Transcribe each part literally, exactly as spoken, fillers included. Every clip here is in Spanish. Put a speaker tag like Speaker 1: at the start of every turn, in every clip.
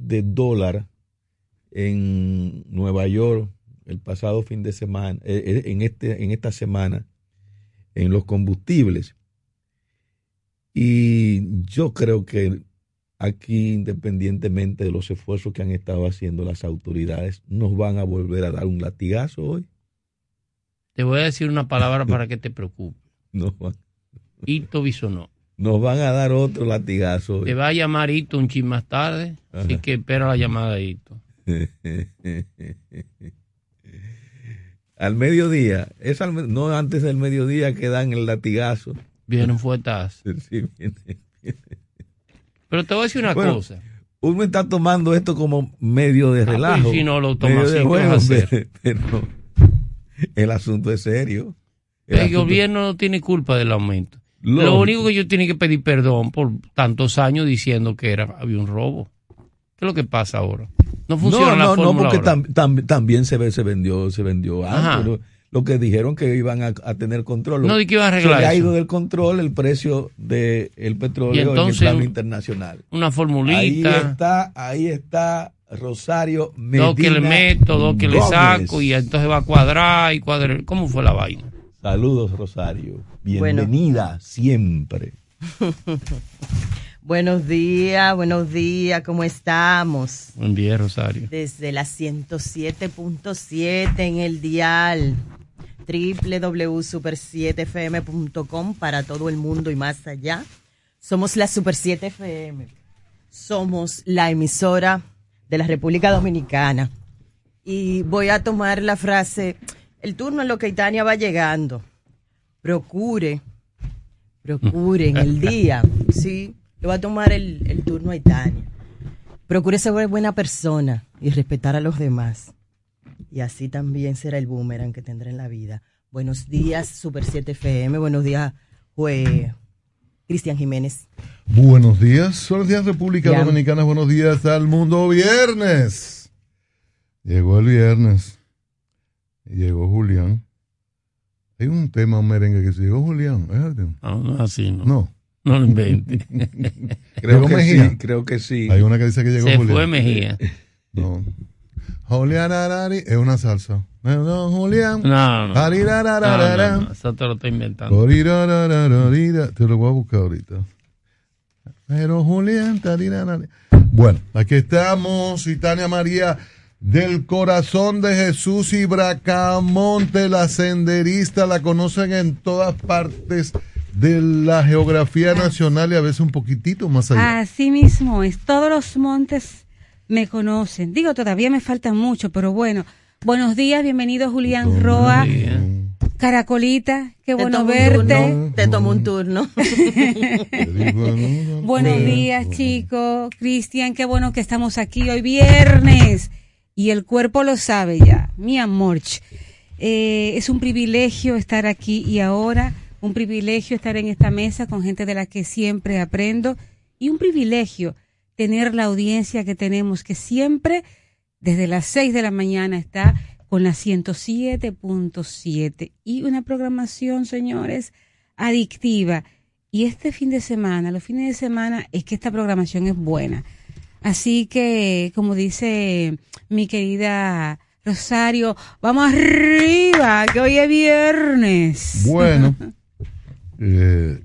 Speaker 1: de dólar en Nueva York el pasado fin de semana, eh, en, este, en esta semana, en los combustibles. Y yo creo que aquí, independientemente de los esfuerzos que han estado haciendo las autoridades, nos van a volver a dar un latigazo hoy.
Speaker 2: Te voy a decir una palabra para que te preocupes.
Speaker 1: No,
Speaker 2: Hito Bisonó.
Speaker 1: Nos van a dar otro latigazo hoy.
Speaker 2: Te va a llamar Hito un chin más tarde, Ajá. así que espera la llamada de Hito.
Speaker 1: Al mediodía, es al, no antes del mediodía que dan el latigazo.
Speaker 2: Vienen fuertes.
Speaker 1: Sí, viene, viene.
Speaker 2: Pero te voy a decir una bueno, cosa.
Speaker 1: Uno está tomando esto como medio de relajo. Ah, pues,
Speaker 2: si no lo tomas así,
Speaker 1: juego,
Speaker 2: ¿qué vas a hacer?
Speaker 1: Pero, pero el asunto es serio.
Speaker 2: El, el asunto... gobierno no tiene culpa del aumento. Lo, lo único que ellos tienen que pedir perdón por tantos años diciendo que era había un robo. ¿Qué es lo que pasa ahora? No funciona
Speaker 1: no,
Speaker 2: la
Speaker 1: no,
Speaker 2: fórmula
Speaker 1: no, porque
Speaker 2: tam,
Speaker 1: tam, también se, se vendió, se vendió algo. Lo que dijeron que iban a, a tener control.
Speaker 2: No, ¿de qué iba a arreglar?
Speaker 1: Se
Speaker 2: eso?
Speaker 1: ha ido del control el precio del petróleo entonces, en el plano internacional.
Speaker 2: Una formulita.
Speaker 1: Ahí está, ahí está Rosario Medina.
Speaker 2: Dos que le meto, dos que Gómez. Le saco y entonces va a cuadrar y cuadrar. ¿Cómo fue la vaina?
Speaker 1: Saludos, Rosario. Bienvenida bueno. siempre.
Speaker 3: Buenos días, buenos días, ¿cómo estamos?
Speaker 2: Buen día, Rosario.
Speaker 3: Desde la ciento siete punto siete en el dial, doble u doble u doble u punto super siete f m punto com para todo el mundo y más allá. Somos la Super siete F M. Somos la emisora de la República Dominicana. Y voy a tomar la frase, el turno en lo que Itania va llegando. Procure, procure en el día, sí. Le voy a tomar el, el turno a Itania. Procure ser buena persona y respetar a los demás. Y así también será el boomerang que tendrá en la vida. Buenos días, Super siete F M. Buenos días, Jue... Cristian Jiménez.
Speaker 4: Buenos días. Buenos días, República ya. Dominicana. Buenos días al mundo. Viernes. Llegó el viernes. Llegó Julián. Hay un tema, un merengue que se llegó Julián.
Speaker 2: No, no así, no.
Speaker 4: No.
Speaker 2: No lo invente.
Speaker 1: creo que Mejía. sí, creo que sí.
Speaker 4: Hay una que dice que llegó
Speaker 2: Se
Speaker 4: Julián.
Speaker 2: Se fue Mejía.
Speaker 4: No. Julián Arari es una salsa. No, Julián.
Speaker 2: No, no. no, no, no. Eso te lo estoy inventando.
Speaker 4: Te lo voy a buscar ahorita. Pero Julián. Bueno, aquí estamos. Itania María del Corazón de Jesús y Bracamonte, la senderista, la conocen en todas partes de la geografía nacional y a veces un poquitito más allá.
Speaker 5: Así mismo es, todos los montes me conocen. Digo, todavía me falta mucho, pero bueno. Buenos días, bienvenido Julián Buenos Roa. Días. Caracolita, qué te bueno verte.
Speaker 3: No, te tomo un turno.
Speaker 5: Buenos días, chicos. Cristian, qué bueno que estamos aquí hoy viernes. Y el cuerpo lo sabe ya, mi amor. Eh, es un privilegio estar aquí y ahora. Un privilegio estar en esta mesa con gente de la que siempre aprendo y un privilegio tener la audiencia que tenemos, que siempre desde las seis de la mañana está con la ciento siete punto siete y una programación, señores, adictiva. Y este fin de semana, los fines de semana, es que esta programación es buena. Así que, como dice mi querida Rosario, vamos arriba, que hoy es viernes.
Speaker 4: Bueno. Eh,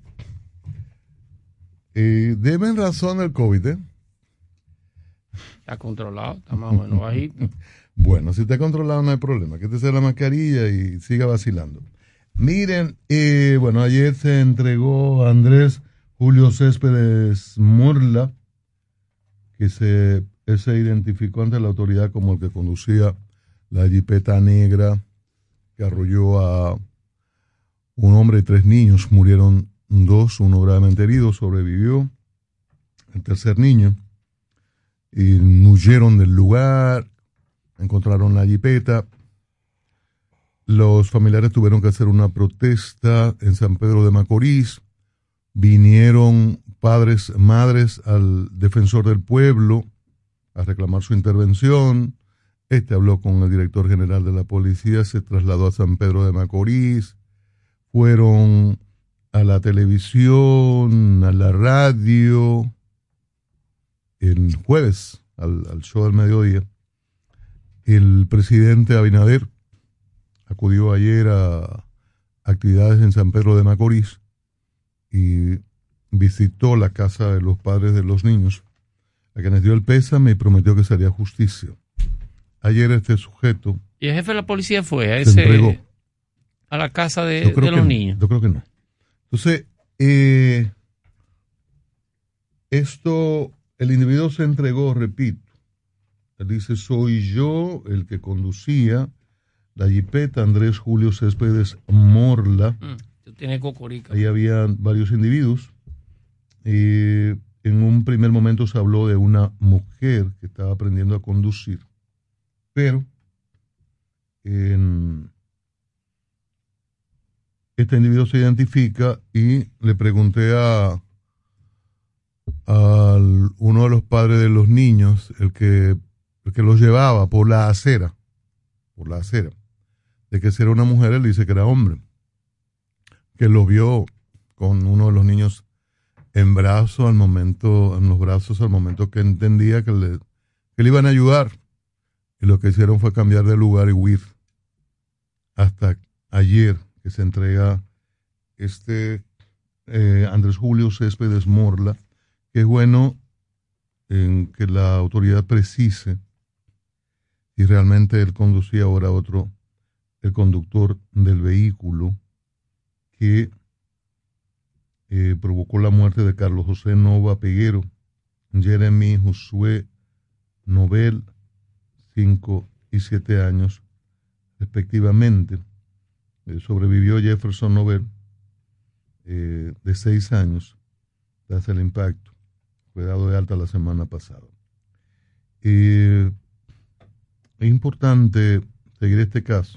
Speaker 4: eh, deben razón el COVID, ¿eh?
Speaker 2: Está controlado, está más o menos bajito.
Speaker 4: Bueno, si está controlado no hay problema, que te sea la mascarilla y siga vacilando. Miren, eh, bueno, ayer se entregó a Andrés Julio Céspedes Murla, que se, se identificó ante la autoridad como el que conducía la jipeta negra que arrolló a un hombre y tres niños. Murieron dos, uno gravemente herido, sobrevivió el tercer niño. Y huyeron del lugar, encontraron la jipeta. Los familiares tuvieron que hacer una protesta en San Pedro de Macorís. Vinieron padres, madres al defensor del pueblo a reclamar su intervención. Este habló con el director general de la policía, se trasladó a San Pedro de Macorís. Fueron a la televisión, a la radio, el jueves al, al show del mediodía, el presidente Abinader acudió ayer a actividades en San Pedro de Macorís y visitó la casa de los padres de los niños, a quienes dio el pésame y prometió que se haría justicia. Ayer este sujeto...
Speaker 2: ¿Y el jefe de la policía fue a
Speaker 4: se
Speaker 2: ese
Speaker 4: entregó.
Speaker 2: a la casa de,
Speaker 4: Yo creo
Speaker 2: de
Speaker 4: que
Speaker 2: los
Speaker 4: no,
Speaker 2: niños?
Speaker 4: Yo creo que no. Entonces, eh, esto, el individuo se entregó, repito. Él dice, soy yo el que conducía la jipeta Andrés Julio Céspedes Morla.
Speaker 2: Mm, tiene cocorica.
Speaker 4: Ahí había varios individuos. Eh, en un primer momento se habló de una mujer que estaba aprendiendo a conducir. Pero en, este individuo se identifica y le pregunté a, a uno de los padres de los niños, el que, el que los llevaba por la acera, por la acera, de que si era una mujer, él dice que era hombre, que lo vio con uno de los niños en brazo al momento, en los brazos al momento que entendía que le, que le iban a ayudar. Y lo que hicieron fue cambiar de lugar y huir. Hasta ayer que se entrega este eh, Andrés Julio Céspedes Morla, que es bueno en que la autoridad precise si realmente él conducía ahora otro, el conductor del vehículo que eh, provocó la muerte de Carlos José Nova Peguero, Jeremy Josué Nobel, cinco y siete años respectivamente. Eh, sobrevivió Jefferson Nobel, eh, de seis años, tras el impacto. Fue dado de alta la semana pasada. Eh, es importante seguir este caso.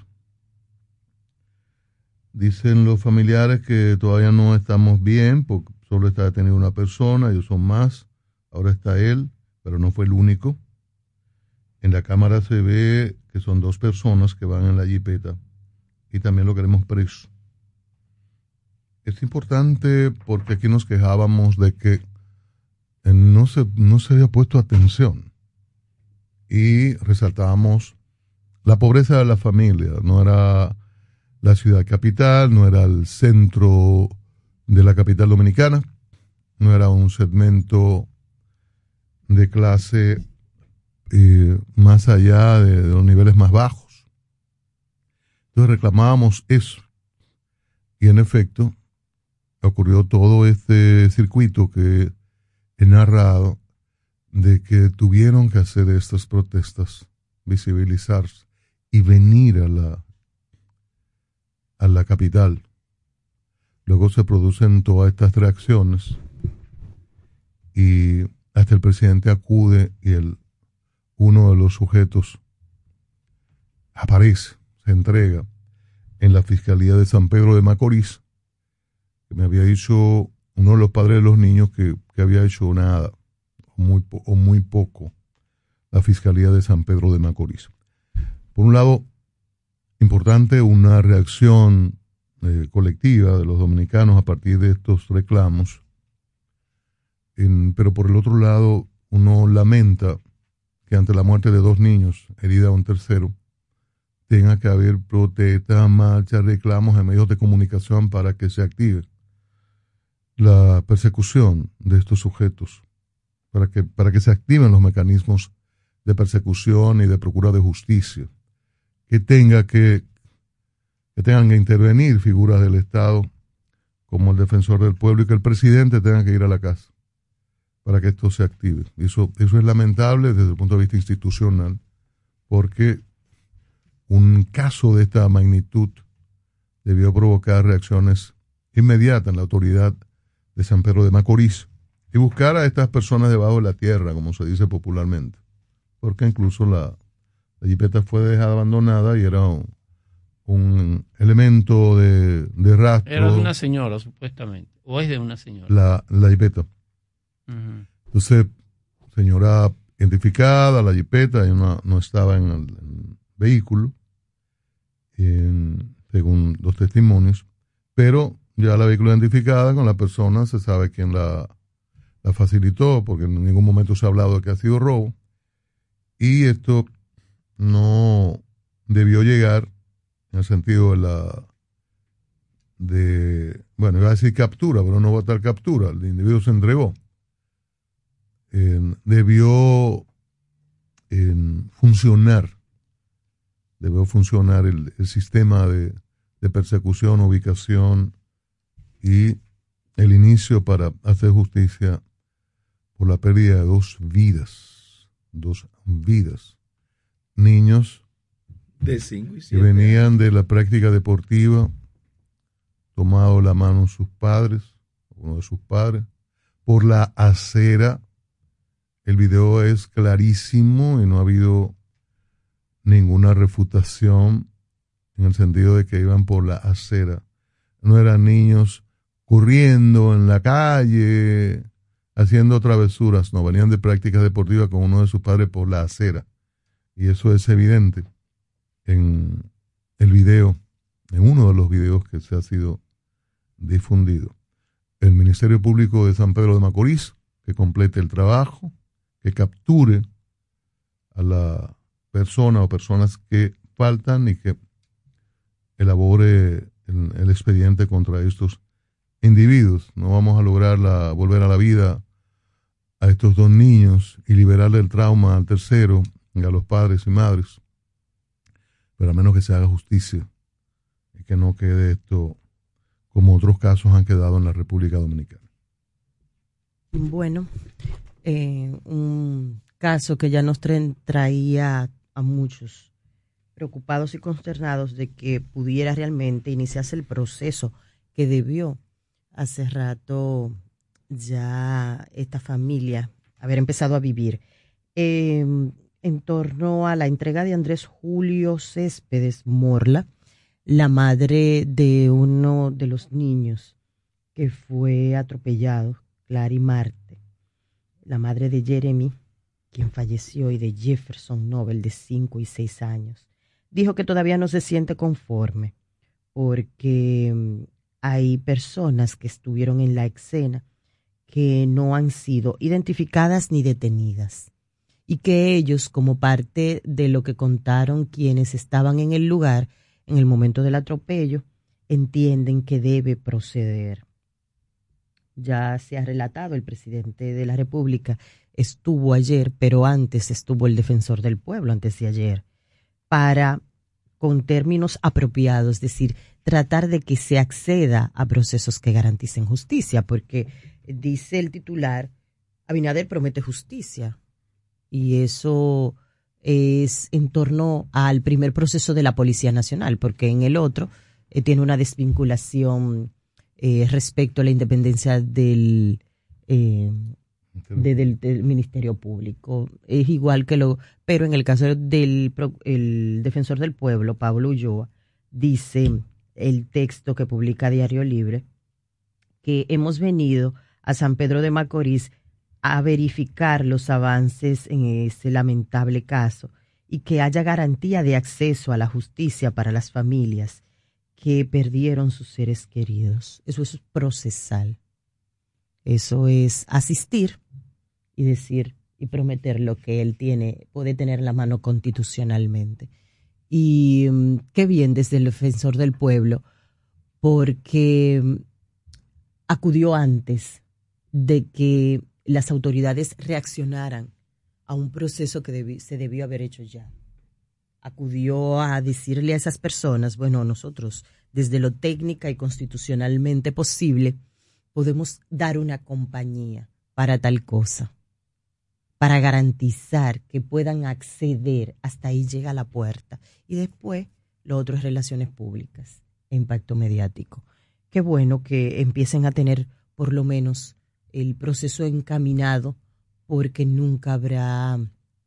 Speaker 4: Dicen los familiares que todavía no estamos bien, porque solo está detenida una persona, ellos son más, ahora está él, pero no fue el único. En la cámara se ve que son dos personas que van en la jipeta y también lo queremos preso. Es importante porque aquí nos quejábamos de que no se, no se había puesto atención y resaltábamos la pobreza de la familia. No era la ciudad capital, no era el centro de la capital dominicana, no era un segmento de clase Eh, más allá de, de los niveles más bajos. Entonces reclamábamos eso y en efecto ocurrió todo este circuito que he narrado de que tuvieron que hacer estas protestas, visibilizarse y venir a la a la capital. Luego se producen todas estas reacciones y hasta el presidente acude y el uno de los sujetos aparece, se entrega en la Fiscalía de San Pedro de Macorís, que me había dicho uno de los padres de los niños que, que había hecho nada, o muy, o muy poco, la Fiscalía de San Pedro de Macorís. Por un lado, importante una reacción eh, colectiva de los dominicanos a partir de estos reclamos, en, pero por el otro lado, uno lamenta que ante la muerte de dos niños, herida un tercero, tenga que haber protestas, marchas, reclamos en medios de comunicación para que se active la persecución de estos sujetos, para que, para que se activen los mecanismos de persecución y de procura de justicia, que tenga que, que tengan que intervenir figuras del Estado como el defensor del pueblo y que el presidente tenga que ir a la casa para que esto se active. Eso, eso es lamentable desde el punto de vista institucional, porque un caso de esta magnitud debió provocar reacciones inmediatas en la autoridad de San Pedro de Macorís y buscar a estas personas debajo de la tierra, como se dice popularmente, porque incluso la, la jipeta fue dejada abandonada y era un, un elemento de, de rastro.
Speaker 2: Era de una señora, supuestamente, o es de una señora.
Speaker 4: La, la jipeta. Uh-huh. Entonces, señora identificada, la jipeta, no, no estaba en el, en el vehículo, en, según los testimonios, pero ya la vehículo identificada con la persona se sabe quién la, la facilitó, porque en ningún momento se ha hablado de que ha sido robo, y esto no debió llegar en el sentido de la de, bueno, iba a decir captura, pero no va a estar captura, el individuo se entregó. Eh, debió eh, funcionar, debió funcionar el, el sistema de, de persecución, ubicación y el inicio para hacer justicia por la pérdida de dos vidas, dos vidas, niños
Speaker 1: de cinco y
Speaker 4: que
Speaker 1: siete
Speaker 4: venían
Speaker 1: años.
Speaker 4: de la práctica deportiva, tomado la mano sus padres, uno de sus padres, por la acera. El video es clarísimo y no ha habido ninguna refutación en el sentido de que iban por la acera. No eran niños corriendo en la calle, haciendo travesuras, no, venían de prácticas deportivas con uno de sus padres por la acera. Y eso es evidente en el video, en uno de los videos que se ha sido difundido. El Ministerio Público de San Pedro de Macorís, que complete el trabajo, que capture a la persona o personas que faltan y que elabore el, el expediente contra estos individuos. No vamos a lograr la, volver a la vida a estos dos niños y liberarle el trauma al tercero y a los padres y madres, pero a menos que se haga justicia y que no quede esto como otros casos han quedado en la República Dominicana.
Speaker 3: Bueno, eh, un caso que ya nos tra- traía a muchos preocupados y consternados de que pudiera realmente iniciarse el proceso que debió hace rato ya esta familia haber empezado a vivir. Eh, en torno a la entrega de Andrés Julio Céspedes Morla, la madre de uno de los niños que fue atropellado, Clary Marte, la madre de Jeremy, quien falleció, y de Jefferson Nobel, de cinco y seis años, dijo que todavía no se siente conforme porque hay personas que estuvieron en la escena que no han sido identificadas ni detenidas y que ellos, como parte de lo que contaron quienes estaban en el lugar en el momento del atropello, entienden que debe proceder. Ya se ha relatado, el presidente de la República estuvo ayer, pero antes estuvo el defensor del pueblo, antes de ayer, para, con términos apropiados, es decir, tratar de que se acceda a procesos que garanticen justicia, porque dice el titular, Abinader promete justicia, y eso es en torno al primer proceso de la Policía Nacional, porque en el otro eh, tiene una desvinculación eh, respecto a la independencia del, eh, de, del, del Ministerio Público. Es igual que lo, pero en el caso del el defensor del pueblo, Pablo Ulloa, dice el texto que publica Diario Libre, que hemos venido a San Pedro de Macorís a verificar los avances en ese lamentable caso y que haya garantía de acceso a la justicia para las familias que perdieron sus seres queridos. Eso es procesal. Eso es asistir y decir y prometer lo que él tiene, puede tener en la mano constitucionalmente. Y um, qué bien desde el defensor del pueblo, porque um, acudió antes de que las autoridades reaccionaran a un proceso que debi- se debió haber hecho ya. Acudió a decirle a esas personas, bueno, nosotros desde lo técnica y constitucionalmente posible podemos dar una compañía para tal cosa, para garantizar que puedan acceder, hasta ahí llega la puerta. Y después lo otro es relaciones públicas, impacto mediático. Qué bueno que empiecen a tener por lo menos el proceso encaminado, porque nunca habrá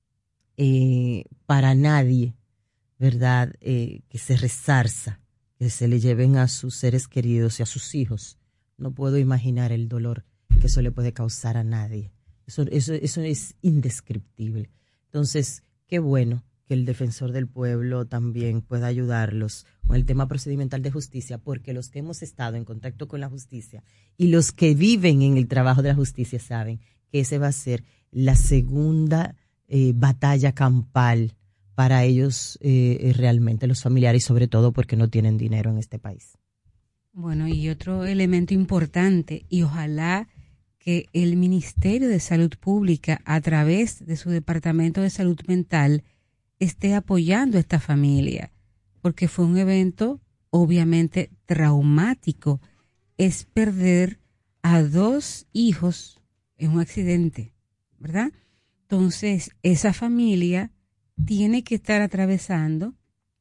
Speaker 3: eh, para nadie, ¿verdad?, eh, que se resarza, que se le lleven a sus seres queridos y a sus hijos. No puedo imaginar el dolor que eso le puede causar a nadie. Eso, eso, eso es indescriptible. Entonces, qué bueno que el defensor del pueblo también pueda ayudarlos con el tema procedimental de justicia, porque los que hemos estado en contacto con la justicia y los que viven en el trabajo de la justicia saben que ese va a ser la segunda eh, batalla campal para ellos eh, realmente, los familiares, y sobre todo porque no tienen dinero en este país.
Speaker 5: Bueno, y otro elemento importante, y ojalá que el Ministerio de Salud Pública, a través de su Departamento de Salud Mental, esté apoyando a esta familia, porque fue un evento obviamente traumático. Es perder a dos hijos en un accidente, ¿verdad? Entonces, esa familia tiene que estar atravesando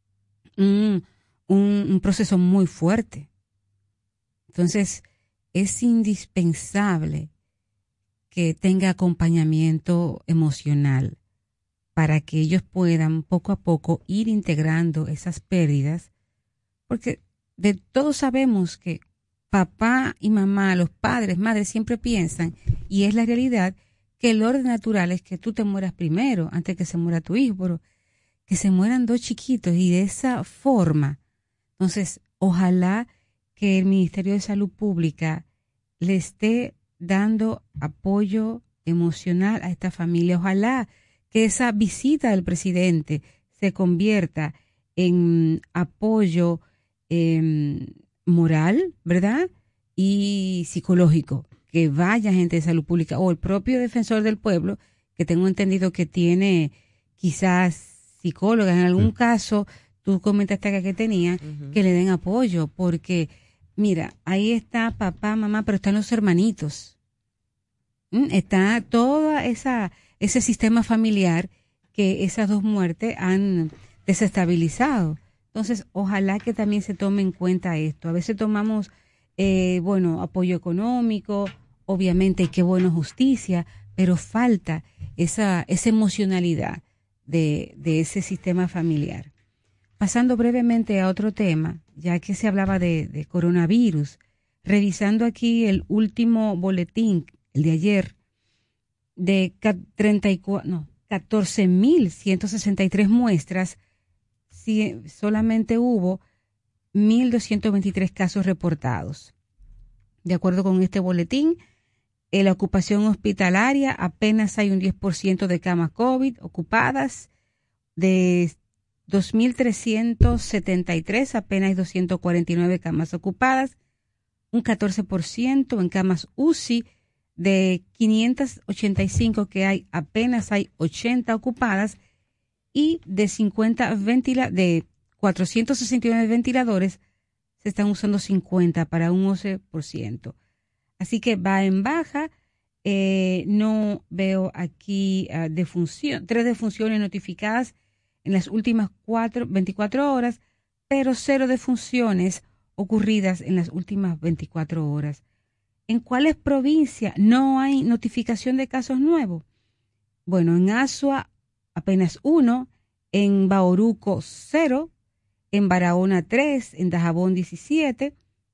Speaker 5: un, un, un proceso muy fuerte. Entonces, es indispensable que tenga acompañamiento emocional para que ellos puedan poco a poco ir integrando esas pérdidas, porque de todos sabemos que papá y mamá, los padres, madres, siempre piensan, y es la realidad, que el orden natural es que tú te mueras primero antes que se muera tu hijo, pero que se mueran dos chiquitos y de esa forma. Entonces, ojalá que el Ministerio de Salud Pública le esté dando apoyo emocional a esta familia. Ojalá que esa visita del presidente se convierta en apoyo eh, moral, ¿verdad? Y psicológico. Que vaya gente de salud pública o el propio defensor del pueblo, que tengo entendido que tiene quizás psicólogas, en algún sí. caso, tú comentaste acá que tenía, uh-huh. que le den apoyo, porque mira, ahí está papá, mamá, pero están los hermanitos. ¿Mm? Está todo esa, ese sistema familiar que esas dos muertes han desestabilizado. Entonces, ojalá que también se tome en cuenta esto. A veces tomamos Eh, bueno, apoyo económico, obviamente, qué bueno, justicia, pero falta esa, esa emocionalidad de, de ese sistema familiar. Pasando brevemente a otro tema, ya que se hablaba de, de coronavirus, revisando aquí el último boletín, el de ayer, de treinta y cuatro, no, catorce mil ciento sesenta y tres muestras, si solamente hubo mil doscientos veintitrés casos reportados. De acuerdo con este boletín, en la ocupación hospitalaria apenas hay un diez por ciento de camas COVID ocupadas. De dos mil trescientos setenta y tres, apenas hay doscientas cuarenta y nueve camas ocupadas. Un catorce por ciento en camas U C I. De quinientas ochenta y cinco que hay, apenas hay ochenta ocupadas. Y de cincuenta ventila de cuatrocientos sesenta y nueve ventiladores, se están usando cincuenta para un once por ciento. Así que va en baja. Eh, no veo aquí uh, defunción, tres defunciones notificadas en las últimas cuatro, veinticuatro horas, pero cero defunciones ocurridas en las últimas veinticuatro horas. ¿En cuáles provincias no hay notificación de casos nuevos? Bueno, en Azua apenas uno, en Bauruco cero, en Barahona tres, en Dajabón diecisiete,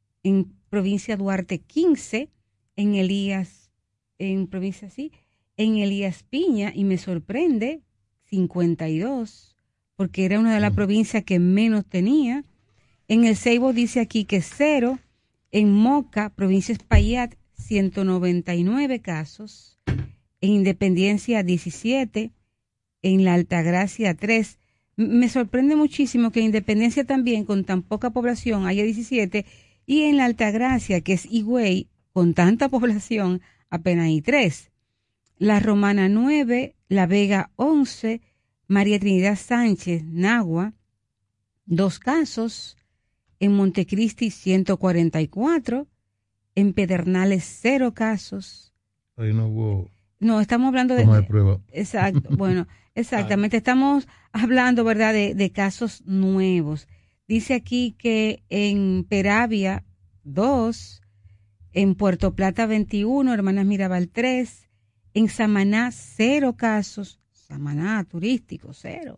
Speaker 5: en provincia Duarte quince, en Elías, en provincia sí, en Elías Piña, y me sorprende, cincuenta y dos, porque era una de las provincias que menos tenía. En El Ceibo dice aquí que cero, en Moca, provincia Espaillat, ciento noventa y nueve casos, en Independencia diecisiete, en La Altagracia tres. Me sorprende muchísimo que en Independencia también, con tan poca población, haya diecisiete, y en La Altagracia, que es Higüey, con tanta población, apenas hay tres. La Romana nueve, La Vega once, María Trinidad Sánchez, Nagua, dos casos, en Montecristi ciento cuarenta y cuatro, en Pedernales cero casos.
Speaker 4: Ahí no hubo...
Speaker 5: No, estamos hablando de...
Speaker 4: Toma de prueba.
Speaker 5: Exacto, bueno, exactamente. Estamos hablando, ¿verdad?, de, de casos nuevos. Dice aquí que en Peravia, dos, en Puerto Plata, veintiuno, Hermanas Mirabal, tres, en Samaná, cero casos, Samaná turístico, cero.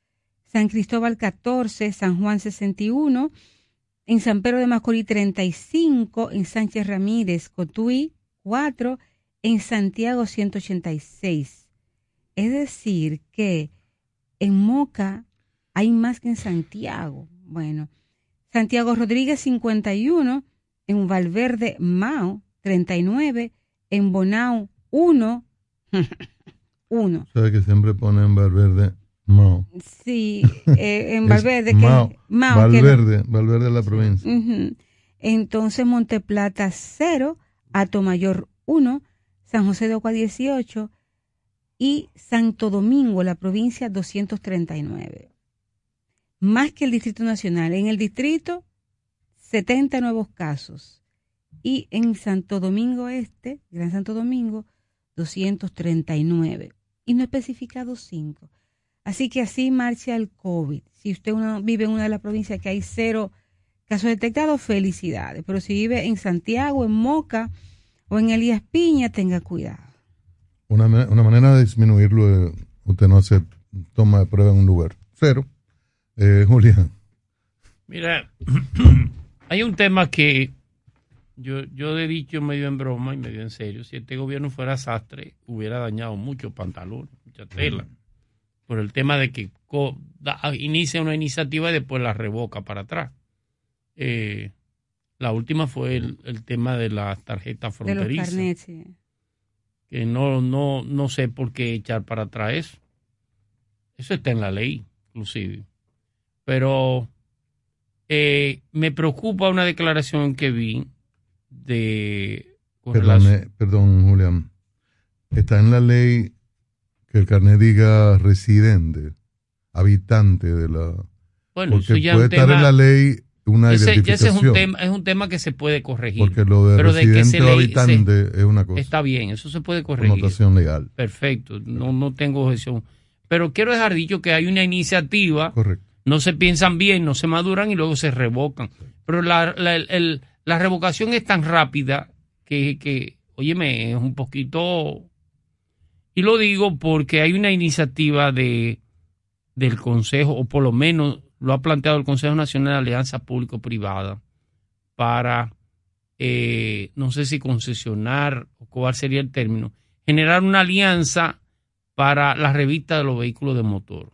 Speaker 5: San Cristóbal, catorce, San Juan, sesenta y uno, en San Pedro de Macorís, treinta y cinco, en Sánchez Ramírez, Cotuí, cuatro, en Santiago ciento ochenta y seis. Es decir, que en Moca hay más que en Santiago. Bueno, Santiago Rodríguez cincuenta y uno, en Valverde Mao treinta y nueve, en Bonao uno, uno.
Speaker 4: ¿Sabe que siempre ponen Valverde? Mao.
Speaker 5: Sí, eh, en Valverde.
Speaker 4: Es
Speaker 5: que,
Speaker 4: Mao.
Speaker 5: Mao
Speaker 4: Valverde, que, Valverde es la provincia.
Speaker 5: Uh-huh. Entonces Monteplata cero, Atomayor uno, San José de Ocoa dieciocho y Santo Domingo, la provincia, doscientos treinta y nueve. Más que el Distrito Nacional. En el distrito, setenta nuevos casos. Y en Santo Domingo Este, Gran Santo Domingo, doscientos treinta y nueve. Y no especificado cinco. Así que así marcha el COVID. Si usted uno, vive en una de las provincias que hay cero casos detectados, felicidades. Pero si vive en Santiago, en Moca o en Elías Piña, tenga cuidado. Una,
Speaker 4: una manera de disminuirlo es usted no hacer toma de prueba en un lugar. Cero. Eh, Julián.
Speaker 2: Mira, hay un tema que yo, yo he dicho medio en broma y medio en serio. Si este gobierno fuera sastre, hubiera dañado muchos pantalones, mucha tela. Mm. Por el tema de que co, da, inicia una iniciativa y después la revoca para atrás. Eh, la última fue el, el tema de las tarjetas fronterizas. De los carnets, sí. Que no, no, no sé por qué echar para atrás eso. Eso está en la ley, inclusive. Pero eh, me preocupa una declaración que vi de...
Speaker 4: Perdón, relación... perdón, Julián. Está en la ley que el carnet diga residente, habitante de la...
Speaker 2: Bueno,
Speaker 4: porque
Speaker 2: eso ya
Speaker 4: puede estar tema... en la ley una
Speaker 2: ese,
Speaker 4: identificación.
Speaker 2: Ese es un tema, es un tema que se puede corregir.
Speaker 4: Porque lo de
Speaker 2: pero
Speaker 4: residente
Speaker 2: de
Speaker 4: o habitante se, es una cosa.
Speaker 2: Está bien, eso se puede corregir.
Speaker 4: Connotación legal.
Speaker 2: Perfecto, no, no tengo objeción. Pero quiero dejar dicho que hay una iniciativa.
Speaker 4: Correcto.
Speaker 2: No se piensan bien, no se maduran y luego se revocan. Pero la, la, el, la revocación es tan rápida que, que, óyeme, es un poquito... Y lo digo porque hay una iniciativa de del Consejo, o por lo menos lo ha planteado el Consejo Nacional de Alianza Público-Privada, para, eh, no sé si concesionar o cuál sería el término, generar una alianza para la revista de los vehículos de motor.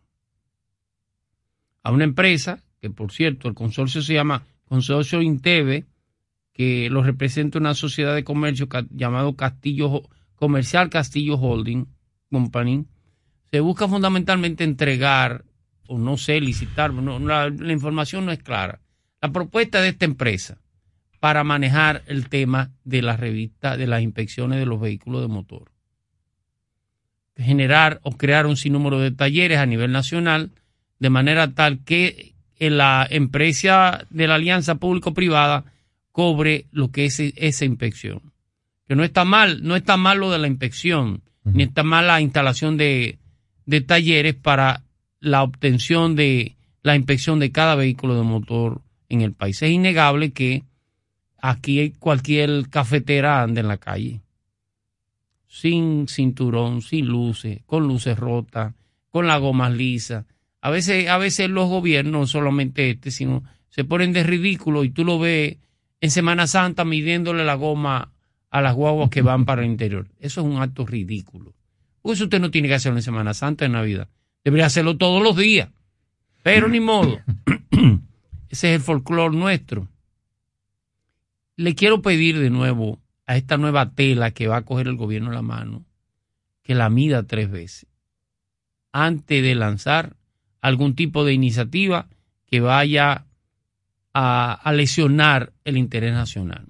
Speaker 2: A una empresa, que por cierto el consorcio se llama Consorcio Inteve, que lo representa una sociedad de comercio llamado Castillo Comercial Castillo Holding Company. Se busca fundamentalmente entregar, o no sé, licitar, no, la, la información no es clara. La propuesta de esta empresa para manejar el tema de la revista, de las inspecciones de los vehículos de motor. Generar o crear un sinnúmero de talleres a nivel nacional, de manera tal que la empresa de la alianza público-privada cobre lo que es esa inspección. Que no está mal, no está mal lo de la inspección, uh-huh. ni está mal la instalación de, de talleres para la obtención de la inspección de cada vehículo de motor en el país. Es innegable que aquí cualquier cafetera anda en la calle, sin cinturón, sin luces, con luces rotas, con las gomas lisas. A veces, a veces los gobiernos, no solamente este, sino se ponen de ridículo y tú lo ves en Semana Santa midiéndole la goma a las guaguas que van para el interior. Eso es un acto ridículo. Porque eso usted no tiene que hacerlo en Semana Santa, en Navidad. Debería hacerlo todos los días. Pero ni modo. Ese es el folclore nuestro. Le quiero pedir de nuevo a esta nueva tela que va a coger el gobierno en la mano, que la mida tres veces antes de lanzar algún tipo de iniciativa que vaya a, a lesionar el interés nacional.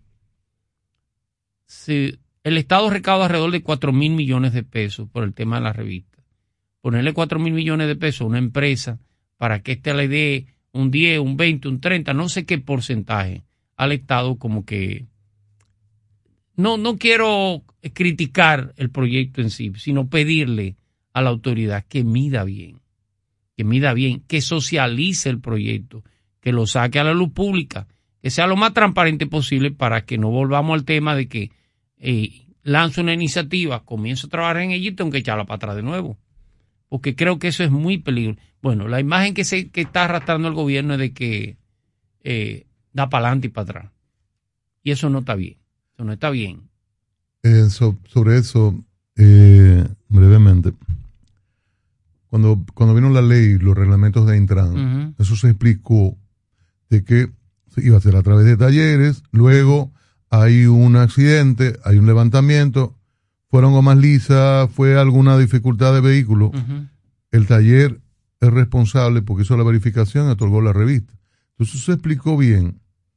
Speaker 2: Si el Estado recauda alrededor de cuatro mil millones de pesos por el tema de la revista. Ponerle cuatro mil millones de pesos a una empresa para que éste le dé un diez, un veinte, un treinta, no sé qué porcentaje al Estado, como que no, no quiero criticar el proyecto en sí, sino pedirle a la autoridad que mida bien, que mida bien, que socialice el proyecto, que lo saque a la luz pública, que sea lo más transparente posible para que no volvamos al tema de que eh, lanzo una iniciativa, comienzo a trabajar en ella y tengo que echarla para atrás de nuevo, porque creo que eso es muy peligroso. Bueno, la imagen que, se, que está arrastrando el gobierno es de que eh, da para adelante y para atrás, y eso no está bien, eso no está bien.
Speaker 4: Eh, so, sobre eso, eh, brevemente, cuando, cuando vino la ley, los reglamentos de Intran, uh-huh. eso se explicó de que iba a ser a través de talleres, luego hay un accidente, hay un levantamiento, fueron gomas lisas, fue alguna dificultad de vehículo, uh-huh. el taller es responsable porque hizo la verificación y otorgó la revista. Entonces se explicó bien.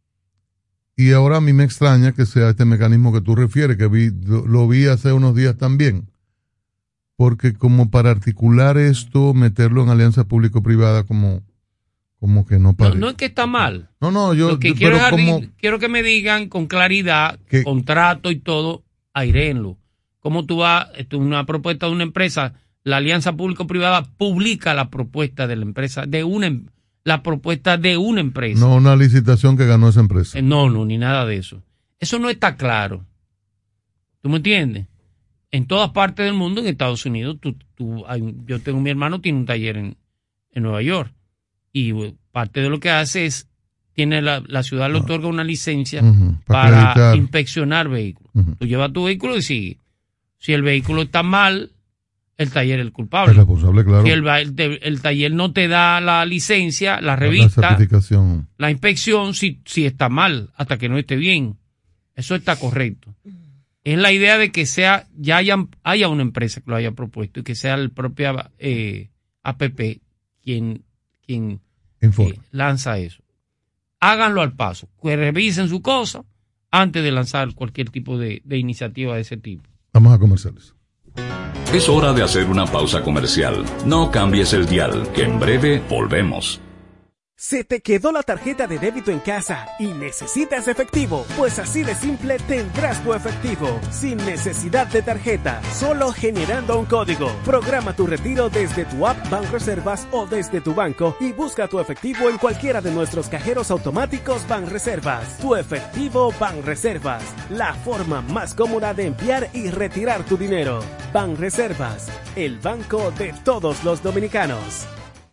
Speaker 4: Y ahora a mí me extraña que sea este mecanismo que tú refieres, que vi, lo, lo vi hace unos días también. Porque como para articular esto, meterlo en alianza público-privada como, como que no parece.
Speaker 2: No, no es que está mal.
Speaker 4: No, no, yo...
Speaker 2: Lo que
Speaker 4: yo,
Speaker 2: quiero,
Speaker 4: pero
Speaker 2: es,
Speaker 4: como,
Speaker 2: quiero que me digan con claridad,
Speaker 4: que,
Speaker 2: contrato y todo, airéenlo. ¿Cómo tú vas, esto es una propuesta de una empresa, la alianza público-privada publica la propuesta de la empresa, de una la propuesta de una empresa.
Speaker 4: No una licitación que ganó esa empresa.
Speaker 2: Eh, no, no, ni nada de eso. Eso no está claro. ¿Tú me entiendes? En todas partes del mundo, en Estados Unidos, tú, tú, hay, yo tengo mi hermano, tiene un taller en, en Nueva York. Y uh, parte de lo que hace es, tiene la, la ciudad le otorga una licencia uh-huh, para, para inspeccionar vehículos. Uh-huh. Tú llevas tu vehículo y si, si el vehículo está mal, el taller es el culpable.
Speaker 4: El responsable, claro.
Speaker 2: Si el, el, el taller no te da la licencia, la revista,
Speaker 4: la certificación,
Speaker 2: la inspección, si, si está mal, hasta que no esté bien. Eso está correcto. Es la idea de que sea ya haya, haya una empresa que lo haya propuesto y que sea el propio eh, A P P quien, quien eh, lanza eso. Háganlo al paso, que revisen su cosa antes de lanzar cualquier tipo de, de iniciativa de ese tipo.
Speaker 4: Vamos a comerciales.
Speaker 6: Es hora de hacer una pausa comercial. No cambies el dial, que en breve volvemos.
Speaker 7: ¿Se te quedó la tarjeta de débito en casa y necesitas efectivo? Pues así de simple tendrás tu efectivo, sin necesidad de tarjeta, solo generando un código. Programa tu retiro desde tu app Banreservas o desde tu banco y busca tu efectivo en cualquiera de nuestros cajeros automáticos Banreservas. Tu efectivo Banreservas, la forma más cómoda de enviar y retirar tu dinero. Banreservas, el banco de todos los dominicanos.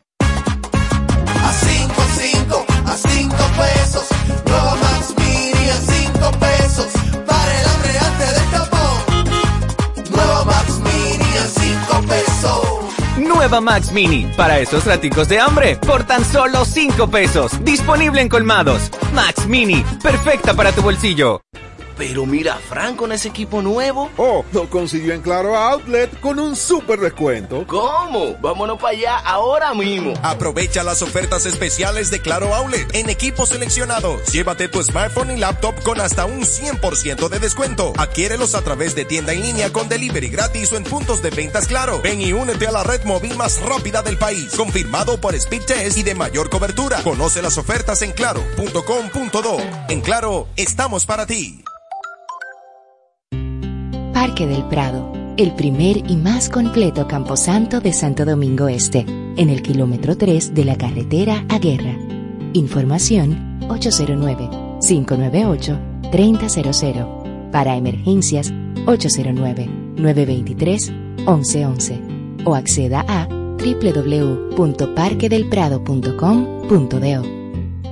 Speaker 8: A cinco, cinco, a cinco pesos. Nueva Max Mini a cinco pesos. Para el hambre antes del tapón. Nueva Max Mini a cinco pesos.
Speaker 9: Nueva Max Mini, para esos raticos de hambre, por tan solo cinco pesos. Disponible en colmados. Max Mini, perfecta para tu bolsillo.
Speaker 10: Pero mira, Fran, con ese equipo nuevo.
Speaker 11: Oh, lo consiguió en Claro Outlet con un súper descuento.
Speaker 10: ¿Cómo? Vámonos para allá ahora mismo.
Speaker 12: Aprovecha las ofertas especiales de Claro Outlet en equipos seleccionados. Llévate tu smartphone y laptop con hasta un cien por ciento de descuento. Adquiérelos a través de tienda en línea con delivery gratis o en puntos de ventas Claro. Ven y únete a la red móvil más rápida del país. Confirmado por Speed Test y de mayor cobertura. Conoce las ofertas en claro punto com punto do. En Claro, estamos para ti.
Speaker 13: Parque del Prado, el primer y más completo camposanto de Santo Domingo Este, en el kilómetro tres de la carretera a Guerra. Información ocho cero nueve, cinco nueve ocho, tres cero cero cero. Para emergencias ocho cero nueve, nueve dos tres, once once. O acceda a doble u doble u doble u punto parque del prado punto com punto do.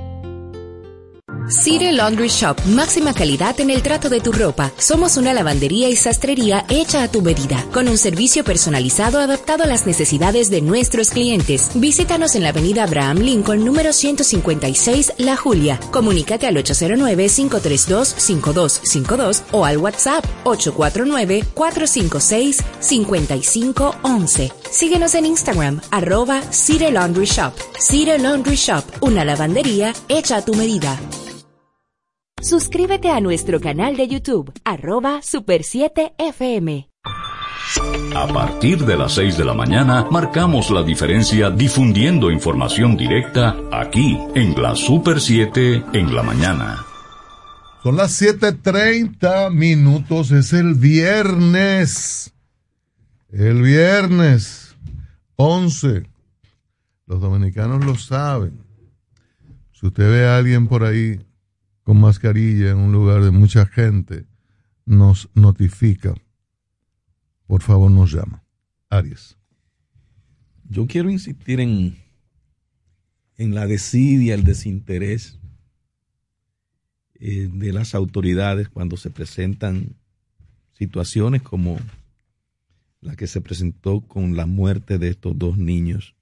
Speaker 14: City Laundry Shop, máxima calidad en el trato de tu ropa. Somos una lavandería y sastrería hecha a tu medida, con un servicio personalizado adaptado a las necesidades de nuestros clientes. Visítanos en la avenida Abraham Lincoln, número ciento cincuenta y seis, La Julia. Comunícate al ocho cero nueve, cinco tres dos, cinco dos cinco dos o al WhatsApp ocho cuatro nueve, cuatro cinco seis, cinco cinco uno uno. Síguenos en Instagram, arroba City Laundry Shop. City Laundry Shop, una lavandería hecha a tu medida.
Speaker 13: Suscríbete a nuestro canal de YouTube, arroba Super siete F M.
Speaker 6: A partir de las seis de la mañana, marcamos la diferencia difundiendo información directa aquí, en la Super siete en la mañana.
Speaker 4: Son las siete treinta minutos, es el viernes. El viernes once. Los dominicanos lo saben. Si usted ve a alguien por ahí con mascarilla en un lugar de mucha gente, nos notifica. Por favor, nos llama. Arias.
Speaker 1: Yo quiero insistir en, en la desidia, el desinterés eh, de las autoridades cuando se presentan situaciones como la que se presentó con la muerte de estos dos niños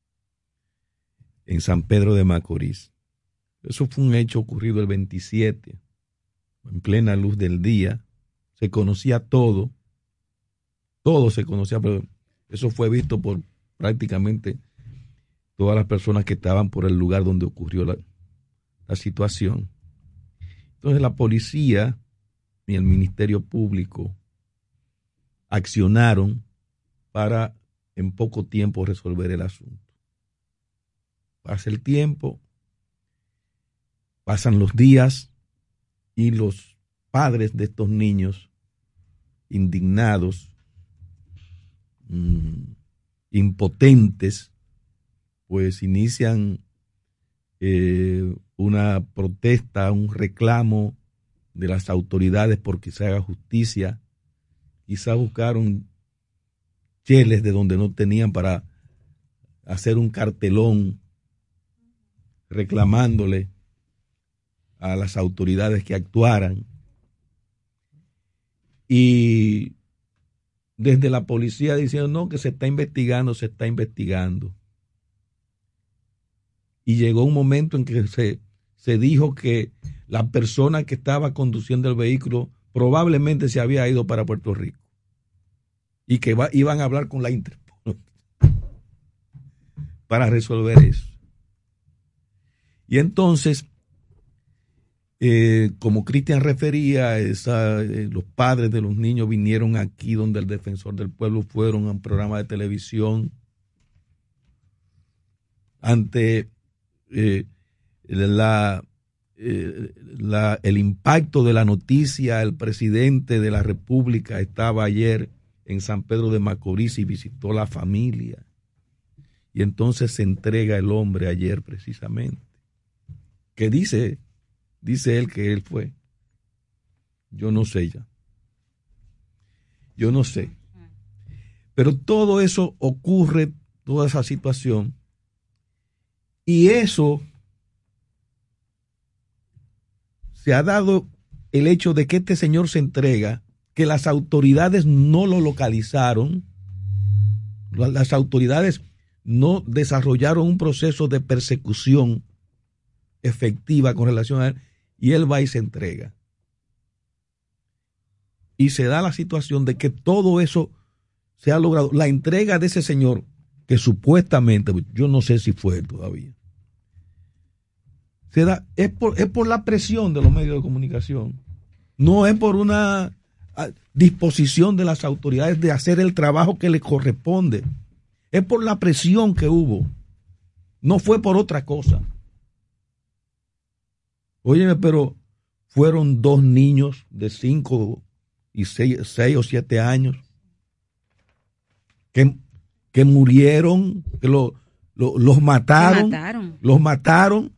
Speaker 1: en San Pedro de Macorís. Eso fue un hecho ocurrido el veintisiete, en plena luz del día. Se conocía todo. todo se conocía, pero eso fue visto por prácticamente todas las personas que estaban por el lugar donde ocurrió la, la situación. Entonces la policía y el Ministerio Público accionaron para en poco tiempo resolver el asunto. Pasa el tiempo, pasan los días y los padres de estos niños indignados, mmm, impotentes, pues inician eh, una protesta, un reclamo de las autoridades porque se haga justicia. Quizá buscaron cheles de donde no tenían para hacer un cartelón reclamándole a las autoridades que actuaran. Y desde la policía diciendo, no, que se está investigando, se está investigando. Y llegó un momento en que se, se dijo que la persona que estaba conduciendo el vehículo probablemente se había ido para Puerto Rico y que va, iban a hablar con la Interpol para resolver eso. Y entonces, eh, como Cristian refería, esa, eh, los padres de los niños vinieron aquí donde el Defensor del Pueblo, fueron a un programa de televisión ante eh, la, eh, la, el impacto de la noticia. El presidente de la República estaba ayer en San Pedro de Macorís y visitó la familia. Y entonces se entrega el hombre ayer precisamente. Que dice, dice él que él fue. Yo no sé ya. Yo no sé. Pero todo eso ocurre, toda esa situación. Y eso se ha dado el hecho de que este señor se entrega, que las autoridades no lo localizaron, las autoridades no desarrollaron un proceso de persecución efectiva con relación a él, y él va y se entrega. Y se da la situación de que todo eso se ha logrado. La entrega de ese señor, que supuestamente, yo no sé si fue él todavía, se da, es por, es por la presión de los medios de comunicación, no es por una disposición de las autoridades de hacer el trabajo que les corresponde, es por la presión que hubo, no fue por otra cosa. Óyeme, pero fueron dos niños de cinco y seis, seis o siete años que, que murieron, que lo, lo, los mataron, mataron, los mataron.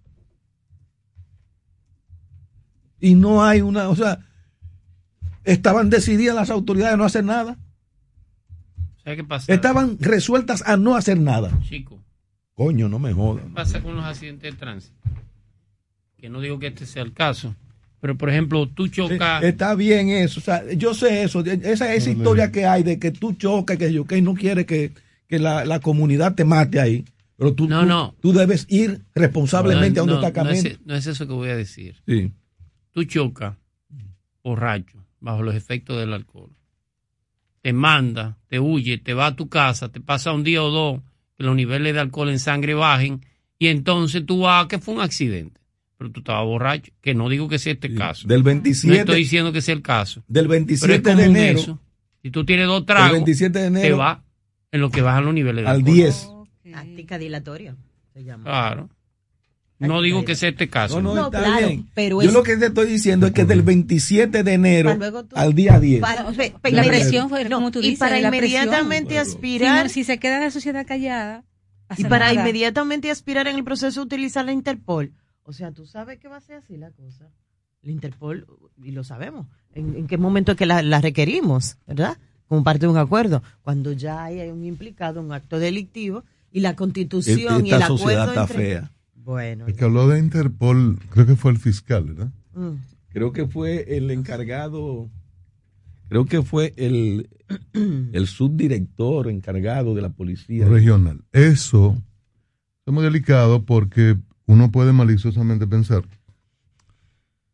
Speaker 1: Y no hay una, o sea, estaban decididas las autoridades a no hacer nada.
Speaker 2: ¿Sabes qué pasa?
Speaker 1: Estaban resueltas a no hacer nada.
Speaker 2: Chico.
Speaker 1: Coño, no me jodan.
Speaker 2: ¿Qué pasa con los accidentes de tránsito? Que no digo que este sea el caso, pero por ejemplo, tú chocas.
Speaker 1: Sí, está bien eso, o sea, yo sé eso, esa, esa historia que hay de que tú chocas, que yo que no quiere que, que la, la comunidad te mate ahí, pero tú,
Speaker 2: no,
Speaker 1: tú,
Speaker 2: no.
Speaker 1: tú debes ir responsablemente
Speaker 2: no,
Speaker 1: a donde
Speaker 2: no,
Speaker 1: está camino.
Speaker 2: No es, no es eso que voy a decir.
Speaker 1: Sí.
Speaker 2: Tú chocas borracho, bajo los efectos del alcohol. Te manda, te huye, te va a tu casa, te pasa un día o dos que los niveles de alcohol en sangre bajen y entonces tú vas, que fue un accidente. Pero tú estabas borracho, que no digo que sea este sí, caso.
Speaker 1: Del veintisiete.
Speaker 2: No estoy diciendo que sea el caso.
Speaker 1: Del veintisiete de enero. Eso.
Speaker 2: Si tú tienes dos tragos,
Speaker 1: el veintisiete de enero,
Speaker 2: te va en lo que bajan los niveles de
Speaker 1: al
Speaker 2: alcohol.
Speaker 1: diez.
Speaker 3: Okay. Táctica dilatoria se llama.
Speaker 2: Claro. No digo que sea este caso.
Speaker 1: No, no,
Speaker 3: no
Speaker 1: está
Speaker 3: claro,
Speaker 1: bien.
Speaker 3: Pero
Speaker 1: yo
Speaker 3: es...
Speaker 1: lo que te estoy diciendo es que del veintisiete de enero
Speaker 3: tú...
Speaker 1: al día diez.
Speaker 5: Para, la presión fue, no, como tú dices,
Speaker 3: y para
Speaker 5: la
Speaker 3: inmediatamente
Speaker 5: presión.
Speaker 3: aspirar...
Speaker 5: Si, no, si se queda la sociedad callada...
Speaker 3: Y para nada. Inmediatamente aspirar en el proceso de utilizar la Interpol. O sea, tú sabes que va a ser así la cosa. La Interpol, y lo sabemos, en, en qué momento es que la, la requerimos, ¿verdad? Como parte de un acuerdo. Cuando ya hay un implicado, un acto delictivo, y la Constitución
Speaker 1: Esta
Speaker 3: y el
Speaker 1: sociedad
Speaker 3: acuerdo
Speaker 1: está
Speaker 3: entre...
Speaker 1: fea.
Speaker 3: Bueno.
Speaker 4: El que habló de Interpol, creo que fue el fiscal, ¿verdad?
Speaker 3: Mm.
Speaker 1: Creo que fue el encargado, creo que fue el, el subdirector encargado de la policía
Speaker 4: regional. Eso es muy delicado porque uno puede maliciosamente pensar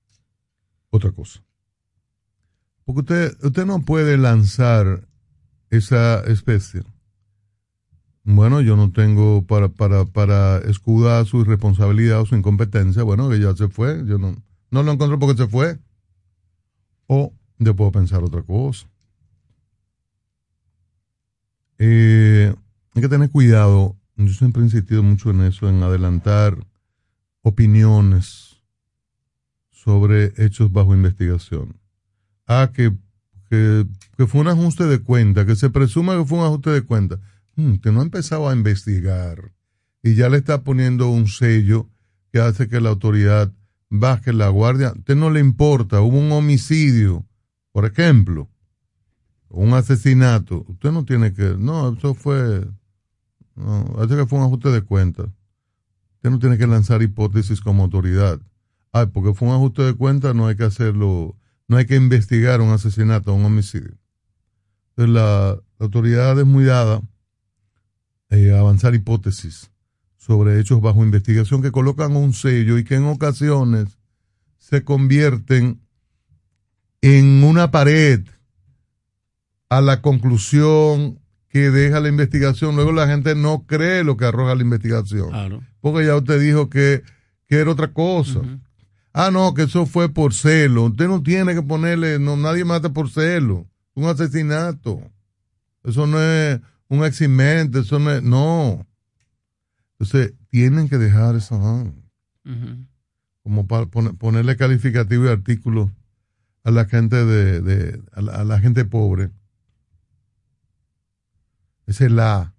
Speaker 4: otra cosa. Porque usted, usted no puede lanzar esa especie. Bueno, yo no tengo para, para, para escudar su irresponsabilidad o su incompetencia. Bueno, que ya se fue. Yo no, no lo encuentro porque se fue. O yo puedo pensar otra cosa. Eh, hay que tener cuidado. Yo siempre he insistido mucho en eso, en adelantar opiniones sobre hechos bajo investigación. Ah, que, que, que fue un ajuste de cuenta, que se presume que fue un ajuste de cuenta. Hmm, que no ha empezado a investigar y ya le está poniendo un sello que hace que la autoridad baje la guardia. A usted no le importa, hubo un homicidio, por ejemplo, un asesinato. Usted no tiene que, no, eso fue, no, hace que fue un ajuste de cuenta. Usted no tiene que lanzar hipótesis como autoridad. Ay, porque fue un ajuste de cuenta, no hay que hacerlo, no hay que investigar un asesinato o un homicidio. Entonces la, la autoridad es muy dada eh, a avanzar hipótesis sobre hechos bajo investigación que colocan un sello y que en ocasiones se convierten en una pared a la conclusión que deja la investigación. Luego la gente no cree lo que arroja la investigación. Claro. Porque ya usted dijo que, que era otra cosa. Uh-huh. Ah, no, que eso fue por celo. Usted no tiene que ponerle, no, nadie mata por celo. Un asesinato. Eso no es un eximente, eso no es, no. Entonces, tienen que dejar eso, ¿no? Uh-huh. Como para poner, ponerle calificativo y artículos a la gente de, de a, la, a la gente pobre. Ese es la.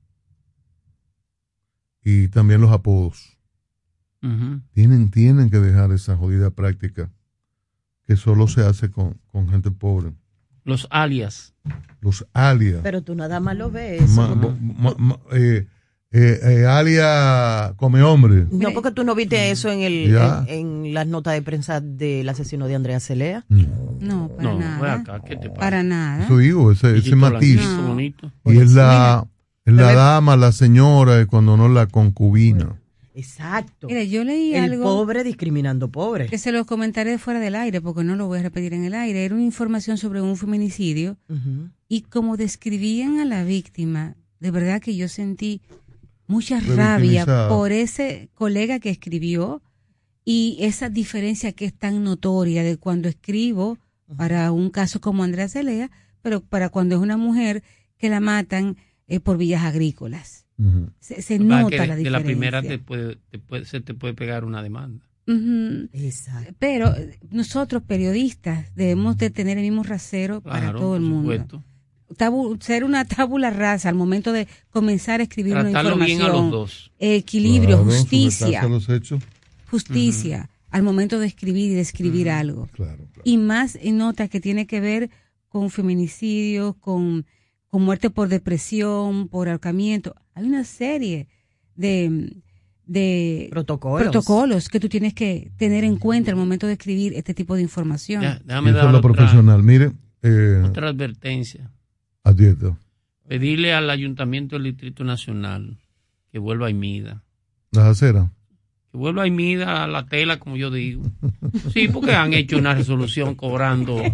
Speaker 4: Y también los apodos. Uh-huh. Tienen, tienen que dejar esa jodida práctica que solo se hace con, con gente pobre.
Speaker 2: Los alias.
Speaker 4: Los alias.
Speaker 3: Pero tú nada más lo ves.
Speaker 4: Ma, ma, ma, ma, eh, eh, eh, alias come hombre.
Speaker 3: No, porque tú no viste eso en el en, en las notas de prensa del asesino de Andrea Celea.
Speaker 4: No,
Speaker 5: no para
Speaker 2: no,
Speaker 5: nada.
Speaker 2: Acá, ¿qué te pasa?
Speaker 5: Para nada.
Speaker 4: Eso digo, ese, ese matiz.
Speaker 2: No.
Speaker 4: Y es la, es la dama, la señora, cuando no la concubina.
Speaker 3: Exacto.
Speaker 5: Mira, yo leí
Speaker 3: el
Speaker 5: algo.
Speaker 3: Pobre discriminando pobre.
Speaker 5: Que se los comentaré fuera del aire porque no lo voy a repetir en el aire. Era una información sobre un feminicidio uh-huh. y como describían a la víctima, de verdad que yo sentí mucha rabia por ese colega que escribió y esa diferencia que es tan notoria de cuando escribo uh-huh. para un caso como Andrea Celea, pero para cuando es una mujer que la matan eh, por villas agrícolas. Uh-huh. Se, se nota
Speaker 2: que
Speaker 5: la
Speaker 2: de,
Speaker 5: diferencia.
Speaker 2: De la primera te puede, te puede, se te puede pegar una demanda.
Speaker 5: Uh-huh.
Speaker 3: Exacto.
Speaker 5: Pero nosotros periodistas debemos de tener el mismo rasero claro, para todo el mundo. Tabu, ser una tabula rasa al momento de comenzar a escribir
Speaker 2: Tratarlo
Speaker 5: una información.
Speaker 2: Bien a los dos.
Speaker 5: Equilibrio,
Speaker 4: claro,
Speaker 5: justicia.
Speaker 4: Los hechos.
Speaker 5: Justicia uh-huh. al momento de escribir y de escribir uh-huh. algo.
Speaker 4: Claro, claro.
Speaker 5: Y más en notas que tiene que ver con feminicidios, con con muerte por depresión, por ahorcamiento. Hay una serie de, de
Speaker 3: protocolos.
Speaker 5: protocolos que tú tienes que tener en cuenta al momento de escribir este tipo de información.
Speaker 2: Ya, déjame
Speaker 4: Eso
Speaker 2: dar
Speaker 4: es lo
Speaker 2: otra,
Speaker 4: profesional. Mire, eh,
Speaker 2: otra advertencia.
Speaker 4: Advierto.
Speaker 2: Pedirle al Ayuntamiento del Distrito Nacional que vuelva a Imida.
Speaker 4: Las aceras.
Speaker 2: Que vuelva a Imida a la tela, como yo digo. Sí, porque han hecho una resolución cobrando...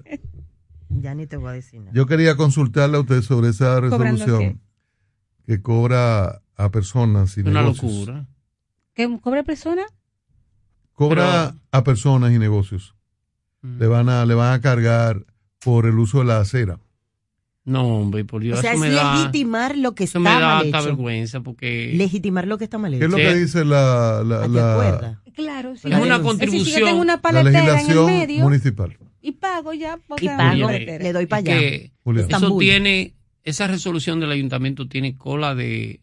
Speaker 3: Ya ni te voy a decir nada.
Speaker 4: Yo quería consultarle a usted sobre esa resolución que cobra a personas y
Speaker 2: una
Speaker 4: negocios.
Speaker 2: Una locura.
Speaker 5: ¿Que cobra a personas?
Speaker 4: Cobra
Speaker 2: Pero,
Speaker 4: a personas y negocios. Mm. Le van a le van a cargar por el uso de la acera.
Speaker 2: No, hombre, por Dios.
Speaker 3: O sea,
Speaker 2: eso
Speaker 3: es
Speaker 2: me da,
Speaker 3: legitimar lo que
Speaker 2: eso
Speaker 3: está
Speaker 2: me da
Speaker 3: mal hecho.
Speaker 2: vergüenza porque...
Speaker 3: Legitimar lo que está mal hecho.
Speaker 4: ¿Qué es lo que dice la... la, la
Speaker 5: claro, sí.
Speaker 2: Es una contribución.
Speaker 5: Si yo tengo una
Speaker 4: la
Speaker 5: paletera
Speaker 4: legislación
Speaker 5: en el medio,
Speaker 4: municipal.
Speaker 5: Y pago ya.
Speaker 3: Y pago, le, le doy para allá.
Speaker 2: Que eso tiene, esa resolución del ayuntamiento tiene cola de,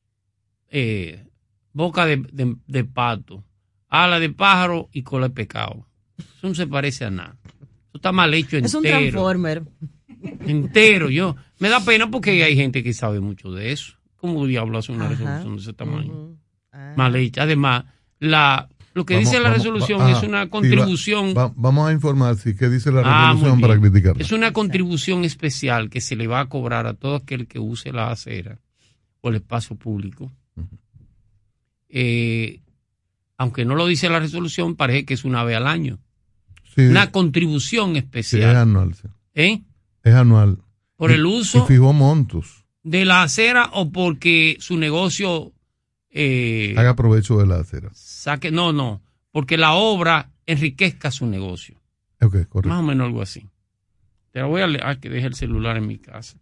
Speaker 2: eh, boca de, de, de pato, ala de pájaro y cola de pescado. Eso no se parece a nada. Eso está mal hecho entero.
Speaker 3: Es un transformer.
Speaker 2: Entero. Yo, me da pena porque hay gente que sabe mucho de eso. ¿Cómo diablo hace una Ajá. resolución de ese tamaño? Uh-huh. Ah. Mal hecha. Además, la... Lo que vamos, dice la vamos, resolución va, es una contribución.
Speaker 4: Sí, va, va, vamos a informar si qué dice la resolución ah, para criticarla.
Speaker 2: Es una contribución especial que se le va a cobrar a todo aquel que use la acera o el espacio público. Uh-huh. Eh, aunque no lo dice la resolución, parece que es una vez al año. Sí, una contribución especial.
Speaker 4: Sí, es anual. Sí.
Speaker 2: ¿Eh?
Speaker 4: Es anual.
Speaker 2: ¿Por el uso
Speaker 4: y fijó montos.
Speaker 2: de la acera o porque su negocio eh,
Speaker 4: haga provecho de la acera?
Speaker 2: Saque, no, no, porque la obra enriquezca su negocio.
Speaker 4: Okay, correcto.
Speaker 2: Más o menos algo así. Te la voy a leer, ah, que deje el celular en mi casa.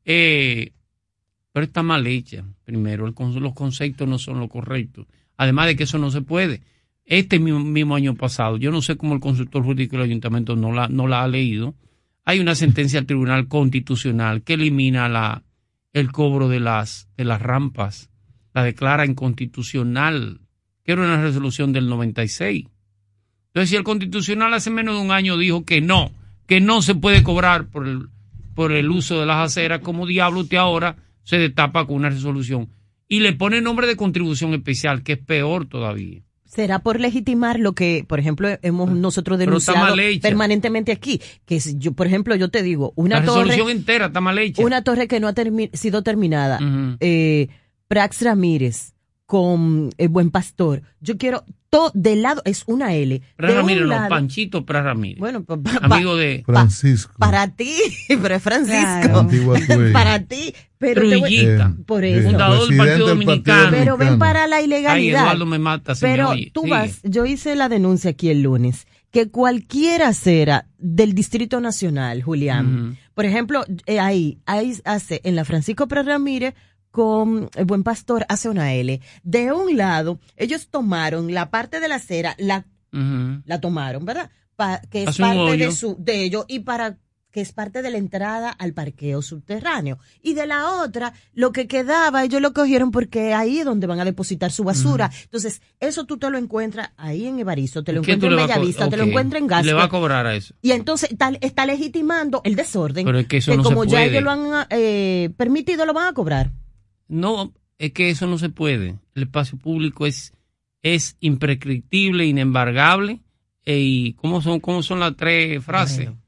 Speaker 2: Eh, pero está mal hecha, primero, el, los conceptos no son lo correctos. Además de que eso no se puede. Este mismo, mismo año pasado, yo no sé cómo el consultor jurídico del ayuntamiento no la, no la ha leído, hay una sentencia del Tribunal Constitucional que elimina la, el cobro de las, de las rampas, la declara inconstitucional, que era una resolución del noventa y seis. Entonces, si el Constitucional hace menos de un año dijo que no, que no se puede cobrar por el, por el uso de las aceras, como diablo usted ahora se destapa con una resolución y le pone nombre de contribución especial, que es peor todavía.
Speaker 3: ¿Será por legitimar lo que, por ejemplo, hemos nosotros denunciado permanentemente aquí? Que si yo, por ejemplo, yo te digo, una
Speaker 2: la
Speaker 3: torre... La
Speaker 2: resolución entera está mal hecha.
Speaker 3: Una torre que no ha termi sido terminada.
Speaker 2: Uh-huh.
Speaker 3: eh, Prax Ramírez con el Buen Pastor. Yo quiero todo del lado, es una L.
Speaker 2: Pras Ramírez, no, Panchito Pras Ramírez.
Speaker 3: Bueno, pa, pa,
Speaker 2: amigo de
Speaker 4: Francisco.
Speaker 3: Pa, para ti, pero es Francisco.
Speaker 4: Claro.
Speaker 3: Para ti, pero
Speaker 2: Trujillita,
Speaker 3: eh, por eso.
Speaker 2: Fundador del Partido Dominicano.
Speaker 3: Pero ven para la ilegalidad.
Speaker 2: Ay, Eduardo me mata.
Speaker 3: Pero
Speaker 2: me
Speaker 3: tú
Speaker 2: Sigue.
Speaker 3: vas, yo hice la denuncia aquí el lunes, que cualquier acera del Distrito Nacional, Julián,
Speaker 2: Uh-huh.
Speaker 3: por ejemplo, eh, ahí, ahí hace, en la Francisco Pras Ramírez, con el Buen Pastor hace una L. De un lado, ellos tomaron la parte de la acera, la,
Speaker 2: Uh-huh.
Speaker 3: la tomaron, ¿verdad? Pa, que es
Speaker 2: Hace un
Speaker 3: parte
Speaker 2: hoyo.
Speaker 3: de su, de ellos, y para que es parte de la entrada al parqueo subterráneo. Y de la otra, lo que quedaba, ellos lo cogieron porque ahí es donde van a depositar su basura. Uh-huh. Entonces, eso tú te lo encuentras ahí en Evaristo, te lo encuentras en Bellavista, te lo encuentras en Gasco.
Speaker 2: Le va a cobrar a eso.
Speaker 3: Y entonces está, está legitimando el desorden.
Speaker 2: Pero es que eso
Speaker 3: que
Speaker 2: no
Speaker 3: como
Speaker 2: se
Speaker 3: ya
Speaker 2: puede.
Speaker 3: ellos lo han eh, permitido, lo van a cobrar.
Speaker 2: No, es que eso no se puede. El espacio público es, es imprescriptible, inembargable. Eh, ¿Y cómo son, cómo son las tres frases?
Speaker 3: Bueno.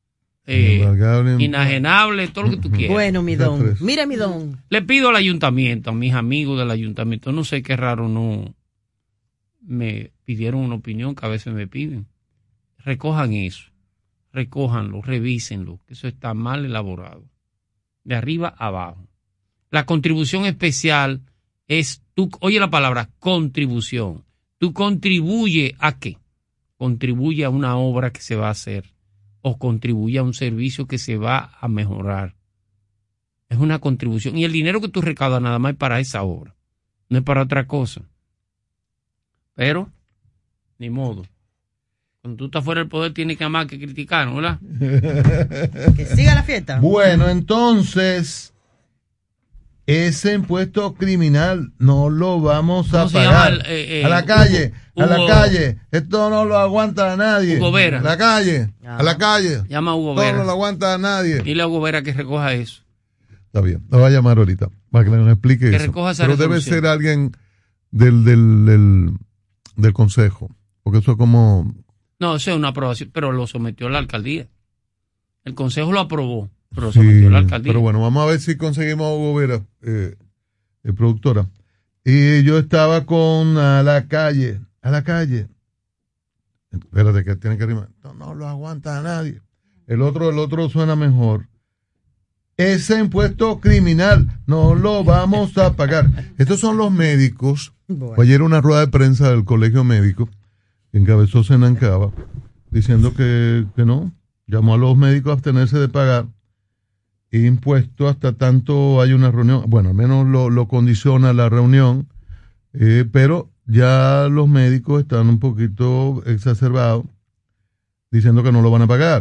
Speaker 2: Eh, inajenable, todo lo que tú quieras.
Speaker 3: Bueno, mi don. Mire, mi don.
Speaker 2: Le pido al ayuntamiento, a mis amigos del ayuntamiento, no sé qué raro, no me pidieron una opinión que a veces me piden. Recojan eso, recójanlo, revísenlo, que eso está mal elaborado. De arriba a abajo. La contribución especial es, tú, oye la palabra, contribución. ¿Tú contribuye a qué? Contribuye a una obra que se va a hacer o contribuye a un servicio que se va a mejorar. Es una contribución. Y el dinero que tú recaudas nada más es para esa obra, no es para otra cosa. Pero, ni modo. Cuando tú estás fuera del poder tienes que amar que criticar, ¿verdad?
Speaker 3: Que siga la fiesta.
Speaker 4: Bueno, entonces... ese impuesto criminal no lo vamos a pagar.
Speaker 2: El, eh, eh,
Speaker 4: a la calle,
Speaker 2: Hugo,
Speaker 4: a la calle. Esto no lo aguanta nadie.
Speaker 2: Hugo Vera.
Speaker 4: A la calle, ah. a la calle.
Speaker 2: Llama a Hugo
Speaker 4: Esto
Speaker 2: Vera.
Speaker 4: no lo aguanta nadie.
Speaker 2: Dile a Hugo Vera que recoja eso.
Speaker 4: Está bien, lo va a llamar ahorita para que nos explique
Speaker 2: que
Speaker 4: eso.
Speaker 2: Recoja esa
Speaker 4: Pero
Speaker 2: resolución.
Speaker 4: Debe ser alguien del, del, del, del consejo, porque eso es como...
Speaker 2: No, eso es una aprobación, pero lo sometió a la alcaldía. El consejo lo aprobó, pero lo
Speaker 4: sí,
Speaker 2: sometió a la alcaldía.
Speaker 4: Pero bueno, vamos a ver si conseguimos a Hugo Vera. Eh, Eh, productora, y yo estaba con a la calle, a la calle, espérate que tiene que rimar, no, no lo aguanta a nadie, el otro, el otro suena mejor, ese impuesto criminal no lo vamos a pagar. Estos son los médicos. Bueno. Ayer una rueda de prensa del colegio médico que encabezó Senancaba diciendo que, que no, llamó a los médicos a abstenerse de pagar impuesto hasta tanto hay una reunión, bueno, al menos lo, lo condiciona la reunión, eh, pero ya los médicos están un poquito exacerbados diciendo que no lo van a pagar.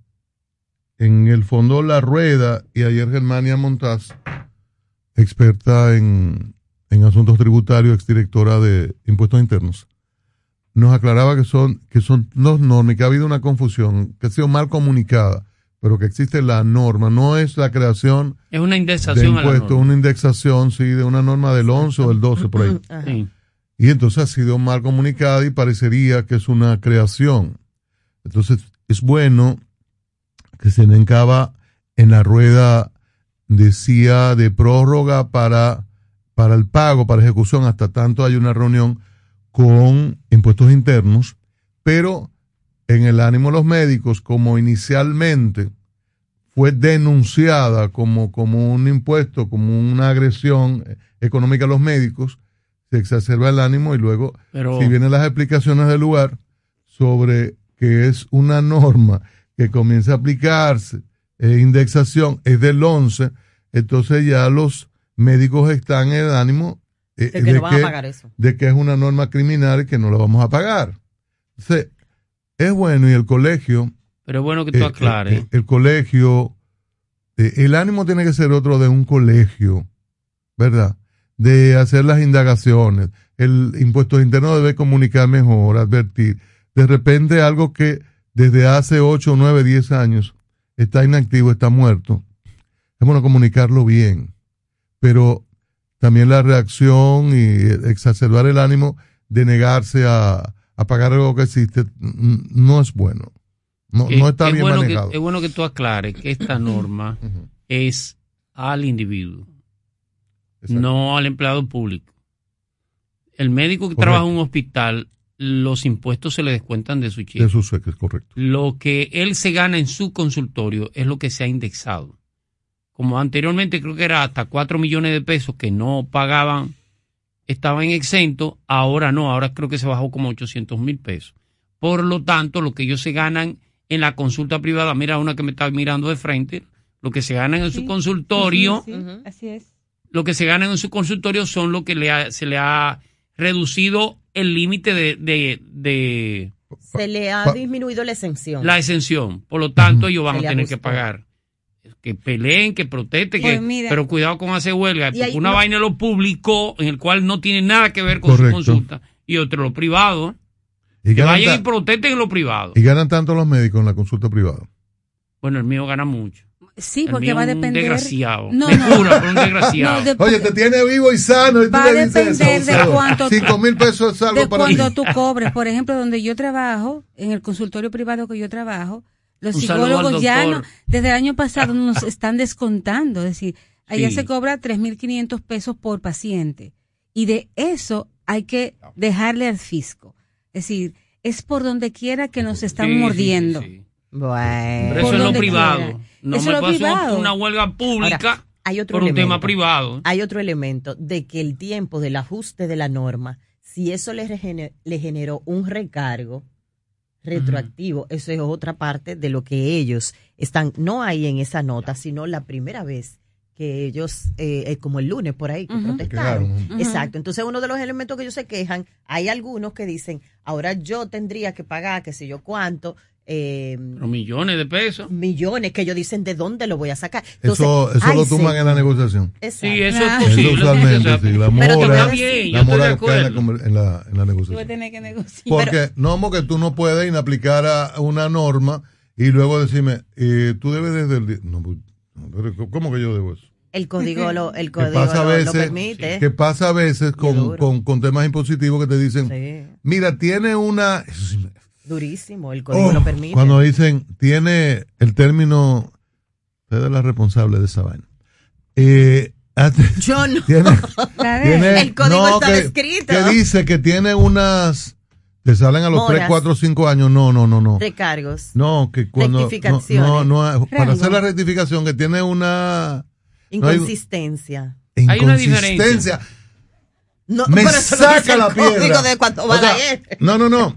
Speaker 4: En el fondo La Rueda y ayer Germania Montaz, experta en, en asuntos tributarios, exdirectora de impuestos internos, nos aclaraba que son, que son dos normas, que ha habido una confusión, que ha sido mal comunicada, pero que existe la norma, no es la creación
Speaker 2: es una indexación
Speaker 4: de impuestos, una indexación, sí, de una norma del once o del doce por ahí.
Speaker 2: Sí.
Speaker 4: Y entonces ha sido mal comunicada y parecería que es una creación. Entonces es bueno que se encaba en la rueda, decía, de prórroga para, para el pago, para ejecución, hasta tanto hay una reunión con impuestos internos, pero en el ánimo de los médicos, como inicialmente fue denunciada como, como un impuesto, como una agresión económica a los médicos, se exacerba el ánimo y luego,
Speaker 2: Pero,
Speaker 4: si vienen las explicaciones del lugar sobre que es una norma que comienza a aplicarse, eh, indexación, es del once, entonces ya los médicos están en el ánimo eh,
Speaker 3: de, que,
Speaker 4: de,
Speaker 3: no van
Speaker 4: que,
Speaker 3: a pagar eso.
Speaker 4: de que es una norma criminal y que no la vamos a pagar. Entonces, es bueno y el colegio...
Speaker 2: Pero es bueno que tú aclares.
Speaker 4: Eh, eh, el colegio, eh, el ánimo tiene que ser otro de un colegio, ¿verdad? De hacer las indagaciones. El impuesto interno debe comunicar mejor, advertir. De repente algo que desde hace ocho, nueve, diez años está inactivo, está muerto. Es bueno comunicarlo bien. Pero también la reacción y exacerbar el ánimo de negarse a, a pagar algo que existe no es bueno. No,
Speaker 2: que,
Speaker 4: no está bien
Speaker 2: bueno
Speaker 4: manejado.
Speaker 2: Que, es bueno que tú aclares que esta norma uh-huh. es al individuo, exacto, no al empleado público. El médico que correcto. trabaja en un hospital, los impuestos se le descuentan de su cheque.
Speaker 4: De su cheque, es correcto.
Speaker 2: Lo que él se gana en su consultorio es lo que se ha indexado. Como anteriormente creo que era hasta cuatro millones de pesos que no pagaban, estaban exentos, ahora no, ahora creo que se bajó como ochocientos mil pesos. Por lo tanto, lo que ellos se ganan en la consulta privada, mira una que me está mirando de frente, lo que se ganan en sí, su consultorio,
Speaker 5: sí, sí, sí. Así es.
Speaker 2: Lo que se ganan en su consultorio son lo que le ha, se le ha reducido el límite de, de, de...
Speaker 3: Se le ha disminuido la exención.
Speaker 2: La exención. Por lo tanto, ellos van a tener ajustó. que pagar. Que peleen, que protesten, pues que, mira, pero cuidado con hacer huelga, porque hay, una no, vaina lo publicó en el cual no tiene nada que ver con correcto. su consulta, y otro lo privado. Y que vayan y protesten en lo privado.
Speaker 4: ¿Y ganan tanto los médicos en la consulta privada?
Speaker 2: Bueno, el mío gana mucho.
Speaker 5: Sí, el porque va a depender.
Speaker 2: Un desgraciado.
Speaker 5: No,
Speaker 2: Me
Speaker 5: no.
Speaker 2: juro, un desgraciado.
Speaker 5: No, de,
Speaker 4: Oye, te tiene vivo y sano. Y
Speaker 5: va
Speaker 4: tú
Speaker 5: a
Speaker 4: le dices
Speaker 5: depender
Speaker 4: eso,
Speaker 5: de cuánto.
Speaker 4: Cinco mil pesos es algo
Speaker 5: de
Speaker 4: para
Speaker 5: cuando
Speaker 4: mí.
Speaker 5: tú cobres. Por ejemplo, donde yo trabajo, en el consultorio privado que yo trabajo, los
Speaker 2: un
Speaker 5: psicólogos ya no, desde el año pasado nos están descontando. Es decir, allá sí. se cobra tres mil quinientos pesos por paciente. Y de eso hay que dejarle al fisco. Es decir, es por donde quiera que nos están
Speaker 2: sí,
Speaker 5: mordiendo.
Speaker 2: Sí, sí, sí.
Speaker 3: Bueno.
Speaker 2: Pero eso es lo privado. Quiera. No
Speaker 5: eso
Speaker 2: me
Speaker 5: lo
Speaker 2: pasó
Speaker 5: privado.
Speaker 2: una huelga pública.
Speaker 3: Ahora, hay otro
Speaker 2: por
Speaker 3: elemento,
Speaker 2: un tema privado.
Speaker 3: Hay otro elemento de que el tiempo del ajuste de la norma, si eso le, regener, le generó un recargo retroactivo, uh-huh. eso es otra parte de lo que ellos están, no ahí en esa nota, sino la primera vez que ellos, eh, como el lunes por ahí, que uh-huh. protestaron. Uh-huh. Exacto. Entonces, uno de los elementos que ellos se quejan, hay algunos que dicen, ahora yo tendría que pagar, qué sé yo cuánto, Eh,
Speaker 2: Pero millones de pesos.
Speaker 3: Millones que ellos dicen de dónde lo voy a sacar.
Speaker 4: Entonces, eso eso ay, lo toman sí. en la negociación.
Speaker 3: Exacto.
Speaker 2: Sí, eso ah. es posible.
Speaker 4: Eso usualmente, sí. La mora,
Speaker 2: pero está bien,
Speaker 4: la mora cae en la, en, la, en la negociación.
Speaker 5: Tú vas a tener que negociar.
Speaker 4: Porque
Speaker 5: pero,
Speaker 4: no, porque tú no puedes inaplicar a una norma y luego decirme, eh, tú debes desde el día. No, pero ¿cómo que yo debo eso?
Speaker 3: El código lo, el código
Speaker 4: pasa
Speaker 3: lo,
Speaker 4: veces,
Speaker 3: lo permite.
Speaker 4: Que pasa a veces con, con, con temas impositivos que te dicen, sí. mira, tiene una... Eso sí me,
Speaker 3: durísimo, el código oh, lo permite.
Speaker 4: Cuando dicen, tiene el término, usted es la responsable de esa vaina. Eh,
Speaker 3: Yo no.
Speaker 4: Tiene, tiene,
Speaker 3: el código
Speaker 4: no,
Speaker 3: está
Speaker 4: que,
Speaker 3: escrito.
Speaker 4: Que dice que tiene unas, que salen a los tres, cuatro, cinco años. No, no, no, no.
Speaker 3: Recargos.
Speaker 4: No, que cuando.
Speaker 3: Rectificaciones.
Speaker 4: No, no, no para hacer la rectificación, que tiene una.
Speaker 3: Inconsistencia.
Speaker 4: No hay, hay una diferencia.
Speaker 3: No,
Speaker 4: me saca la piedra.
Speaker 3: De cuánto
Speaker 4: o sea, no, no, no.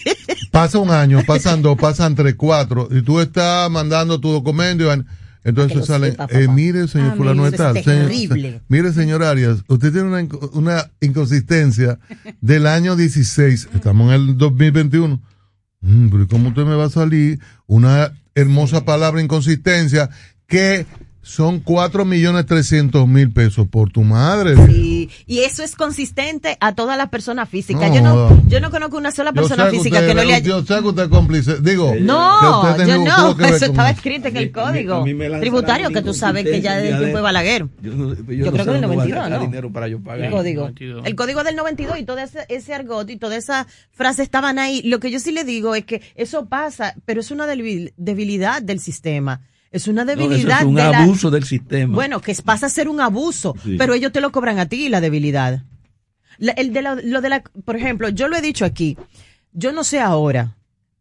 Speaker 4: Pasa un año, pasan dos, pasan tres, cuatro, y tú estás mandando tu documento, y entonces salen, sepa, eh, mire, señor ah, fulano de tal, señor, mire, señor Arias, usted tiene una, una inconsistencia del año dieciséis, estamos en el dos mil veintiuno. Mm, pero ¿cómo usted me va a salir una hermosa palabra inconsistencia que son cuatro millones trescientos mil pesos por tu madre?
Speaker 3: Sí, y eso es consistente a todas las personas físicas. No, yo no yo no conozco una sola persona física
Speaker 4: usted,
Speaker 3: que no le haya...
Speaker 4: Yo sé que usted es cómplice. Digo,
Speaker 3: no, yo no, eso estaba escrito en el código a mí, a mí tributario, que tú sabes que ya desde el tiempo de Balaguer. Yo, yo, yo, yo creo que del noventa y dos, ¿no?
Speaker 1: Dinero para yo pagar.
Speaker 3: El código. El código del noventa y dos y todo ese, ese argot y toda esa frase estaban ahí. Lo que yo sí le digo es que eso pasa, pero es una debilidad del sistema. Es una debilidad.
Speaker 1: No, eso es un
Speaker 3: de
Speaker 1: abuso
Speaker 3: la...
Speaker 1: del sistema.
Speaker 3: Bueno, que pasa a ser un abuso, sí. Pero ellos te lo cobran a ti, la debilidad. La, el de la, lo de la, por ejemplo, yo lo he dicho aquí, yo no sé ahora,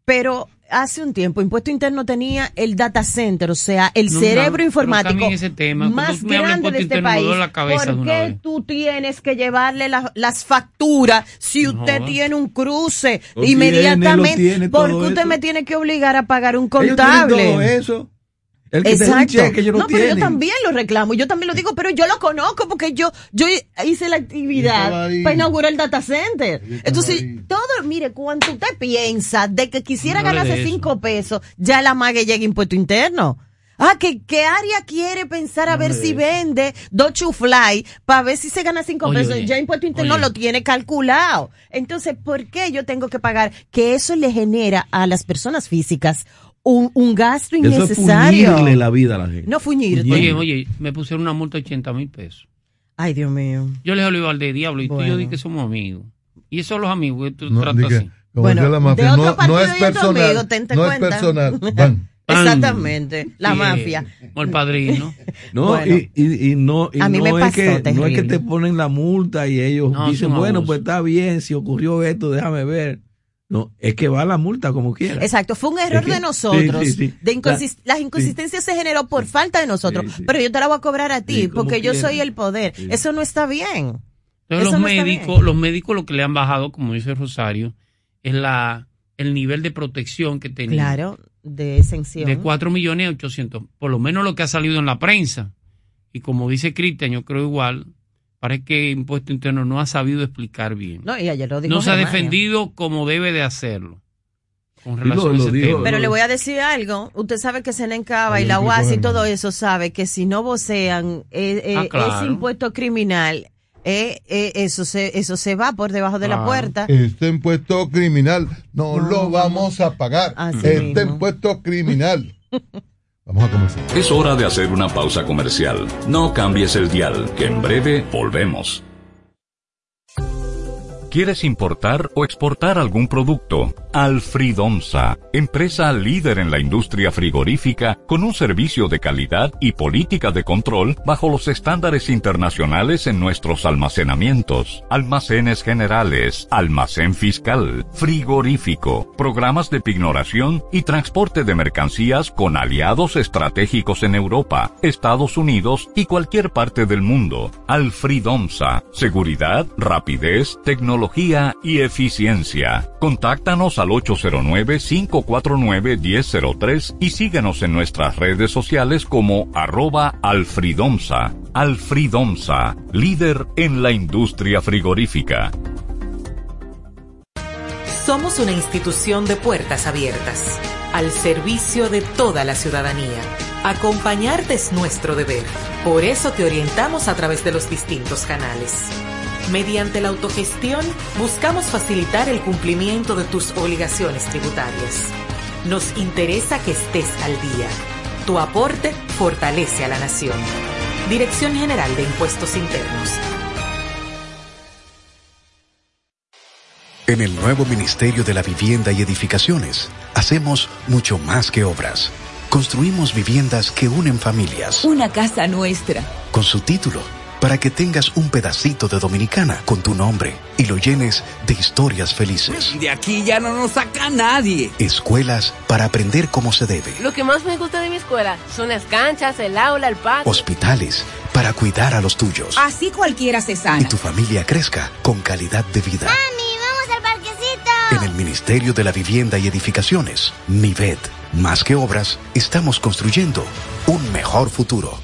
Speaker 3: pero hace un tiempo Impuesto Interno tenía el data center, o sea, el
Speaker 2: No,
Speaker 3: cerebro
Speaker 2: no,
Speaker 3: informático
Speaker 2: pero ese tema.
Speaker 3: más
Speaker 2: Cuando me hablan
Speaker 3: grande de
Speaker 2: Impuesto
Speaker 3: este
Speaker 2: Interno, me
Speaker 3: país.
Speaker 2: duele la cabeza de
Speaker 3: ¿Por
Speaker 2: una
Speaker 3: qué
Speaker 2: vez.
Speaker 3: tú tienes que llevarle la- las facturas si usted
Speaker 2: No.
Speaker 3: tiene un cruce
Speaker 1: Lo
Speaker 3: inmediatamente?
Speaker 1: tiene, lo tiene
Speaker 3: ¿Por qué
Speaker 1: todo
Speaker 3: usted
Speaker 1: eso.
Speaker 3: me tiene que obligar a pagar un
Speaker 1: Ellos tienen
Speaker 3: contable?
Speaker 1: todo eso. El que te da un
Speaker 3: Exacto.
Speaker 1: cheque, ellos lo
Speaker 3: no, pero yo
Speaker 1: tienen.
Speaker 3: también lo reclamo, yo también lo digo, pero yo lo conozco porque yo yo hice la
Speaker 4: Yo estaba
Speaker 3: actividad
Speaker 4: ahí.
Speaker 3: para inaugurar el data center.
Speaker 4: estaba
Speaker 3: Entonces,
Speaker 4: ahí.
Speaker 3: todo, mire, cuando usted piensa de que quisiera
Speaker 2: No hable
Speaker 3: ganarse
Speaker 2: de eso.
Speaker 3: cinco pesos, ya la mague llega impuesto interno. Ah, que qué área quiere pensar a
Speaker 2: No
Speaker 3: ver
Speaker 2: hable
Speaker 3: si
Speaker 2: de eso.
Speaker 3: vende dos chuflay para ver si se gana cinco
Speaker 2: Oye,
Speaker 3: pesos.
Speaker 2: oye,
Speaker 3: ya impuesto interno
Speaker 2: oye.
Speaker 3: lo tiene calculado. Entonces, ¿por qué yo tengo que pagar? Que eso le genera a las personas físicas un, un gasto
Speaker 1: Eso es
Speaker 3: innecesario.
Speaker 1: puñirle la vida a la gente.
Speaker 3: No fuñir.
Speaker 2: Oye, oye, me pusieron una multa de ochenta mil pesos.
Speaker 3: Ay, Dios mío.
Speaker 2: Yo les hablé al de diablo y tú y yo
Speaker 3: Bueno.
Speaker 2: di que somos amigos. Y esos son los amigos que tú
Speaker 4: No,
Speaker 2: tratas
Speaker 4: di que,
Speaker 2: así.
Speaker 4: como
Speaker 3: Bueno,
Speaker 4: decía la
Speaker 3: de
Speaker 4: mafia,
Speaker 3: otro
Speaker 4: no, no
Speaker 3: partido
Speaker 4: es
Speaker 3: y otro
Speaker 4: personal.
Speaker 3: amigo, ten-
Speaker 4: no es
Speaker 3: cuenta.
Speaker 4: personal. Van.
Speaker 3: Exactamente, la
Speaker 2: Sí,
Speaker 3: mafia.
Speaker 2: Como el padrino.
Speaker 1: No,
Speaker 3: Bueno.
Speaker 1: y, y, y no, y
Speaker 3: A mí
Speaker 1: no
Speaker 3: me
Speaker 1: es
Speaker 3: pasó
Speaker 1: que, no es que
Speaker 3: terrible.
Speaker 1: te ponen la multa y ellos
Speaker 2: No, es
Speaker 1: dicen,
Speaker 2: un
Speaker 1: bueno,
Speaker 2: abuso.
Speaker 1: pues está bien, si ocurrió esto, déjame ver. No, es que va la multa como quiera.
Speaker 3: Exacto, fue un error
Speaker 1: Es que-
Speaker 3: de nosotros.
Speaker 1: sí, sí, sí.
Speaker 3: De inconsis-
Speaker 1: La-
Speaker 3: las inconsistencias se generó por falta de nosotros,
Speaker 1: Sí, sí.
Speaker 3: pero yo te la voy a cobrar a ti
Speaker 1: Sí, como
Speaker 3: porque yo
Speaker 1: quiera.
Speaker 3: soy el poder.
Speaker 1: Sí.
Speaker 3: Eso no está bien.
Speaker 2: Entonces
Speaker 3: Eso
Speaker 2: los
Speaker 3: no está
Speaker 2: médicos,
Speaker 3: bien.
Speaker 2: los médicos lo que le han bajado, como dice Rosario, es la el nivel de protección que tenían.
Speaker 3: Claro, de exención.
Speaker 2: De cuatro millones ochocientos, por lo menos lo que ha salido en la prensa. Y como dice Cristian, yo creo igual, parece que Impuesto Interno no ha sabido explicar bien.
Speaker 3: No, y ayer lo dijo
Speaker 2: No se ha
Speaker 3: Germania.
Speaker 2: defendido como debe de hacerlo. Con
Speaker 1: lo-
Speaker 2: relación
Speaker 1: lo
Speaker 2: a ese
Speaker 1: dijo-
Speaker 2: tema.
Speaker 3: Pero le voy a decir algo. Usted sabe que Senencaba y
Speaker 4: Ayer
Speaker 3: la
Speaker 4: dijo
Speaker 3: U A S y
Speaker 4: Germán.
Speaker 3: todo eso sabe que si no vocean eh, eh,
Speaker 2: Ah, claro.
Speaker 3: ese impuesto criminal, eh, eh, eso se eso se va por debajo de la
Speaker 2: Claro.
Speaker 3: puerta.
Speaker 4: Este impuesto criminal no,
Speaker 3: No,
Speaker 4: lo vamos a pagar.
Speaker 3: Así
Speaker 4: Este
Speaker 3: mismo.
Speaker 4: impuesto criminal. Vamos a comenzar.
Speaker 6: Es hora de hacer una pausa comercial. No cambies el dial, que en breve volvemos. ¿Quieres importar o exportar algún producto? Alfridomsa, empresa líder en la industria frigorífica con un servicio de calidad y política de control bajo los estándares internacionales en nuestros almacenamientos, almacenes generales, almacén fiscal, frigorífico, programas de pignoración y transporte de mercancías con aliados estratégicos en Europa, Estados Unidos y cualquier parte del mundo. Alfridomsa, seguridad, rapidez, tecnología y eficiencia. Contáctanos al ocho cero nueve, cinco cuatro nueve, uno cero cero tres y síguenos en nuestras redes sociales como arroba Alfridomsa. Alfridomsa, líder en la industria frigorífica.
Speaker 15: Somos una institución de puertas abiertas, al servicio de toda la ciudadanía. Acompañarte es nuestro deber. Por eso te orientamos a través de los distintos canales. Mediante la autogestión, buscamos facilitar el cumplimiento de tus obligaciones tributarias. Nos interesa que estés al día. Tu aporte fortalece a la nación. Dirección General de Impuestos Internos.
Speaker 16: En el nuevo Ministerio de la Vivienda y Edificaciones, hacemos mucho más que obras. Construimos viviendas que unen familias.
Speaker 17: Una casa nuestra.
Speaker 16: Con su título, para que tengas un pedacito de Dominicana con tu nombre y lo llenes de historias felices.
Speaker 17: De aquí ya no nos saca nadie.
Speaker 16: Escuelas para aprender cómo se debe.
Speaker 18: Lo que más me gusta de mi escuela son las canchas, el aula, el patio.
Speaker 16: Hospitales para cuidar a los tuyos.
Speaker 17: Así cualquiera se
Speaker 16: Y
Speaker 17: sana.
Speaker 16: tu familia crezca con calidad de vida.
Speaker 19: ¡Mami, vamos al parquecito!
Speaker 16: En el Ministerio de la Vivienda y Edificaciones, MIVED, más que obras, estamos construyendo un mejor futuro.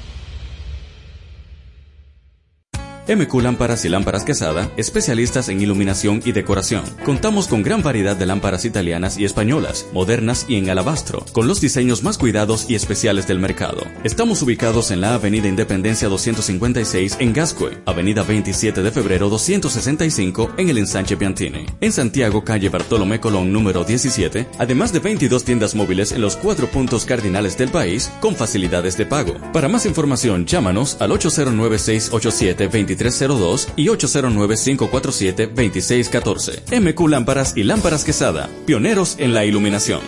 Speaker 20: M Q Lámparas y Lámparas Quesada, especialistas en iluminación y decoración. Contamos con gran variedad de lámparas italianas y españolas, modernas y en alabastro, con los diseños más cuidados y especiales del mercado. Estamos ubicados en la Avenida Independencia doscientos cincuenta y seis en Gascue, Avenida veintisiete de febrero doscientos sesenta y cinco en el Ensanche Piantini. En Santiago, calle Bartolomé Colón número diecisiete, además de veintidós tiendas móviles en los cuatro puntos cardinales del país, con facilidades de pago. Para más información, llámanos al ocho cero nueve, seis ocho siete, dos tres cero dos y ocho cero nueve, cinco cuatro siete, dos seis uno cuatro. M Q Lámparas y Lámparas Quesada, pioneros en la iluminación.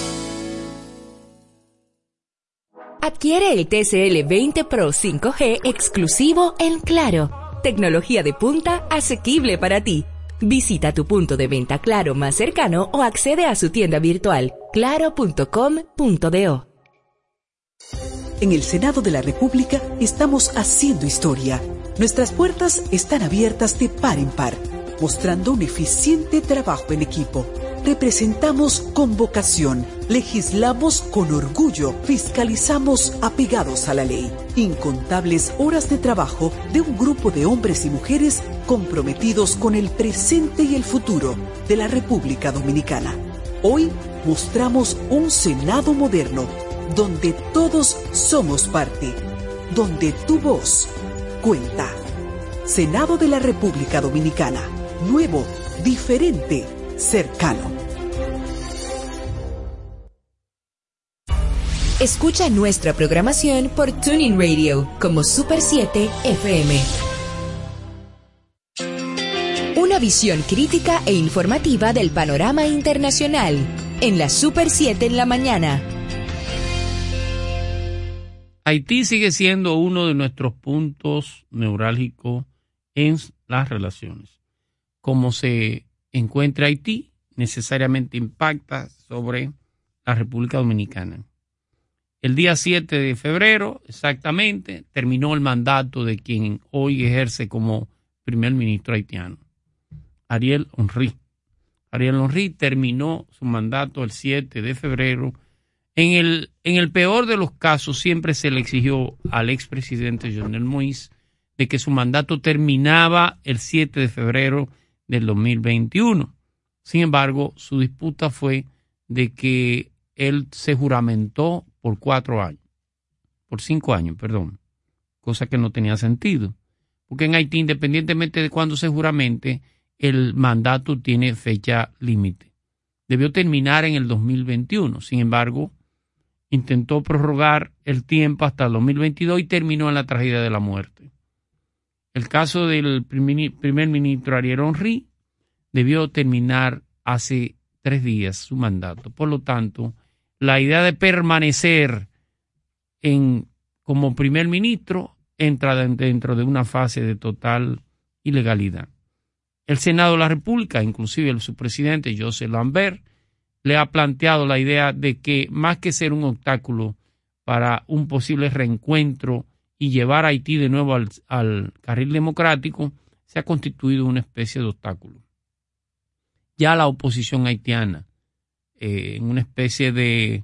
Speaker 14: Adquiere el T C L veinte Pro cinco G exclusivo en Claro. Tecnología de punta asequible para ti. Visita tu punto de venta Claro más cercano o accede a su tienda virtual claro punto com punto do.
Speaker 21: En el Senado de la República estamos haciendo historia. Nuestras puertas están abiertas de par en par, mostrando un eficiente trabajo en equipo. Representamos con vocación, legislamos con orgullo, fiscalizamos apegados a la ley. Incontables horas de trabajo de un grupo de hombres y mujeres comprometidos con el presente y el futuro de la República Dominicana. Hoy mostramos un Senado moderno, donde todos somos parte, donde tu voz cuenta. Senado de la República Dominicana, nuevo, diferente, cercano.
Speaker 14: Escucha nuestra programación por TuneIn Radio como Super siete F M. Una visión crítica e informativa del panorama internacional en la Super siete en la mañana.
Speaker 2: Haití sigue siendo uno de nuestros puntos neurálgicos en las relaciones. Como se encuentra Haití, necesariamente impacta sobre la República Dominicana. El día siete de febrero, exactamente, terminó el mandato de quien hoy ejerce como primer ministro haitiano, Ariel Henry. Ariel Henry terminó su mandato el siete de febrero. En el, en el peor de los casos, siempre se le exigió al expresidente Jovenel Moïse de que su mandato terminaba el siete de febrero del dos mil veintiuno. Sin embargo, su disputa fue de que él se juramentó por cuatro años, por cinco años, perdón, cosa que no tenía sentido, porque en Haití, independientemente de cuándo se juramente, el mandato tiene fecha límite. Debió terminar en el dos mil veintiuno, sin embargo, intentó prorrogar el tiempo hasta el dos mil veintidós y terminó en la tragedia de la muerte. El caso del primer ministro Ariel Henry debió terminar hace tres días su mandato. Por lo tanto, la idea de permanecer en, como primer ministro entra dentro de una fase de total ilegalidad. El Senado de la República, inclusive el, su presidente, Joseph Lambert, le ha planteado la idea de que más que ser un obstáculo para un posible reencuentro y llevar a Haití de nuevo al, al carril democrático, se ha constituido una especie de obstáculo. Ya la oposición haitiana, eh, en una especie de,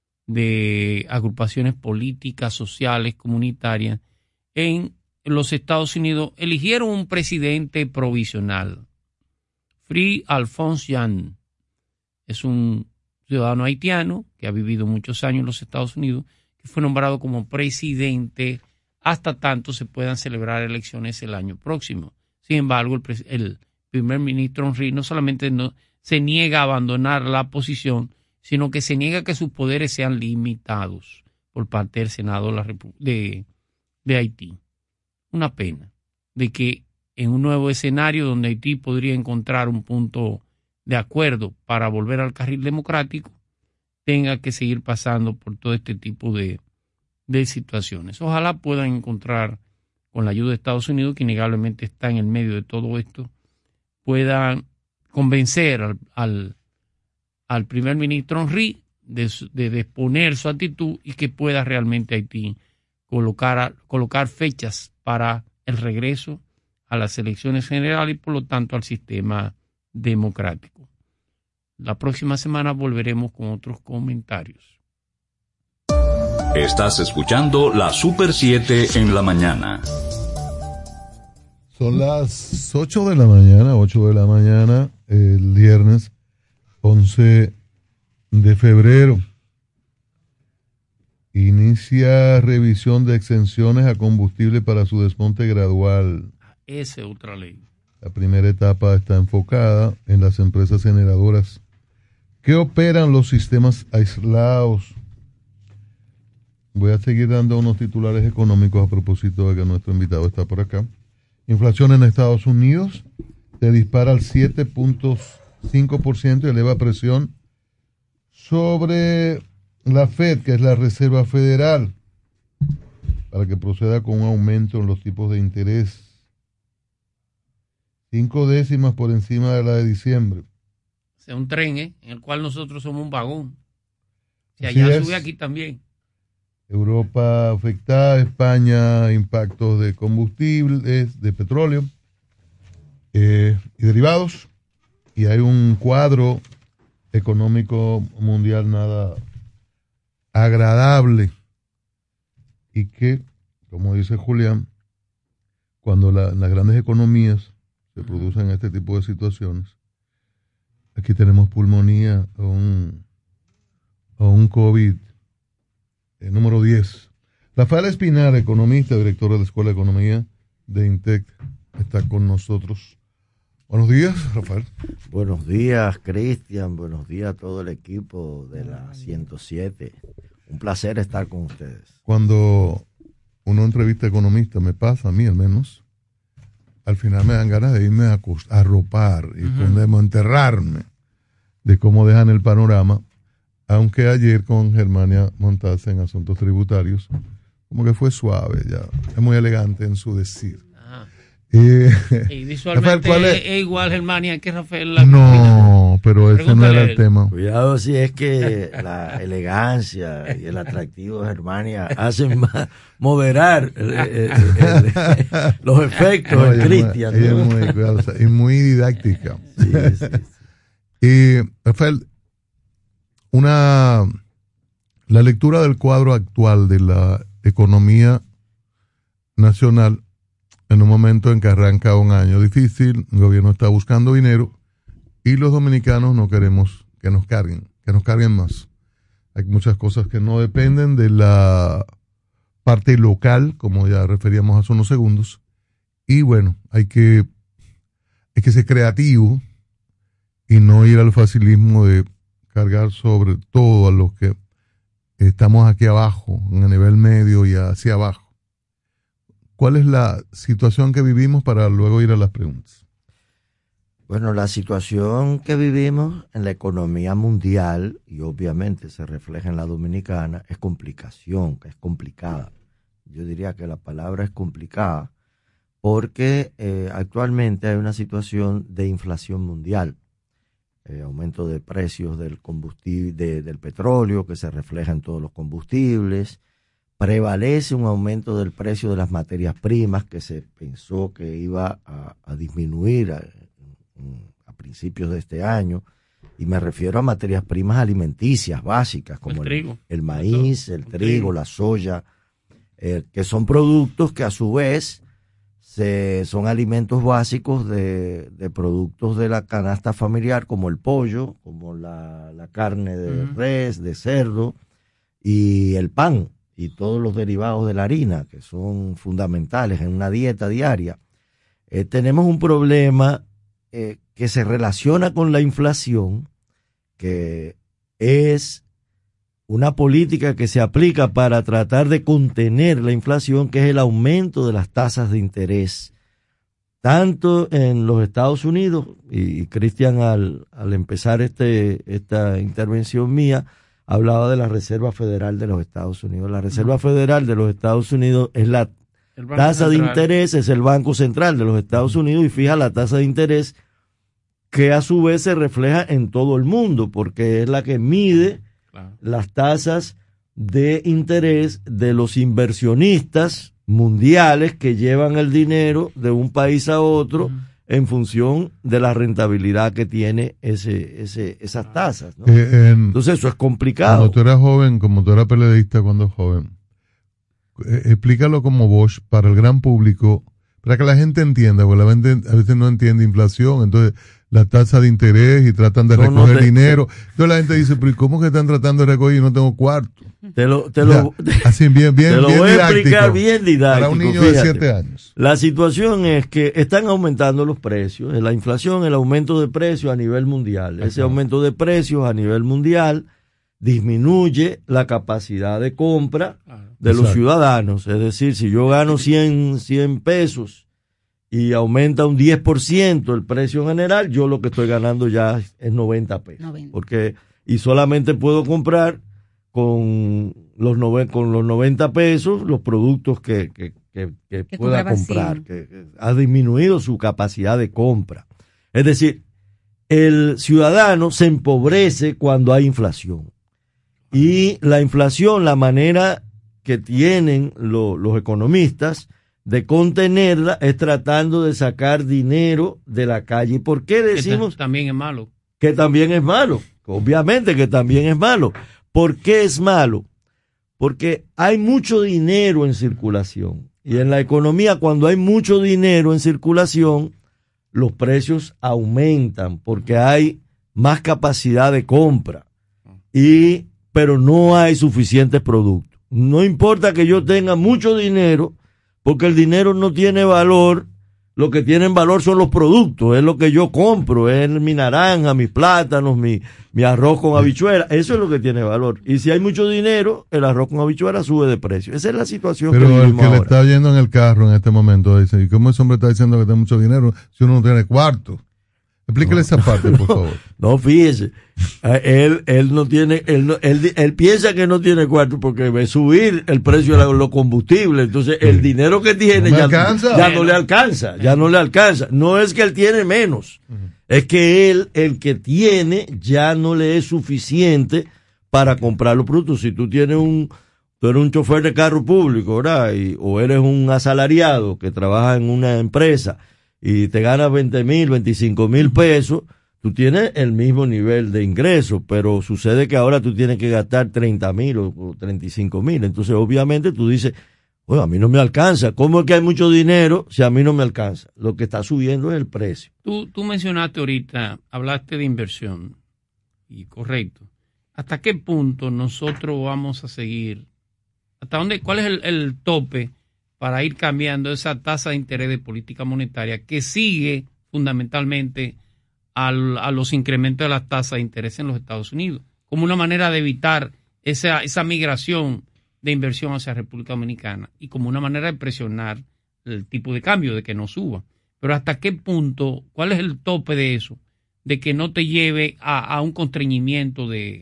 Speaker 2: de agrupaciones políticas, sociales, comunitarias, en los Estados Unidos eligieron un presidente provisional. Free Alphonse Jan es un ciudadano haitiano que ha vivido muchos años en los Estados Unidos, que fue nombrado como presidente hasta tanto se puedan celebrar elecciones el año próximo. Sin embargo, el, el primer ministro Henry no solamente no se niega a abandonar la posición, sino que se niega que sus poderes sean limitados por parte del Senado de, la Repu- de, de Haití. Una pena de que en un nuevo escenario donde Haití podría encontrar un punto de acuerdo para volver al carril democrático, tenga que seguir pasando por todo este tipo de, de situaciones. Ojalá puedan encontrar, con la ayuda de Estados Unidos, que innegablemente está en el medio de todo esto, puedan convencer al, al, al primer ministro Henry de, de, de exponer su actitud y que pueda realmente Haití colocar, colocar fechas para el regreso a las elecciones generales y por lo tanto al sistema democrático. La próxima semana volveremos con otros comentarios.
Speaker 6: Estás escuchando la Super siete en la mañana.
Speaker 4: Son las ocho de la mañana, ocho de la mañana, el viernes once de febrero. Inicia revisión de exenciones a combustible para su desmonte gradual.
Speaker 2: Esa es otra ley.
Speaker 4: La primera etapa está enfocada en las empresas generadoras que operan los sistemas aislados. Voy a seguir dando unos titulares económicos a propósito de que nuestro invitado está por acá. Inflación en Estados Unidos se dispara al siete punto cinco por ciento y eleva presión sobre la Fed, que es la Reserva Federal, para que proceda con un aumento en los tipos de interés. Cinco décimas por encima de la de diciembre.
Speaker 2: O sea, un tren, ¿eh? En el cual nosotros somos un vagón. Si
Speaker 4: Así
Speaker 2: allá
Speaker 4: es.
Speaker 2: sube, aquí también.
Speaker 4: Europa afectada, España, impactos de combustibles, de petróleo eh, y derivados. Y hay un cuadro económico mundial nada agradable. Y que, como dice Julián, cuando la, las grandes economías se producen este tipo de situaciones, aquí tenemos pulmonía o un, o un COVID eh, número diez. Rafael Espinar, economista, director de la Escuela de Economía de INTEC, está con nosotros. Buenos días, Rafael.
Speaker 7: Buenos días, Cristian. Buenos días a todo el equipo de la ciento siete. Un placer estar con ustedes.
Speaker 4: Cuando uno entrevista a economistas, me pasa a mí al menos, al final me dan ganas de irme a, a arropar y uh-huh. ponerme, enterrarme de cómo dejan el panorama, aunque ayer con Germania Montaz en asuntos tributarios, como que fue suave ya, es muy elegante en su decir. Eh,
Speaker 2: y visualmente
Speaker 4: Rafael,
Speaker 2: es? es igual Germania que Rafael. La
Speaker 4: no, pero ese no era el tema.
Speaker 7: Cuidado si es que la elegancia y el atractivo de Germania hacen más, moderar el, el, el, el, los efectos no, de Cristian.
Speaker 4: Ella ¿no? es muy cuidadosa y muy didáctica. Sí, sí, sí. Y Rafael, una la lectura del cuadro actual de la economía nacional en un momento en que arranca un año difícil, el gobierno está buscando dinero y los dominicanos no queremos que nos carguen, que nos carguen más. Hay muchas cosas que no dependen de la parte local, como ya referíamos hace unos segundos, y bueno, hay que, hay que ser creativo y no ir al facilismo de cargar sobre todo a los que estamos aquí abajo, en el nivel medio y hacia abajo. ¿Cuál es la situación que vivimos para luego ir a las preguntas?
Speaker 7: Bueno, la situación que vivimos en la economía mundial, y obviamente se refleja en la dominicana, es complicación, es complicada. Yo diría que la palabra es complicada porque eh, actualmente hay una situación de inflación mundial, eh, aumento de precios del combustible, de, del petróleo que se refleja en todos los combustibles. Prevalece un aumento del precio de las materias primas que se pensó que iba a, a disminuir a, a principios de este año, y me refiero a materias primas alimenticias básicas como el, el, el maíz, el, el trigo, trigo, la soya, eh, que son productos que a su vez se, son alimentos básicos de, de productos de la canasta familiar como el pollo, como la, la carne de uh-huh. res, de cerdo y el pan y todos los derivados de la harina, que son fundamentales en una dieta diaria. Eh, tenemos un problema eh, que se relaciona con la inflación, que es una política que se aplica para tratar de contener la inflación, que es el aumento de las tasas de interés, tanto en los Estados Unidos, y Cristian al, al empezar este, esta intervención mía, hablaba de la Reserva Federal de los Estados Unidos. La Reserva uh-huh. Federal de los Estados Unidos es la tasa central. de interés, es el Banco Central de los Estados Unidos y fija la tasa de interés que a su vez se refleja en todo el mundo, porque es la que mide claro. las tasas de interés de los inversionistas mundiales que llevan el dinero de un país a otro uh-huh. en función de la rentabilidad que tiene ese, ese, esas tasas, ¿no?
Speaker 4: Eh, en,
Speaker 7: Entonces eso es complicado.
Speaker 4: Cuando tú eras joven, como tú eras periodista cuando joven, eh, explícalo como Bosch para el gran público, para que la gente entienda, porque la gente a veces no entiende inflación, entonces la tasa de interés y tratan de no, recoger no te, dinero. Te, entonces la gente dice, pero ¿cómo que están tratando de recoger y no tengo cuarto?
Speaker 7: Te lo, te lo,
Speaker 4: así bien, bien,
Speaker 7: te lo
Speaker 4: bien
Speaker 7: voy
Speaker 4: didáctico,
Speaker 7: a explicar bien didáctico.
Speaker 4: Para un niño
Speaker 7: fíjate.
Speaker 4: de siete años.
Speaker 7: La situación es que están aumentando los precios, la inflación, el aumento de precios a nivel mundial. Ese Ajá. aumento de precios a nivel mundial disminuye la capacidad de compra de Exacto. los ciudadanos. Es decir, si yo gano cien, cien pesos y aumenta un diez por ciento el precio en general, yo lo que estoy ganando ya es noventa pesos. noventa. Porque, y solamente puedo comprar con los nove, con los noventa pesos los productos que, que, que, que pueda comprar, que, que ha disminuido su capacidad de compra. Es decir, el ciudadano se empobrece cuando hay inflación. Y la inflación, la manera que tienen lo, los economistas de contenerla es tratando de sacar dinero de la calle. ¿Por qué decimos
Speaker 2: que también es malo?
Speaker 7: Que también es malo. Obviamente que también es malo. ¿Por qué es malo? Porque hay mucho dinero en circulación. Y en la economía, cuando hay mucho dinero en circulación, los precios aumentan porque hay más capacidad de compra. Y, pero no hay suficientes productos. No importa que yo tenga mucho dinero, porque el dinero no tiene valor. Lo que tienen valor son los productos, es lo que yo compro, es mi naranja, mis plátanos, mi, mi arroz con habichuela, eso es lo que tiene valor. Y si hay mucho dinero, el arroz con habichuela sube de precio. Esa es la situación
Speaker 4: Pero
Speaker 7: que vivimos
Speaker 4: el que
Speaker 7: ahora.
Speaker 4: le está yendo en el carro en este momento dice, ¿y cómo ese hombre está diciendo que tiene mucho dinero si uno no tiene cuarto? Explíquele
Speaker 7: No.
Speaker 4: esa parte, por favor.
Speaker 7: No, fíjese, él, él no tiene, él, no, él, él piensa que no tiene cuarto porque ve subir el precio de los combustibles, entonces el dinero que tiene
Speaker 4: No me
Speaker 7: ya,
Speaker 4: alcanza.
Speaker 7: ya no le alcanza, ya no le alcanza. No es que él tiene menos, es que él, el que tiene, ya no le es suficiente para comprar los productos. Si tú tienes un, tú eres un chofer de carro público, ¿verdad? Y, o eres un asalariado que trabaja en una empresa y te ganas veinte mil, veinticinco mil pesos, tú tienes el mismo nivel de ingreso, pero sucede que ahora tú tienes que gastar treinta mil o, o treinta y cinco mil. Entonces, obviamente, tú dices, bueno, a mí no me alcanza. ¿Cómo es que hay mucho dinero si a mí no me alcanza? Lo que está subiendo es el precio.
Speaker 2: Tú, tú mencionaste ahorita, hablaste de inversión, y correcto. ¿Hasta qué punto nosotros vamos a seguir? ¿Hasta dónde? ¿Cuál es el, el tope para ir cambiando esa tasa de interés de política monetaria que sigue fundamentalmente al, a los incrementos de las tasas de interés en los Estados Unidos, como una manera de evitar esa, esa migración de inversión hacia República Dominicana y como una manera de presionar el tipo de cambio, de que no suba? Pero ¿hasta qué punto, cuál es el tope de eso, de que no te lleve a, a un constreñimiento de,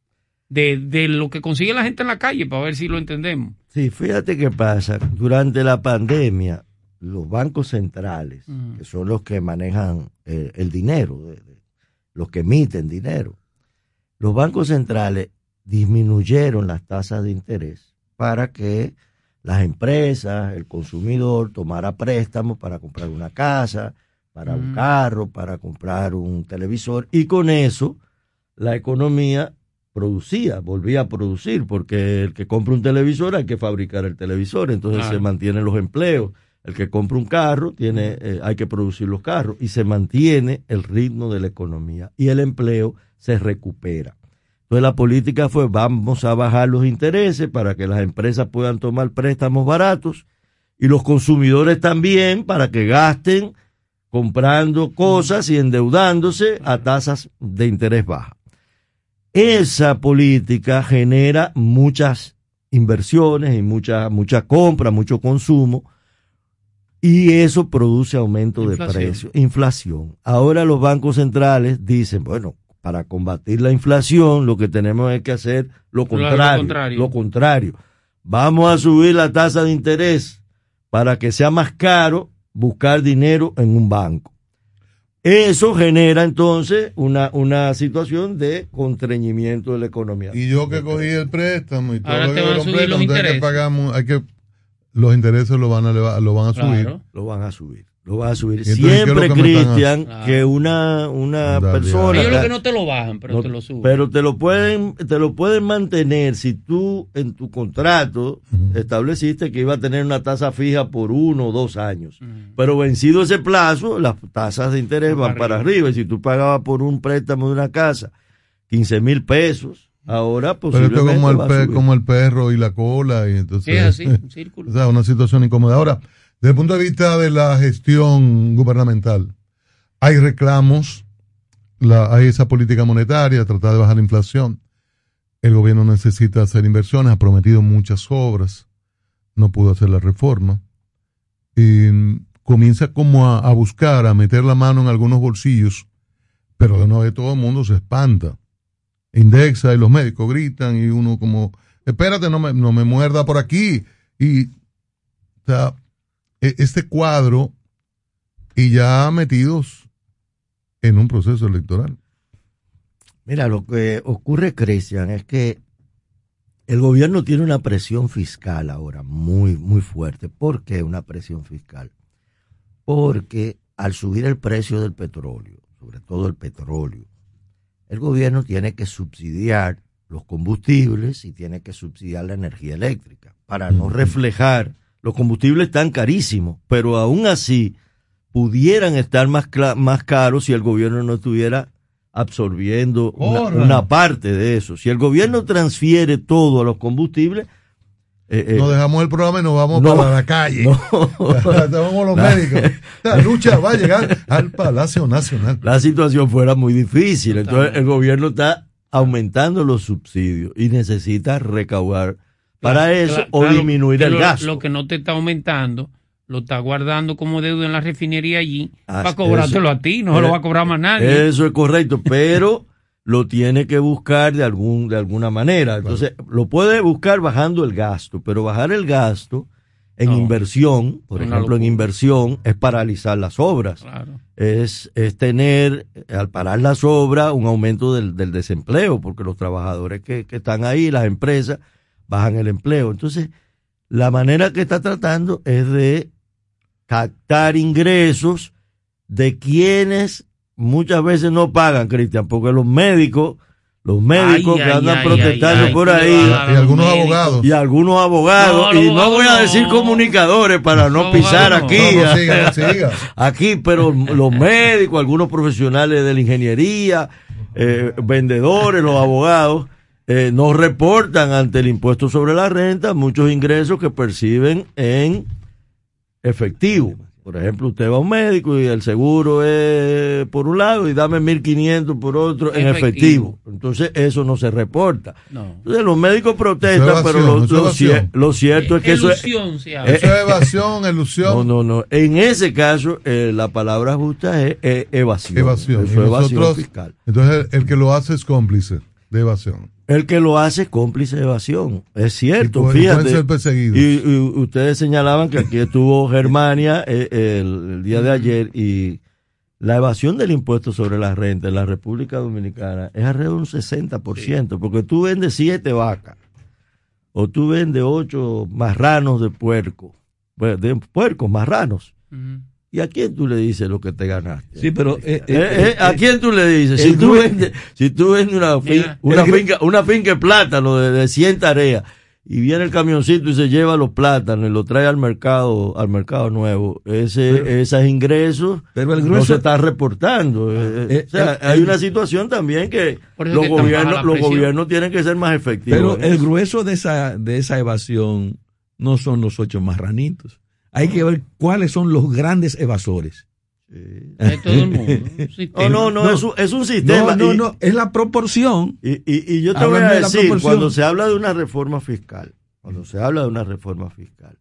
Speaker 2: de, de lo que consigue la gente en la calle, para ver si lo entendemos?
Speaker 7: Sí, fíjate qué pasa. Durante la pandemia, los bancos centrales, uh-huh. que son los que manejan eh, el dinero, de, de, los que emiten dinero, los bancos centrales disminuyeron las tasas de interés para que las empresas, el consumidor, tomara préstamos para comprar una casa, para uh-huh. un carro, para comprar un televisor, y con eso la economía producía, volvía a producir, porque el que compra un televisor hay que fabricar el televisor, entonces claro. se mantienen los empleos. El que compra un carro, tiene, eh, hay que producir los carros, y se mantiene el ritmo de la economía, y el empleo se recupera. Entonces la política fue, vamos a bajar los intereses para que las empresas puedan tomar préstamos baratos, y los consumidores también, para que gasten comprando cosas y endeudándose a tasas de interés bajas. Esa política genera muchas inversiones y mucha, mucha compra, mucho consumo, y eso produce aumento inflación. de precios, inflación. Ahora los bancos centrales dicen, bueno, para combatir la inflación lo que tenemos es que hacer lo contrario, lo contrario. Lo contrario. Vamos a subir la tasa de interés para que sea más caro buscar dinero en un banco. Eso genera entonces una, una situación de constreñimiento de la economía.
Speaker 4: Y yo que cogí el préstamo y todo lo que lo préstamo, entonces que pagamos, hay que, los intereses lo van a lo van a subir.
Speaker 7: Claro. Lo van a subir. Lo van a subir. Siempre, Cristian, claro. que una, una persona.
Speaker 2: Ellos lo que no te lo bajan, pero no, te lo suben.
Speaker 7: Pero te lo pueden, te lo pueden mantener si tú en tu contrato uh-huh. estableciste que iba a tener una tasa fija por uno o dos años. Uh-huh. Pero vencido ese plazo, las tasas de interés van para arriba. arriba. Y si tú pagabas por un préstamo de una casa quince mil pesos, ahora posiblemente.
Speaker 4: Pero esto como el, pe- como el perro y la cola. Y entonces,
Speaker 2: es así, un círculo.
Speaker 4: O sea, una situación incómoda. Ahora, desde el punto de vista de la gestión gubernamental, hay reclamos, la, hay esa política monetaria, tratar de bajar la inflación. El gobierno necesita hacer inversiones, ha prometido muchas obras, no pudo hacer la reforma. Y comienza como a, a buscar, a meter la mano en algunos bolsillos, pero de una vez todo el mundo se espanta. indexa y los médicos gritan y uno como, espérate, no me, no me muerda por aquí. Y, o sea, este cuadro y ya metidos en un proceso electoral.
Speaker 7: Mira, lo que ocurre, Cristian, es que el gobierno tiene una presión fiscal ahora muy, muy fuerte. ¿Por qué una presión fiscal? Porque al subir el precio del petróleo, sobre todo el petróleo, el gobierno tiene que subsidiar los combustibles y tiene que subsidiar la energía eléctrica para no reflejar. Los combustibles están carísimos, pero aún así pudieran estar más, más caros si el gobierno no estuviera absorbiendo una, una parte de eso. Si el gobierno transfiere todo a los combustibles, eh, eh,
Speaker 4: nos dejamos el programa y nos vamos
Speaker 7: no,
Speaker 4: para la calle.
Speaker 7: No,
Speaker 4: estamos los médicos. La lucha va a llegar al Palacio Nacional.
Speaker 7: La situación fuera muy difícil. Entonces el gobierno está aumentando los subsidios y necesita recaudar para claro, eso claro, o claro, disminuir el
Speaker 2: lo,
Speaker 7: gasto.
Speaker 2: Lo que no te está aumentando lo está guardando como deuda en la refinería allí ah, para cobrártelo eso, a ti, no eh, se lo va a cobrar más nadie.
Speaker 7: Eso es correcto, pero lo tiene que buscar de algún de alguna manera. Entonces, claro. Lo puede buscar bajando el gasto, pero bajar el gasto en no, inversión, por ejemplo, locura. En inversión, es paralizar las obras.
Speaker 2: Claro.
Speaker 7: Es, es tener, al parar las obras, un aumento del, del desempleo, porque los trabajadores que, que están ahí, las empresas, bajan el empleo. Entonces, la manera que está tratando es de captar ingresos de quienes muchas veces no pagan, Cristian, porque los médicos, los médicos ay, que ay, andan ay, protestando ay, por ay, ahí,
Speaker 4: y algunos médicos. abogados,
Speaker 7: y algunos abogados, no, y no voy a decir no. comunicadores para no, no pisar aquí, no, no siga, no siga. aquí, pero los médicos, algunos profesionales de la ingeniería, eh, vendedores, los abogados, eh, nos reportan ante el impuesto sobre la renta muchos ingresos que perciben en efectivo. Por ejemplo, usted va a un médico y el seguro es por un lado y dame mil quinientos por otro en efectivo. efectivo. Entonces, eso no se reporta. No. Entonces, los médicos protestan, evasión, pero lo, lo, cier, lo cierto es que
Speaker 2: elusión,
Speaker 4: eso es... Eso es evasión, elusión.
Speaker 7: No, no, no. En ese caso, eh, la palabra justa es eh, evasión.
Speaker 4: Evasión.
Speaker 7: Eso es evasión nosotros, fiscal.
Speaker 4: Entonces, el, el que lo hace es cómplice de evasión.
Speaker 7: El que lo hace es cómplice de evasión. Es cierto,
Speaker 4: y puede,
Speaker 7: fíjate.
Speaker 4: Pueden ser perseguidos.
Speaker 7: Y, y ustedes señalaban que aquí estuvo Germania eh, el, el día de ayer y la evasión del impuesto sobre la renta en la República Dominicana es alrededor de un sesenta por ciento, sí. Porque tú vendes siete vacas o tú vendes ocho marranos de puerco, de puercos, marranos. Uh-huh. ¿Y a quién tú le dices lo que te ganaste?
Speaker 1: Sí, pero... Eh, eh,
Speaker 7: eh, eh, ¿A quién tú le dices? Si tú, vendes, si tú vendes una, fin, una, finca, una finca de plátano de, de cien tareas y viene el camioncito y se lleva los plátanos y lo trae al mercado al mercado nuevo, ese pero, esos ingresos pero el grueso, no se está reportando. Eh, eh, o sea, el, hay una situación también que los gobiernos los gobiernos tienen que ser más efectivos.
Speaker 1: Pero el grueso de esa, de esa evasión no son los ocho marranitos. Hay que ver cuáles son los grandes evasores.
Speaker 2: Sí. Hay todo el mundo.
Speaker 7: Oh, no, no, no, es un, es un sistema.
Speaker 1: No, no, y, no, es la proporción.
Speaker 7: Y, y, y yo te voy a decir, cuando se habla de una reforma fiscal, cuando se habla de una reforma fiscal,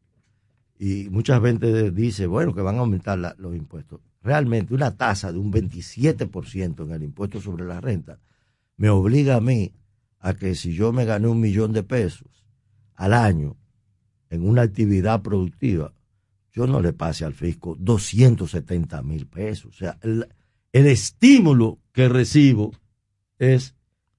Speaker 7: y muchas veces dice, bueno, que van a aumentar la, los impuestos. Realmente una tasa de un veintisiete por ciento en el impuesto sobre la renta me obliga a mí a que si yo me gané un millón de pesos al año en una actividad productiva, yo no le pase al fisco doscientos setenta mil pesos. O sea, el, el estímulo que recibo es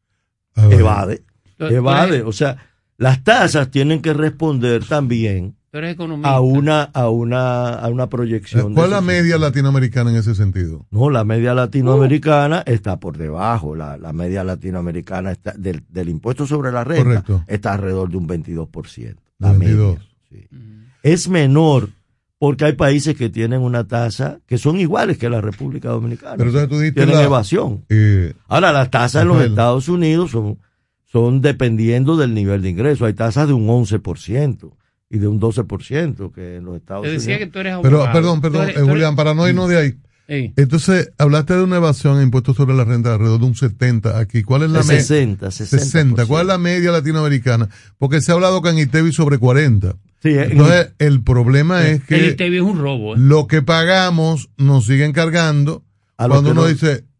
Speaker 7: evade. Evade. O sea, las tasas tienen que responder también a una, a una, a una proyección.
Speaker 4: ¿Cuál es la media latinoamericana en ese sentido?
Speaker 7: No, la media latinoamericana uh. está por debajo. La, la media latinoamericana está del, del impuesto sobre la renta. Correcto. Está alrededor de un veintidós por ciento. La veintidós. Media. Sí. Uh. Es menor porque hay países que tienen una tasa que son iguales que la República Dominicana.
Speaker 4: Pero entonces tú dijiste
Speaker 7: tienen
Speaker 4: la,
Speaker 7: evasión.
Speaker 4: Eh,
Speaker 7: Ahora, las tasas en los Estados Unidos son, son dependiendo del nivel de ingreso. Hay tasas de un once por ciento y de un doce por ciento que en los Estados Unidos.
Speaker 2: Te decía que tú eres abogado.
Speaker 4: Pero, perdón, perdón, eres, eh, Julián, para no irnos de ahí. Sí. Entonces, hablaste de una evasión en impuestos sobre la renta alrededor de un setenta aquí. ¿Cuál es la media?
Speaker 7: sesenta, sesenta.
Speaker 4: sesenta. ¿Cuál es la media latinoamericana? Porque se ha hablado que en ITEVI sobre cuarenta.
Speaker 7: Sí,
Speaker 4: entonces, en, el problema sí, es que
Speaker 2: el ITEVI es un robo. ¿eh?
Speaker 4: Lo que pagamos nos siguen cargando. A cuando uno no, dice,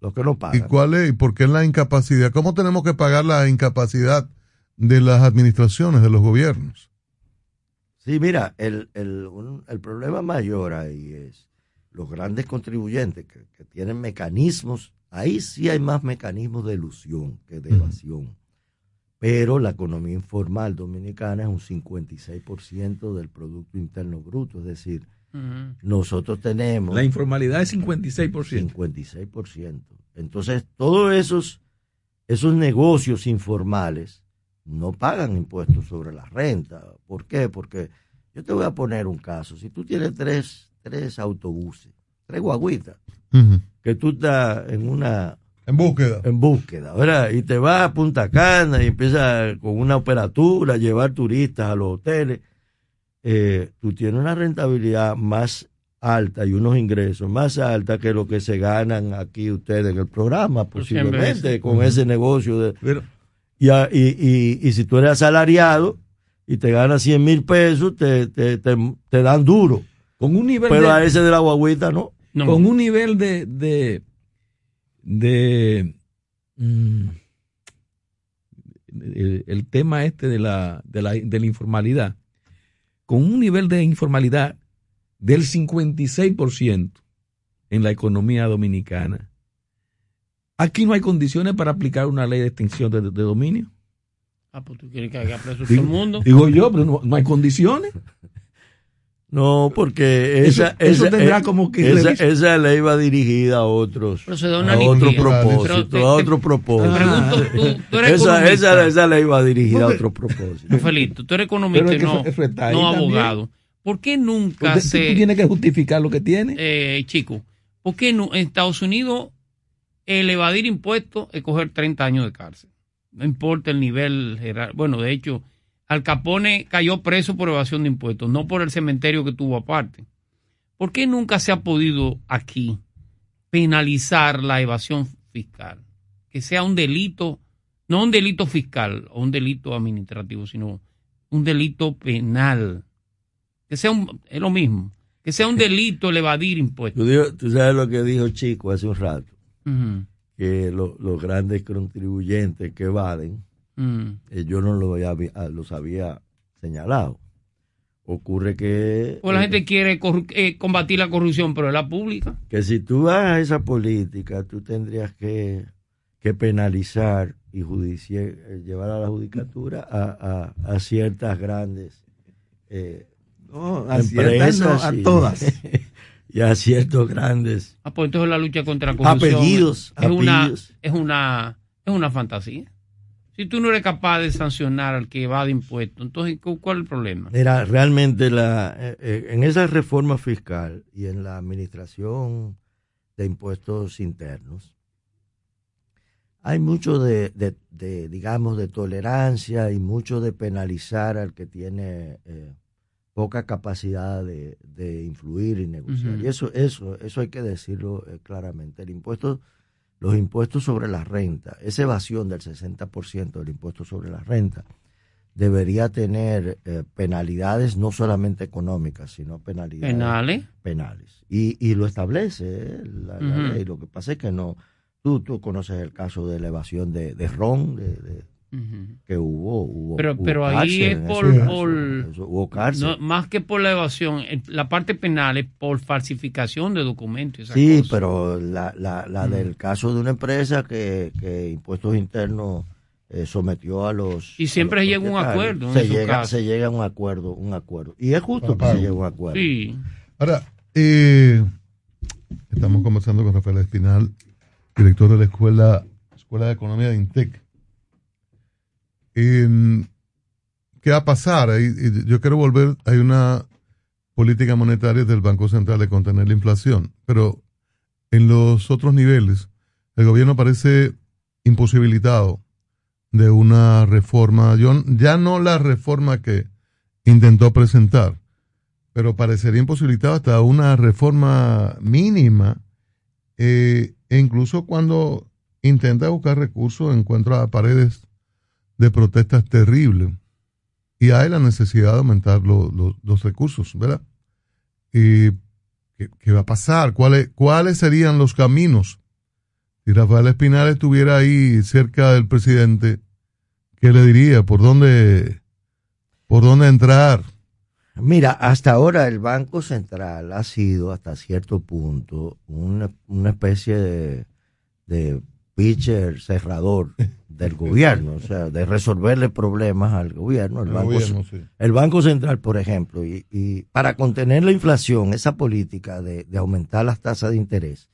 Speaker 7: los que no pagan.
Speaker 4: ¿Y cuál es? ¿Y por qué la incapacidad? ¿Cómo tenemos que pagar la incapacidad de las administraciones, de los gobiernos?
Speaker 7: Sí, mira, el, el, un, el problema mayor ahí es los grandes contribuyentes que, que tienen mecanismos, ahí sí hay más mecanismos de elusión que de evasión. Uh-huh. Pero la economía informal dominicana es un cincuenta y seis por ciento del Producto Interno Bruto, es decir, uh-huh. nosotros tenemos...
Speaker 1: La informalidad es cincuenta y seis por ciento.
Speaker 7: cincuenta y seis por ciento. Entonces, todos esos, esos negocios informales no pagan impuestos sobre la renta. ¿Por qué? Porque yo te voy a poner un caso. Si tú tienes tres, tres autobuses, tres guaguitas, uh-huh. que tú estás en una...
Speaker 4: En búsqueda.
Speaker 7: En búsqueda, ¿verdad? Y te vas a Punta Cana y empiezas con una operatura a llevar turistas a los hoteles. Eh, tú tienes una rentabilidad más alta y unos ingresos más alta que lo que se ganan aquí ustedes en el programa, posiblemente, con uh-huh. ese negocio de... Pero, y, y, y, y si tú eres asalariado y te ganas cien mil pesos, te, te, te, te dan duro.
Speaker 1: Con un nivel
Speaker 7: Pero
Speaker 1: de,
Speaker 7: a ese de la guaguita, ¿no?
Speaker 1: no. Con un nivel de... de de mm, el, el tema este de la, de la de la informalidad, con un nivel de informalidad del cincuenta y seis por ciento en la economía dominicana, aquí no hay condiciones para aplicar una ley de extinción de, de dominio.
Speaker 2: Ah, pues tú quieres que haga preso todo el mundo.
Speaker 1: Digo yo, pero no, no hay condiciones.
Speaker 7: No, porque esa,
Speaker 1: eso, eso
Speaker 7: esa,
Speaker 1: tendrá
Speaker 7: esa,
Speaker 1: como que
Speaker 7: esa, esa ley va dirigida a otros, a otro propósito, te, a otro propósito.
Speaker 2: Pregunto, tú, tú eres
Speaker 7: esa, esa, esa ley va dirigida porque, a otro propósito.
Speaker 2: Felito, tú eres economista y no, no abogado. ¿Por qué nunca
Speaker 1: porque
Speaker 2: se...
Speaker 1: Tú tienes que justificar lo que tienes.
Speaker 2: Eh, chico, ¿por qué no, en Estados Unidos el evadir impuestos es coger treinta años de cárcel? No importa el nivel general. Bueno, de hecho... Al Capone cayó preso por evasión de impuestos, no por el cementerio que tuvo aparte. ¿Por qué nunca se ha podido aquí penalizar la evasión fiscal? Que sea un delito, no un delito fiscal o un delito administrativo, sino un delito penal. Que sea un, es lo mismo, que sea un delito el evadir impuestos.
Speaker 7: Tú, digo, tú sabes lo que dijo Chico hace un rato,
Speaker 2: uh-huh.
Speaker 7: que lo, los grandes contribuyentes que evaden, Mm. Eh, yo no lo había, los había señalado. Ocurre que...
Speaker 2: O la eh, gente quiere corru- eh, combatir la corrupción, pero es la pública.
Speaker 7: Que si tú vas a esa política, tú tendrías que, que penalizar y judici- eh, llevar a la judicatura a, a, a ciertas grandes eh,
Speaker 1: no, a empresas. No, a y, todas.
Speaker 7: Y a ciertos grandes...
Speaker 2: Ah, pues entonces la lucha contra la corrupción
Speaker 7: apellidos,
Speaker 2: es,
Speaker 7: apellidos.
Speaker 2: Una, es, una, es una fantasía. Si tú no eres capaz de sancionar al que evade impuestos, entonces, ¿cuál es el problema?
Speaker 7: Mira, realmente la, eh, en esa reforma fiscal y en la administración de impuestos internos, hay mucho de, de, de digamos, de tolerancia y mucho de penalizar al que tiene eh, poca capacidad de, de influir y negociar. Uh-huh. Y eso, eso, eso hay que decirlo eh, claramente. El impuesto... Los impuestos sobre la renta, esa evasión del sesenta por ciento del impuesto sobre la renta, debería tener eh, penalidades no solamente económicas, sino penalidades
Speaker 2: penales.
Speaker 7: penales. Y, y lo establece eh, la, uh-huh. la ley. Lo que pasa es que no. Tú, tú conoces el caso de la evasión de, de Ron, de, de, uh-huh. que hubo. hubo
Speaker 2: pero
Speaker 7: hubo
Speaker 2: pero ahí es por.
Speaker 7: Caso,
Speaker 2: por
Speaker 7: eso, hubo cárcel.
Speaker 2: No, más que por la evasión, la parte penal es por falsificación de documentos.
Speaker 7: Sí,
Speaker 2: cosas.
Speaker 7: Pero la, la, la uh-huh. del caso de una empresa que, que Impuestos Internos eh, sometió a los...
Speaker 2: Y siempre llega un acuerdo.
Speaker 7: Se llega, se llega a un acuerdo, un acuerdo. Y es justo Papá. que se llegue a un acuerdo.
Speaker 2: Sí.
Speaker 4: Ahora, eh, estamos conversando con Rafael Espinal, director de la Escuela, Escuela de Economía de INTEC. Eh, ¿Qué va a pasar? Yo quiero volver, hay una política monetaria del Banco Central de contener la inflación, pero en los otros niveles el gobierno parece imposibilitado de una reforma, yo, ya no la reforma que intentó presentar, pero parecería imposibilitado hasta una reforma mínima, eh, e incluso cuando intenta buscar recursos encuentra paredes de protestas terribles. Y hay la necesidad de aumentar lo, lo, los recursos, ¿verdad? ¿Y qué, qué va a pasar? ¿Cuáles, ¿Cuáles serían los caminos Si Rafael Espinal estuviera ahí cerca del presidente, ¿qué le diría? ¿Por dónde, por dónde entrar?
Speaker 7: Mira, hasta ahora el Banco Central ha sido hasta cierto punto una, una especie de, de pitcher cerrador del gobierno, o sea, de resolverle problemas al gobierno. El,
Speaker 4: el,
Speaker 7: banco,
Speaker 4: gobierno sí.
Speaker 7: el Banco Central, por ejemplo, y, y para contener la inflación, esa política de, de aumentar las tasas de interés,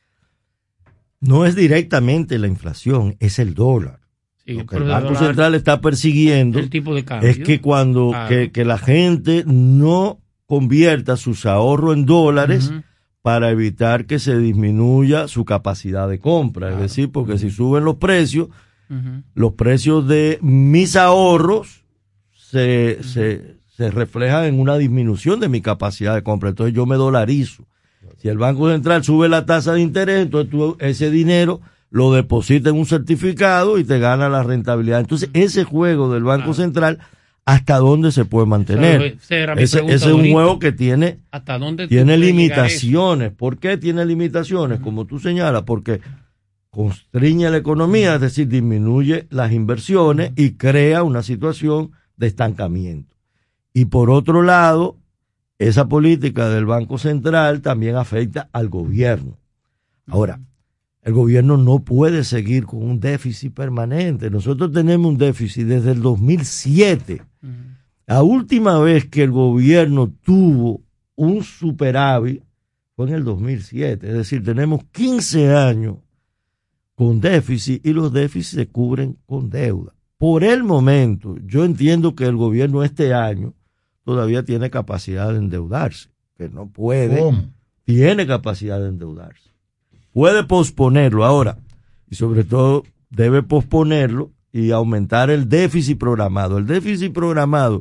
Speaker 7: no es directamente la inflación, es el dólar.
Speaker 2: Sí,
Speaker 7: Lo que el Banco Central está persiguiendo
Speaker 2: el tipo de cambio.
Speaker 7: es que cuando
Speaker 2: claro.
Speaker 7: que, que la gente no convierta sus ahorros en dólares uh-huh. para evitar que se disminuya su capacidad de compra. Claro. Es decir, porque uh-huh. si suben los precios, uh-huh. los precios de mis ahorros se, uh-huh. se, se reflejan en una disminución de mi capacidad de compra. Entonces yo me dolarizo. Si el Banco Central sube la tasa de interés, entonces tú ese dinero lo deposita en un certificado y te gana la rentabilidad. Entonces, ese juego del Banco claro. Central, ¿hasta dónde se puede mantener? O sea, ese, ese es un ahorita. juego que tiene,
Speaker 2: ¿Hasta dónde
Speaker 7: tiene limitaciones. ¿Por qué tiene limitaciones? Uh-huh. Como tú señalas, porque constriñe la economía, es decir, disminuye las inversiones uh-huh. y crea una situación de estancamiento. Y por otro lado, esa política del Banco Central también afecta al gobierno. Ahora, uh-huh. el gobierno no puede seguir con un déficit permanente. Nosotros tenemos un déficit desde el dos mil siete. Uh-huh. La última vez que el gobierno tuvo un superávit fue en el dos mil siete. Es decir, tenemos quince años con déficit y los déficits se cubren con deuda. Por el momento, yo entiendo que el gobierno este año todavía tiene capacidad de endeudarse, que no puede, ¿Cómo? tiene capacidad de endeudarse. Puede posponerlo ahora, y sobre todo debe posponerlo y aumentar el déficit programado. El déficit programado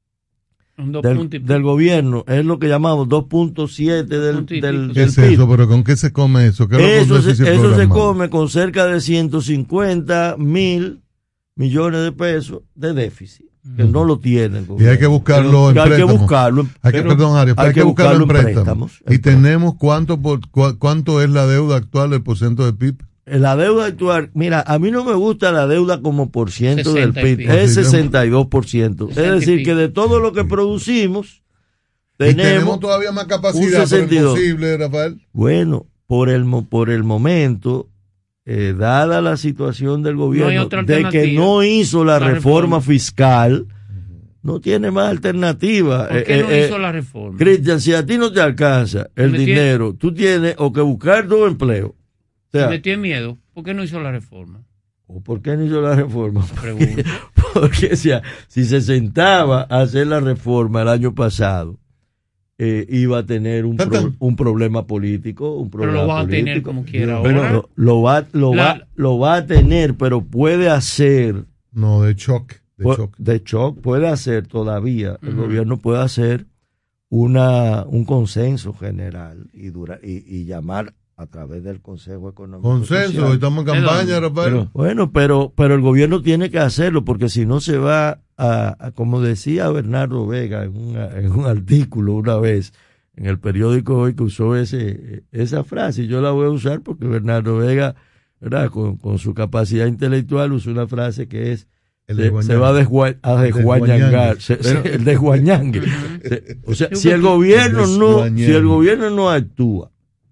Speaker 7: del, del gobierno es lo que llamamos dos punto siete del, del, del
Speaker 4: ¿Qué es
Speaker 7: P I B.
Speaker 4: eso? ¿Pero con qué se come eso? ¿Qué es
Speaker 7: eso,
Speaker 4: lo que
Speaker 7: se, eso se come con cerca de ciento cincuenta mil millones de pesos de déficit, que no lo tienen.
Speaker 4: Y hay que buscarlo en
Speaker 7: hay
Speaker 4: préstamos.
Speaker 7: Que buscarlo,
Speaker 4: hay que, perdón, Arias, hay, hay que, que buscarlo, buscarlo en préstamos. préstamos. Y tenemos cuánto por cu, cuánto es la deuda actual del porcentaje del P I B.
Speaker 7: La deuda actual, mira, a mí no me gusta la deuda como por ciento del P I B, es sesenta y dos por ciento. Es decir, que de todo lo que producimos, tenemos,
Speaker 4: y tenemos todavía más capacidad por el posible, Rafael.
Speaker 7: Bueno, por el, por el momento, Eh, dada la situación del gobierno no de que no hizo la, la reforma, reforma fiscal, no tiene más alternativa.
Speaker 2: ¿Por qué
Speaker 7: eh,
Speaker 2: no
Speaker 7: eh,
Speaker 2: hizo la reforma?
Speaker 7: Cristian, si a ti no te alcanza el dinero, tiene... tú tienes o que buscar tu empleo. O sea,
Speaker 2: me tiene miedo. ¿Por qué no hizo la reforma?
Speaker 7: ¿O por qué no hizo la reforma? Porque, porque si, si se sentaba a hacer la reforma el año pasado, Eh, iba a tener un, pro, un problema político, un problema
Speaker 2: pero lo va
Speaker 7: político.
Speaker 2: a tener como quiera
Speaker 7: bueno,
Speaker 2: ahora.
Speaker 7: Lo, lo, va, lo, la... va, lo va a tener, pero puede hacer...
Speaker 4: No, de shock. De,
Speaker 7: pu-
Speaker 4: shock.
Speaker 7: de shock puede hacer todavía. Uh-huh. El gobierno puede hacer una un consenso general y, dura, y, y llamar a través del Consejo Económico
Speaker 4: Consenso,
Speaker 7: Social.
Speaker 4: estamos en campaña, Rafael.
Speaker 7: Pero, bueno, pero, pero el gobierno tiene que hacerlo, porque si no se va a, a como decía Bernardo Vega en, una, en un artículo una vez en el periódico Hoy, que usó ese esa frase, y yo la voy a usar porque Bernardo Vega, ¿verdad? Con, con su capacidad intelectual usó una frase que es el se, se va a desgua, a desguañangar, el desguañangue. O sea, si el gobierno no, si el gobierno no actúa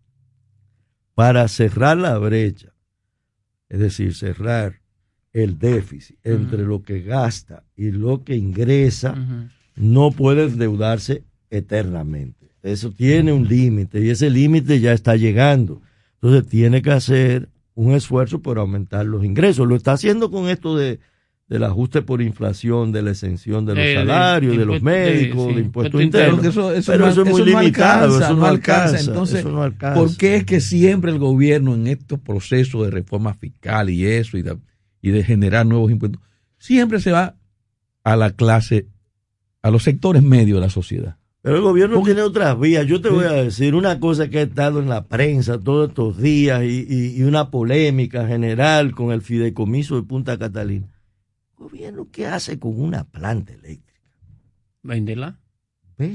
Speaker 7: para cerrar la brecha, es decir, cerrar el déficit uh-huh. entre lo que gasta y lo que ingresa, uh-huh. no puede endeudarse eternamente. Eso tiene un límite y ese límite ya está llegando. Entonces tiene que hacer un esfuerzo por aumentar los ingresos. Lo está haciendo con esto de del ajuste por inflación, de la exención de los eh, salarios, de, de, de los médicos, de, sí, de impuestos internos.
Speaker 1: Eso, eso
Speaker 7: pero
Speaker 1: no,
Speaker 7: eso es muy
Speaker 1: eso no
Speaker 7: limitado,
Speaker 1: alcanza,
Speaker 7: eso no,
Speaker 1: no
Speaker 7: alcanza,
Speaker 1: alcanza. Entonces,
Speaker 7: eso no alcanza.
Speaker 1: ¿por qué es que siempre el gobierno en estos procesos de reforma fiscal y eso, y de, y de generar nuevos impuestos, siempre se va a la clase, a los sectores medios de la sociedad?
Speaker 7: Pero el gobierno ¿Por? tiene otras vías. Yo te voy a decir una cosa que ha estado en la prensa todos estos días y, y, y una polémica general con el fideicomiso de Punta Catalina. ¿El gobierno qué hace con una planta eléctrica?
Speaker 2: Véndela.
Speaker 7: Véndela.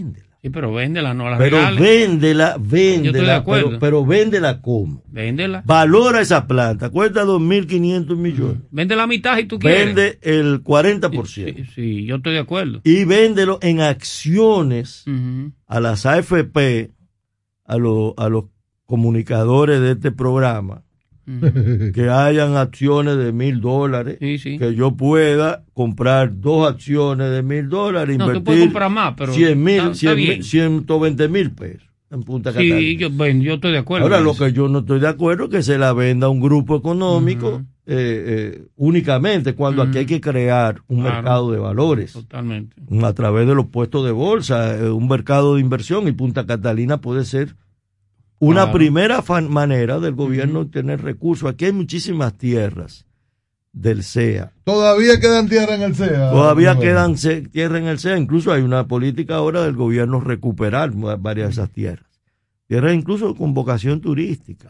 Speaker 2: Sí, pero véndela, no la
Speaker 7: Pero
Speaker 2: regales.
Speaker 7: véndela, véndela.
Speaker 2: Yo estoy de acuerdo.
Speaker 7: Pero, pero véndela ¿cómo?
Speaker 2: Véndela.
Speaker 7: Valora esa planta, cuesta dos mil quinientos millones.
Speaker 2: Vende la mitad si tú quieres.
Speaker 7: Vende el cuarenta por ciento.
Speaker 2: Sí, sí, yo estoy de acuerdo.
Speaker 7: Y véndelo en acciones
Speaker 2: uh-huh.
Speaker 7: a las A F P, a, lo, a los comunicadores de este programa, uh-huh. que hayan acciones de mil dólares,
Speaker 2: sí, sí.
Speaker 7: que yo pueda comprar dos acciones de mil dólares,
Speaker 2: no,
Speaker 7: invertir
Speaker 2: tú puedes comprar más, pero
Speaker 7: cien mil,
Speaker 2: está, está
Speaker 7: cien, ciento veinte mil pesos en Punta
Speaker 2: sí,
Speaker 7: Catalina.
Speaker 2: Sí, yo, bueno, yo estoy de acuerdo.
Speaker 7: Ahora, lo que yo no estoy de acuerdo es que se la venda a un grupo económico uh-huh. eh, eh, únicamente, cuando uh-huh. aquí hay que crear un claro. mercado de valores.
Speaker 2: Totalmente.
Speaker 7: A través de los puestos de bolsa, eh, un mercado de inversión, y Punta Catalina puede ser una claro. primera fan- manera del gobierno uh-huh. tener recursos. Aquí hay muchísimas tierras del C E A.
Speaker 4: Todavía quedan tierra en el C E A.
Speaker 7: Todavía quedan ce- tierra en el C E A. Incluso hay una política ahora del gobierno recuperar varias de esas tierras. Tierras incluso con vocación turística.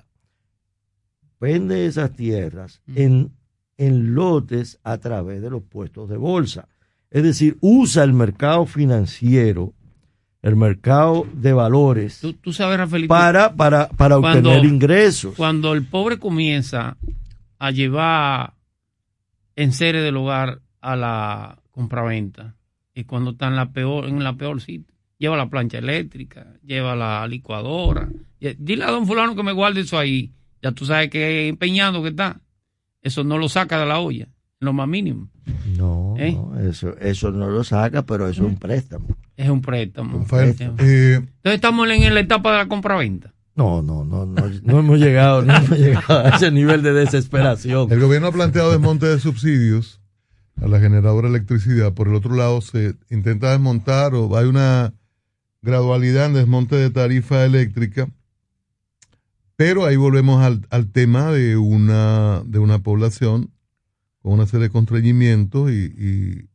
Speaker 7: Vende esas tierras uh-huh. en, en lotes a través de los puestos de bolsa. Es decir, usa el mercado financiero, el mercado de valores,
Speaker 2: tú, tú sabes, Rafaelito,
Speaker 7: para, para, para
Speaker 2: cuando,
Speaker 7: obtener ingresos.
Speaker 2: Cuando el pobre comienza a llevar enseres del hogar a la compraventa, y cuando está en la peor, en la peor sitio, lleva la plancha eléctrica, lleva la licuadora, dile a don fulano que me guarde eso ahí, ya tú sabes que empeñado que está, eso no lo saca de la olla, lo más mínimo.
Speaker 7: No,
Speaker 2: ¿Eh?
Speaker 7: no eso, eso no lo saca, pero eso es un préstamo.
Speaker 2: Es un préstamo.
Speaker 4: Rafael, eh,
Speaker 2: Entonces estamos en la etapa de la compraventa.
Speaker 7: No, no, no, no, no hemos llegado, no hemos llegado a ese nivel de desesperación.
Speaker 4: El gobierno ha planteado desmonte de subsidios a la generadora de electricidad. Por el otro lado, se intenta desmontar o hay una gradualidad en desmonte de tarifa eléctrica. Pero ahí volvemos al, al tema de una, de una población con una serie de constreñimientos y, y,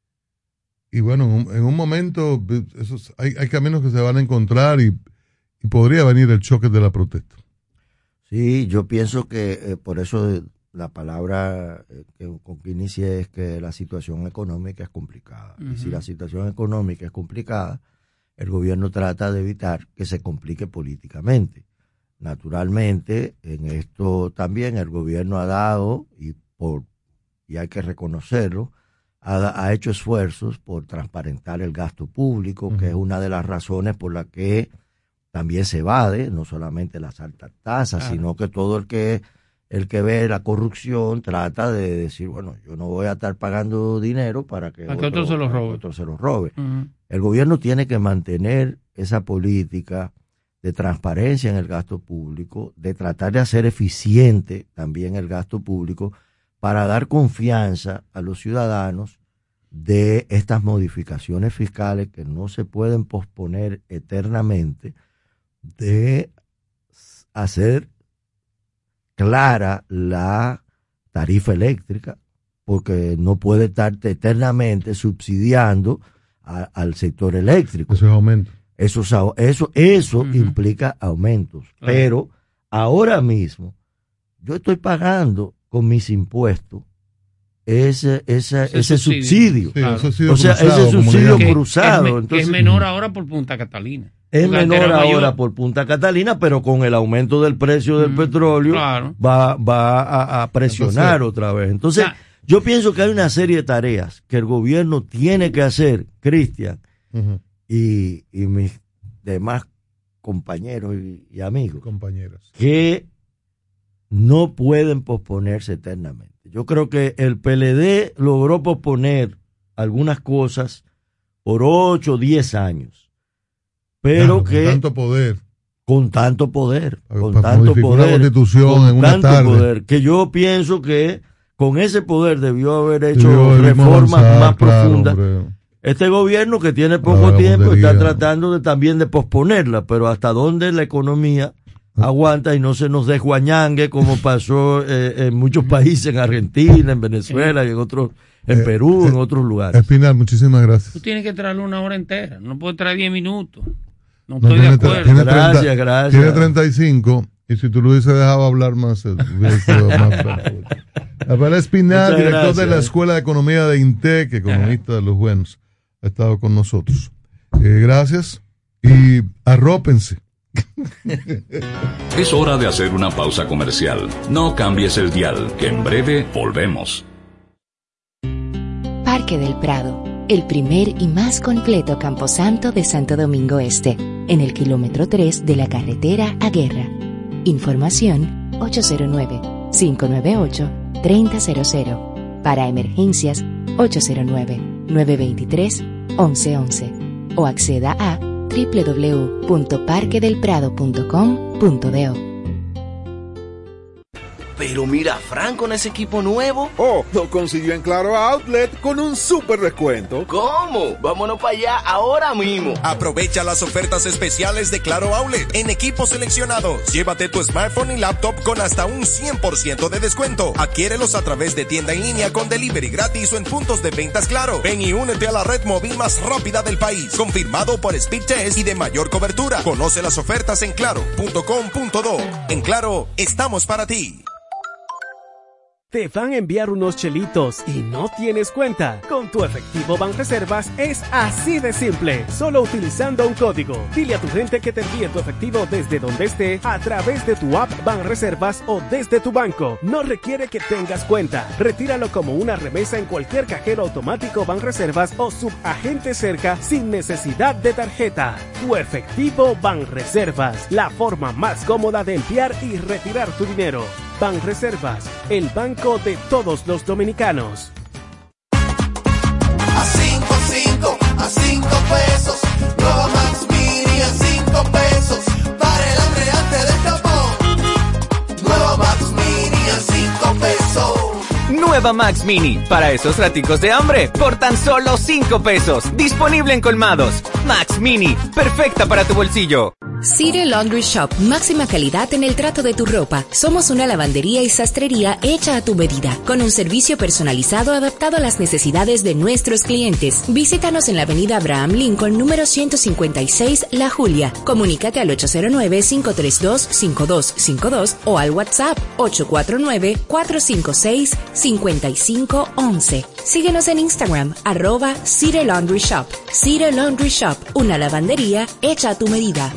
Speaker 4: y bueno, en un, en un momento esos, hay, hay caminos que se van a encontrar y, y podría venir el choque de la protesta.
Speaker 7: Sí, yo pienso que eh, por eso la palabra eh, que, con que inicié es que la situación económica es complicada. Uh-huh. Y si la situación económica es complicada, el gobierno trata de evitar que se complique políticamente. Naturalmente, en esto también el gobierno ha dado, y por y hay que reconocerlo, ha, ha hecho esfuerzos por transparentar el gasto público, uh-huh. que es una de las razones por las que también se evade, no solamente las altas tasas, claro. sino que todo el que el que ve la corrupción trata de decir, bueno, yo no voy a estar pagando dinero para que,
Speaker 2: otro, otro se lo robe.
Speaker 7: Otro se lo robe.
Speaker 2: Uh-huh.
Speaker 7: El gobierno tiene que mantener esa política de transparencia en el gasto público, de tratar de hacer eficiente también el gasto público, para dar confianza a los ciudadanos de estas modificaciones fiscales que no se pueden posponer eternamente, de hacer clara la tarifa eléctrica, porque no puede estar eternamente subsidiando a, al sector eléctrico.
Speaker 4: Eso es aumento.
Speaker 7: Eso, eso, eso uh-huh. implica aumentos. Claro. Pero ahora mismo yo estoy pagando con mis impuestos ese ese, ese, ese subsidio,
Speaker 4: subsidio. Sí,
Speaker 7: claro.
Speaker 4: subsidio
Speaker 7: o sea,
Speaker 4: cruzado,
Speaker 7: ese subsidio
Speaker 2: que,
Speaker 7: cruzado.
Speaker 2: Que es,
Speaker 7: Entonces,
Speaker 2: que es menor ahora por Punta Catalina.
Speaker 7: Es
Speaker 2: Porque
Speaker 7: menor ahora
Speaker 2: mayor.
Speaker 7: por Punta Catalina, pero con el aumento del precio del mm, petróleo
Speaker 2: claro.
Speaker 7: va, va a, a presionar Entonces, otra vez. Entonces, ya. yo pienso que hay una serie de tareas que el gobierno tiene que hacer, Cristian, uh-huh. y, y mis demás compañeros y, y amigos,
Speaker 4: compañeras,
Speaker 7: que no pueden posponerse eternamente. Yo creo que el P L D logró posponer algunas cosas por ocho o diez años, pero claro, que
Speaker 4: con tanto poder,
Speaker 7: con tanto poder,
Speaker 4: para,
Speaker 7: con
Speaker 4: para
Speaker 7: tanto poder,
Speaker 4: una constitución
Speaker 7: con
Speaker 4: en una
Speaker 7: tanto
Speaker 4: tarde.
Speaker 7: poder, que yo pienso que con ese poder debió haber hecho
Speaker 4: debió
Speaker 7: reformas
Speaker 4: avanzar,
Speaker 7: más
Speaker 4: claro,
Speaker 7: profundas.
Speaker 4: Hombre.
Speaker 7: Este gobierno, que tiene poco
Speaker 4: claro,
Speaker 7: tiempo,
Speaker 4: bolería.
Speaker 7: está tratando de, también de posponerla, pero hasta dónde la economía aguanta y no se nos desguañangue como pasó eh, en muchos países, en Argentina, en Venezuela y en otros, en eh, Perú, eh, en otros lugares.
Speaker 4: Espinal, muchísimas gracias.
Speaker 2: Tú tienes que traerle una hora entera, no puedes traer diez minutos. No,
Speaker 4: no
Speaker 2: estoy de acuerdo.
Speaker 4: Tiene
Speaker 7: gracias,
Speaker 4: treinta,
Speaker 7: gracias.
Speaker 4: Tiene treinta y cinco y si tú lo hubieses dejado hablar más, hubiese sido más fácil. Rafael Espinal,
Speaker 7: Muchas
Speaker 4: director
Speaker 7: gracias.
Speaker 4: de la Escuela de Economía de INTEC, economista de los buenos, ha estado con nosotros. Eh, gracias. Y arrópense.
Speaker 6: Es hora de hacer una pausa comercial. No cambies el dial, que en breve volvemos.
Speaker 13: Parque del Prado, el primer y más completo camposanto de Santo Domingo Este, en el kilómetro tres de la carretera a Guerra. Información ocho cero nueve, cinco nueve ocho, tres cero cero cero. Para emergencias ocho cero nueve, nueve dos tres, once once. O acceda a doble u doble u doble u punto parque del prado punto com punto do.
Speaker 10: Pero mira, Frank, con ese equipo nuevo.
Speaker 11: Oh, lo consiguió en Claro Outlet con un súper descuento.
Speaker 10: ¿Cómo? Vámonos para allá ahora mismo.
Speaker 12: Aprovecha las ofertas especiales de Claro Outlet en equipos seleccionados. Llévate tu smartphone y laptop con hasta un cien por ciento de descuento. Adquiérelos a través de tienda en línea con delivery gratis o en puntos de ventas Claro. Ven y únete a la red móvil más rápida del país. Confirmado por Speedtest y de mayor cobertura. Conoce las ofertas en claro punto com punto do. En Claro, estamos para ti.
Speaker 8: Te van a enviar unos chelitos y no tienes cuenta. Con tu efectivo Banreservas es así de simple, solo utilizando un código. Dile a tu gente que te envíe tu efectivo desde donde esté a través de tu app Banreservas o desde tu banco. No requiere que tengas cuenta. Retíralo como una remesa en cualquier cajero automático Banreservas o subagente cerca sin necesidad de tarjeta. Tu efectivo Banreservas, la forma más cómoda de enviar y retirar tu dinero. Banreservas, el banco de todos los dominicanos.
Speaker 22: A cinco, cinco, a cinco pesos. Nueva Max Mini a cinco pesos. Para el hambre antes del tapón. Nueva Max Mini a cinco pesos.
Speaker 9: Nueva Max Mini, para esos raticos de hambre, por tan solo cinco pesos. Disponible en colmados. Max Mini, perfecta para tu bolsillo.
Speaker 14: City Laundry Shop, máxima calidad en el trato de tu ropa. Somos una lavandería y sastrería hecha a tu medida, con un servicio personalizado adaptado a las necesidades de nuestros clientes. Visítanos en la avenida Abraham Lincoln, número ciento cincuenta y seis, La Julia. Comunícate al ocho cero nueve, cinco tres dos, cinco dos cinco dos o al WhatsApp ocho cuatro nueve, cuatro cinco seis, cinco cinco uno uno. Síguenos en Instagram, arroba City Laundry Shop. City Laundry Shop, una lavandería hecha a tu medida.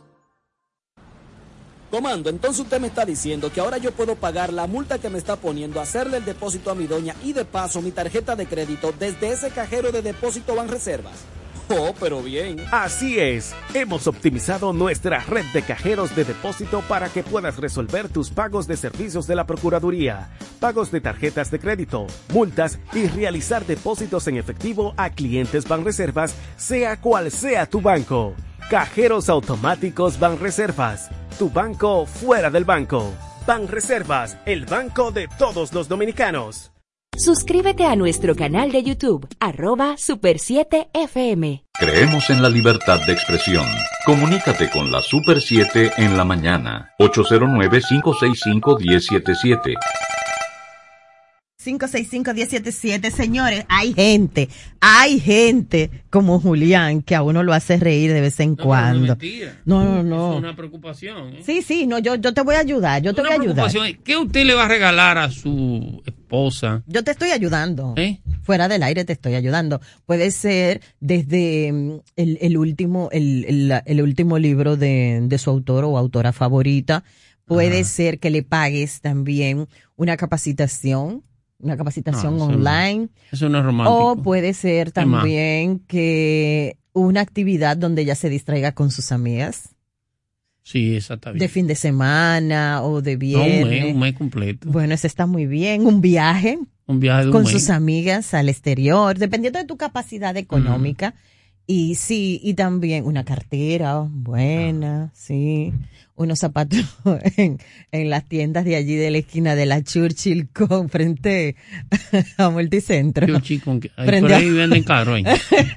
Speaker 23: Comando, entonces usted me está diciendo que ahora yo puedo pagar la multa que me está poniendo, hacerle el depósito a mi doña y de paso mi tarjeta de crédito desde ese cajero de depósito Banreservas. Oh, pero bien.
Speaker 8: Así es. Hemos optimizado nuestra red de cajeros de depósito para que puedas resolver tus pagos de servicios de la Procuraduría, pagos de tarjetas de crédito, multas y realizar depósitos en efectivo a clientes Banreservas, sea cual sea tu banco. Cajeros automáticos Banreservas. Tu banco fuera del banco. Banreservas, el banco de todos los dominicanos.
Speaker 14: Suscríbete a nuestro canal de YouTube, arroba Super siete F M.
Speaker 6: Creemos en la libertad de expresión. Comunícate con la Super siete en la mañana. ocho cero nueve, cinco seis cinco, uno cero siete siete.
Speaker 3: cinco seis cinco, uno cero siete siete. Señores, hay gente, hay gente como Julián que a uno lo hace reír de vez en
Speaker 2: no,
Speaker 3: cuando.
Speaker 2: No,
Speaker 3: no, no, no.
Speaker 2: Es una preocupación. ¿eh?
Speaker 3: Sí, sí, no, yo, yo te voy a ayudar, yo te
Speaker 2: una
Speaker 3: voy a ayudar.
Speaker 2: ¿Qué usted le va a regalar a su esposa?
Speaker 3: Yo te estoy ayudando.
Speaker 2: ¿Eh?
Speaker 3: Fuera del aire te estoy ayudando. Puede ser desde el, el último, el, el, el último libro de, de su autor o autora favorita. Puede Ajá. ser que le pagues también una capacitación. Una capacitación no, eso online.
Speaker 2: No, eso no es romántico.
Speaker 3: O puede ser también que una actividad donde ella se distraiga con sus amigas.
Speaker 2: Sí, exactamente.
Speaker 3: De fin de semana o de viernes.
Speaker 2: No, un mes, un mes completo.
Speaker 3: Bueno, eso está muy bien. Un viaje.
Speaker 2: Un viaje de un
Speaker 3: con
Speaker 2: mes.
Speaker 3: sus amigas al exterior, dependiendo de tu capacidad económica. Uh-huh. Y sí, y también una cartera buena, uh-huh. sí. Unos zapatos en, en las tiendas de allí de la esquina de la Churchill con frente a Multicentro.
Speaker 2: Churchill con que, ahí por ahí venden caro ahí.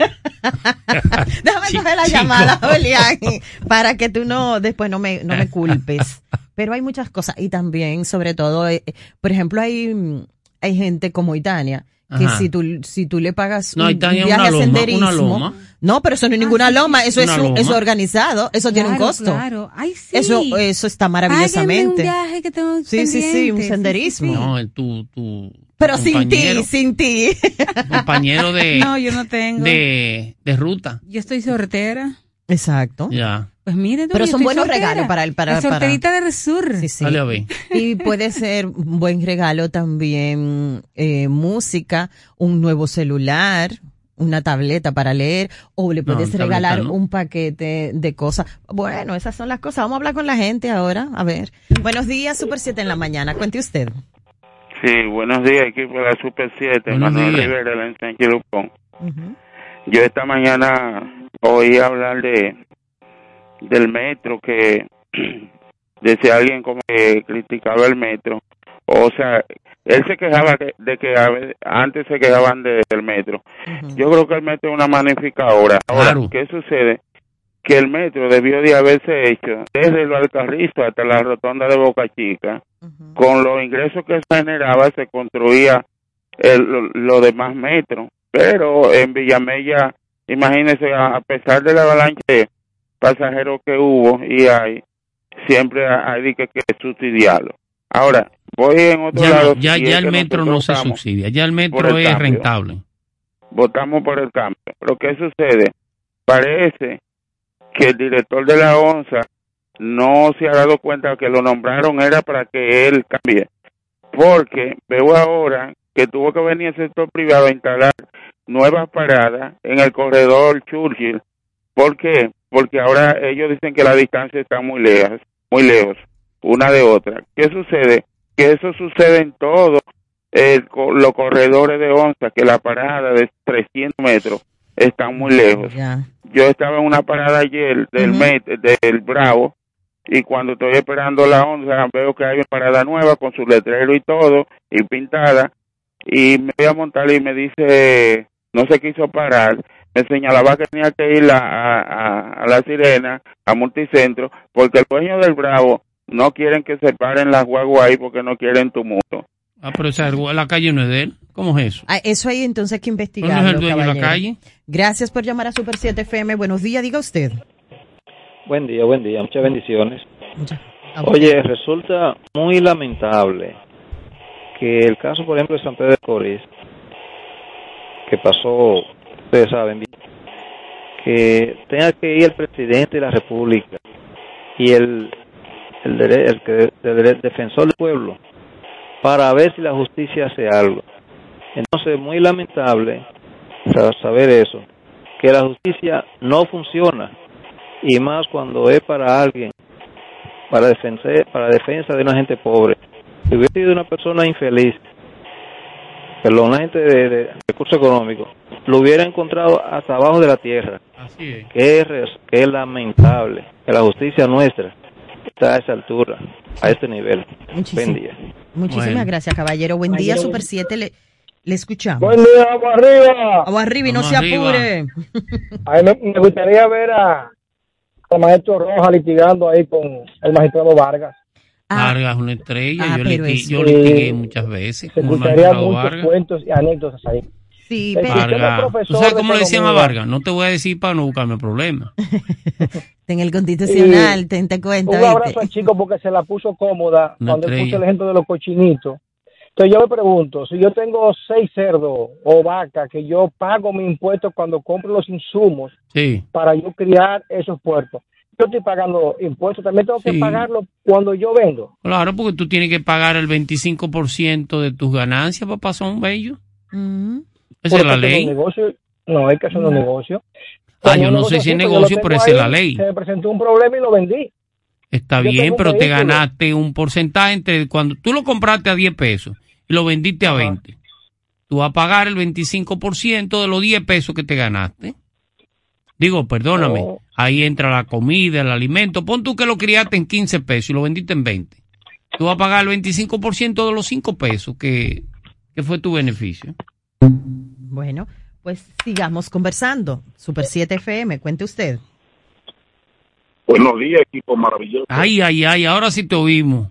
Speaker 3: Déjame coger la llamada, Julián, para que tú no, después no me, no me culpes. Pero hay muchas cosas y también, sobre todo, eh, por ejemplo, hay, hay gente como Itania, que Ajá. si tú si tú le pagas
Speaker 2: no,
Speaker 3: un, un viaje a senderismo,
Speaker 2: una loma.
Speaker 3: No, pero eso no es ninguna ah, loma, eso es
Speaker 2: loma.
Speaker 3: eso es organizado, eso
Speaker 5: claro,
Speaker 3: tiene un costo.
Speaker 5: Claro, ay sí.
Speaker 3: Eso eso está maravillosamente.
Speaker 5: Un viaje que tengo
Speaker 3: sí, sí, sí, un senderismo.
Speaker 2: Sí, sí, sí. No, tu tu
Speaker 3: Pero sin ti, sin ti.
Speaker 2: Compañero de
Speaker 5: No, yo no tengo.
Speaker 2: De de ruta.
Speaker 5: Yo estoy sortera.
Speaker 3: Exacto.
Speaker 2: Ya.
Speaker 5: Pues mire,
Speaker 3: pero son buenos regalos para el para
Speaker 5: la sorterita
Speaker 3: para...
Speaker 5: de Resur.
Speaker 3: Sí, sí.
Speaker 2: Dale a ver.
Speaker 3: Y puede ser un buen regalo también eh, música, un nuevo celular, una tableta para leer, o le puedes
Speaker 2: No,
Speaker 3: regalar
Speaker 2: tableta, ¿no?
Speaker 3: un paquete de cosas. Bueno, esas son las cosas. Vamos a hablar con la gente ahora. A ver. Buenos días, Super siete en la mañana. Cuente usted.
Speaker 15: Sí, buenos días, equipo de la Super siete,
Speaker 2: Buenos
Speaker 15: Manuel
Speaker 2: días.
Speaker 15: Rivera, en San Quilupón. Yo esta mañana oí hablar de del metro, que decía alguien como que criticaba el metro. O sea, él se quejaba que- de que a ve- antes se quejaban de- del metro. Yo creo que el metro es una magnificadora. Ahora,
Speaker 2: Claro.
Speaker 15: ¿qué sucede? Que el metro debió de haberse hecho desde el Alcarrizo hasta la rotonda de Boca Chica. Con los ingresos que se generaba se construía el, lo, lo demás metro. Pero en Villamella, imagínense, a, a pesar de la avalancha de pasajeros que hubo y hay, siempre hay que, que subsidiarlo. Ahora, voy en otro
Speaker 2: Ya,
Speaker 15: lado.
Speaker 2: ya,
Speaker 15: y
Speaker 2: ya
Speaker 15: es
Speaker 2: el
Speaker 15: que
Speaker 2: metro no
Speaker 15: nosotros
Speaker 2: se
Speaker 15: votamos
Speaker 2: subsidia, ya el
Speaker 15: por
Speaker 2: metro
Speaker 15: el
Speaker 2: es
Speaker 15: cambio.
Speaker 2: rentable.
Speaker 15: Votamos por el cambio. Pero ¿qué sucede? Parece que el director de la ONSA no se ha dado cuenta que lo nombraron era para que él cambie. Porque veo ahora que tuvo que venir el sector privado a instalar nuevas paradas en el corredor Churchill. ¿Por qué? Porque ahora ellos dicen que la distancia está muy lejos, muy lejos, una de otra. ¿Qué sucede? Que eso sucede en todos eh, co- los corredores de ONSA, que la parada de trescientos metros están muy lejos.
Speaker 3: Ya.
Speaker 15: Yo estaba en una parada ayer del Met, del Bravo, y cuando estoy esperando la onza veo que hay una parada nueva con su letrero y todo, y pintada, y me voy a montar y me dice, no se quiso parar, me señalaba que tenía que ir a, a, a La Sirena, a Multicentro, porque el dueño del Bravo no quieren que se paren las guaguas ahí porque no quieren tumulto.
Speaker 2: Ah, pero esa, la calle no es de él. ¿Cómo es eso?
Speaker 3: Ah, eso hay entonces que investigarlo,
Speaker 2: ¿No es el dueño de la
Speaker 3: caballero.
Speaker 2: calle?
Speaker 3: Gracias por llamar a Super siete F M. Buenos días, diga usted.
Speaker 17: Buen día, buen día, muchas bendiciones.
Speaker 3: Ah,
Speaker 17: Oye, resulta muy lamentable que el caso, por ejemplo, de San Pedro de Macorís, que pasó, ustedes saben bien, que tenga que ir el presidente de la República y el el, dere- el, que- el dere- defensor del pueblo para ver si la justicia hace algo. Entonces, muy lamentable sa- saber eso, que la justicia no funciona, y más cuando es para alguien, para defensa, para defensa de una gente pobre. Si hubiera sido una persona infeliz, perdón, una gente de, de recursos económicos, lo hubiera encontrado hasta abajo de la tierra.
Speaker 2: Así es.
Speaker 17: Que es, res- que es lamentable que la justicia nuestra está a esa altura, a este nivel.
Speaker 3: Muchísimo.
Speaker 17: Buen día.
Speaker 3: Muchísimas
Speaker 17: Bueno.
Speaker 3: gracias, caballero. Buen día,
Speaker 17: Caballero.
Speaker 3: Super siete. Le, le escuchamos.
Speaker 18: Buen día, vamos arriba.
Speaker 3: Vamos arriba y no
Speaker 18: Vamos
Speaker 3: se
Speaker 18: arriba.
Speaker 3: apure.
Speaker 18: A mí me, me gustaría ver a, al maestro Rojas litigando ahí con el magistrado Vargas.
Speaker 2: Vargas es una estrella,
Speaker 3: Ah,
Speaker 2: yo,
Speaker 3: pero
Speaker 2: liti-
Speaker 3: es-
Speaker 2: yo litigué muchas veces.
Speaker 18: Se
Speaker 2: como el
Speaker 18: escucharía
Speaker 2: magistrado
Speaker 18: muchos
Speaker 2: Vargas.
Speaker 18: cuentos y anécdotas ahí.
Speaker 3: Sí,
Speaker 18: El sistema
Speaker 2: Vargas. ¿Tú
Speaker 18: profesor
Speaker 2: sabes
Speaker 18: de
Speaker 2: cómo le decían a
Speaker 18: economía.
Speaker 2: Vargas? No te voy a decir para no buscarme problemas.
Speaker 3: En el constitucional,
Speaker 18: Y
Speaker 3: te, te cuenta.
Speaker 18: Un
Speaker 3: ¿viste?
Speaker 18: abrazo al chico porque se la puso cómoda
Speaker 2: Una
Speaker 18: cuando él puso
Speaker 2: estrella.
Speaker 18: el ejemplo de los cochinitos. Entonces yo me pregunto, si yo tengo seis cerdos o vacas que yo pago mi impuesto cuando compro los insumos
Speaker 2: Sí.
Speaker 18: para yo criar esos puertos, yo estoy pagando impuestos, también tengo que
Speaker 2: Sí.
Speaker 18: pagarlo cuando yo vendo.
Speaker 2: Claro, porque tú tienes que pagar el veinticinco por ciento de tus ganancias para pasar un bello. Esa es
Speaker 18: Porque
Speaker 2: la
Speaker 18: eso no
Speaker 2: ley.
Speaker 18: un negocio. No, es que eso no es negocio.
Speaker 2: Ah,
Speaker 18: Como
Speaker 2: yo
Speaker 18: un
Speaker 2: no sé si es
Speaker 18: así, pues yo
Speaker 2: negocio,
Speaker 18: lo
Speaker 2: pero
Speaker 18: tengo
Speaker 2: esa es la
Speaker 18: ahí,
Speaker 2: ley.
Speaker 18: Se me presentó un problema y lo vendí.
Speaker 2: Está
Speaker 18: Yo
Speaker 2: bien,
Speaker 18: tengo un
Speaker 2: pero te
Speaker 18: vehículo.
Speaker 2: ganaste un porcentaje entre cuando tú lo compraste a diez pesos y lo vendiste a veinte. Tú vas a pagar el veinticinco por ciento de los diez pesos que te ganaste. Digo, perdóname,
Speaker 18: No.
Speaker 2: ahí entra la comida, el alimento. Pon tú que lo criaste en quince pesos y lo vendiste en veinte. Tú vas a pagar el veinticinco por ciento de los cinco pesos que, que fue tu beneficio.
Speaker 3: Bueno, pues sigamos conversando. Super siete F M, cuente usted.
Speaker 24: Buenos días, equipo maravilloso.
Speaker 2: Ay, ay, ay, ahora sí te oímos.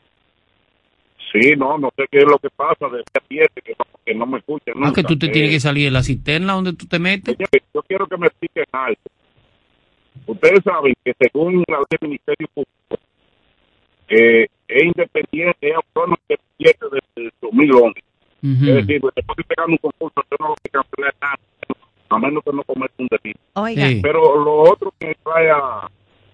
Speaker 24: Sí, no, no sé qué es lo que pasa desde siete que no, que no me escuchan
Speaker 2: Ah,
Speaker 24: nunca.
Speaker 2: que tú te
Speaker 24: Eh,
Speaker 2: tienes que salir de la cisterna donde tú te metes.
Speaker 24: señores, yo quiero que me expliquen algo. Ustedes saben que según la ley del Ministerio Público, eh, es independiente, es autónomo independiente desde el dos mil once.
Speaker 2: Ujú.
Speaker 24: Es decir, pues, después de pegar un concurso, yo no lo que cancelar nada. a menos que no cometa un delito.
Speaker 3: Oiga.
Speaker 24: Sí. Pero lo otro que trae a,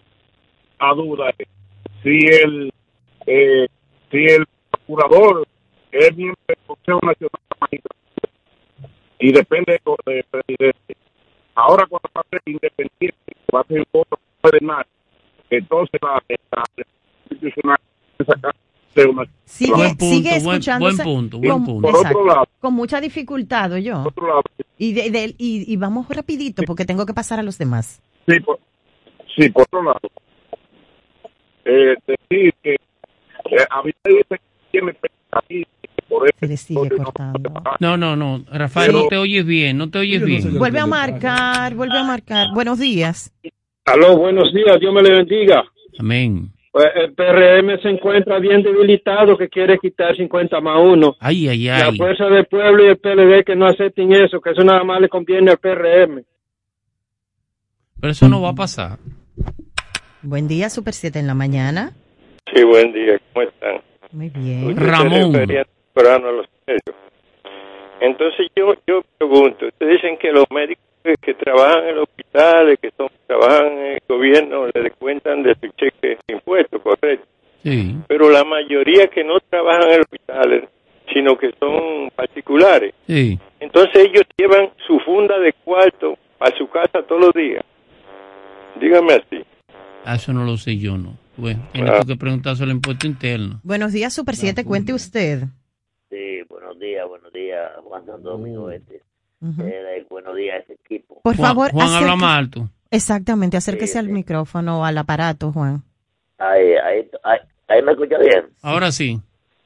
Speaker 24: a duda es si el eh, si el procurador es miembro del Consejo Nacional de Magistratura y depende del presidente. Ahora cuando va a ser independiente, va a ser un voto federal, entonces la, la, la institucional sacar de una...
Speaker 3: Sigue,
Speaker 2: buen punto,
Speaker 3: sigue
Speaker 2: buen,
Speaker 3: escuchándose.
Speaker 2: buen punto, buen
Speaker 3: con,
Speaker 2: punto.
Speaker 24: Por otro lado,
Speaker 3: con mucha dificultad, yo.
Speaker 24: Por otro lado,
Speaker 3: Y, de, de, y, y vamos rapidito porque tengo que pasar a los demás.
Speaker 24: Sí, por, sí, por otro lado, eh, decir que eh, a mí me dice que tiene aquí por eso.
Speaker 3: Se le sigue cortando.
Speaker 2: No, no, no, Rafael,
Speaker 24: Pero-
Speaker 2: no te oyes bien, no te oyes bien.
Speaker 3: Vuelve a marcar, vuelve a marcar. Buenos días.
Speaker 16: Aló, buenos días, Dios me le bendiga.
Speaker 2: Amén.
Speaker 16: Pues el P R M se encuentra bien debilitado, que quiere quitar cincuenta más uno.
Speaker 2: Ay, ay,
Speaker 16: La
Speaker 2: ay.
Speaker 16: Fuerza del Pueblo y el P L D que no acepten eso, que eso nada más le conviene al P R M.
Speaker 2: Pero eso no va a pasar.
Speaker 3: Buen día, Super siete en la mañana.
Speaker 19: Sí, buen día, ¿cómo están?
Speaker 3: Muy bien.
Speaker 19: Usted se
Speaker 2: Ramón.
Speaker 19: refería temprano a los medios. Entonces yo yo pregunto, ustedes dicen que los médicos que, que trabajan en los hospitales, que son trabajan en el gobierno, le descuentan de su cheque de impuestos, correcto.
Speaker 2: Sí.
Speaker 19: Pero la mayoría que no trabajan en hospitales, sino que son particulares,
Speaker 2: Sí.
Speaker 19: entonces ellos llevan su funda de cuarto a su casa todos los días. Dígame así.
Speaker 2: Ah, eso no lo sé yo, no. Bueno, tiene
Speaker 19: Ah.
Speaker 2: que preguntar sobre el impuesto interno.
Speaker 3: Buenos días, Super siete. Cuente usted.
Speaker 20: Sí, buenos días, buenos días, Juan Santo Domingo Este.
Speaker 3: Ujú.
Speaker 20: Eh, buenos días a ese equipo.
Speaker 3: Por
Speaker 2: Juan,
Speaker 3: favor,
Speaker 2: Juan habla
Speaker 3: acérquese-
Speaker 2: más alto.
Speaker 3: Exactamente, acérquese
Speaker 20: Sí,
Speaker 3: al
Speaker 20: sí.
Speaker 3: micrófono o al aparato, Juan.
Speaker 20: Ahí, ahí, ahí, ahí me escucha bien.
Speaker 2: Ahora sí.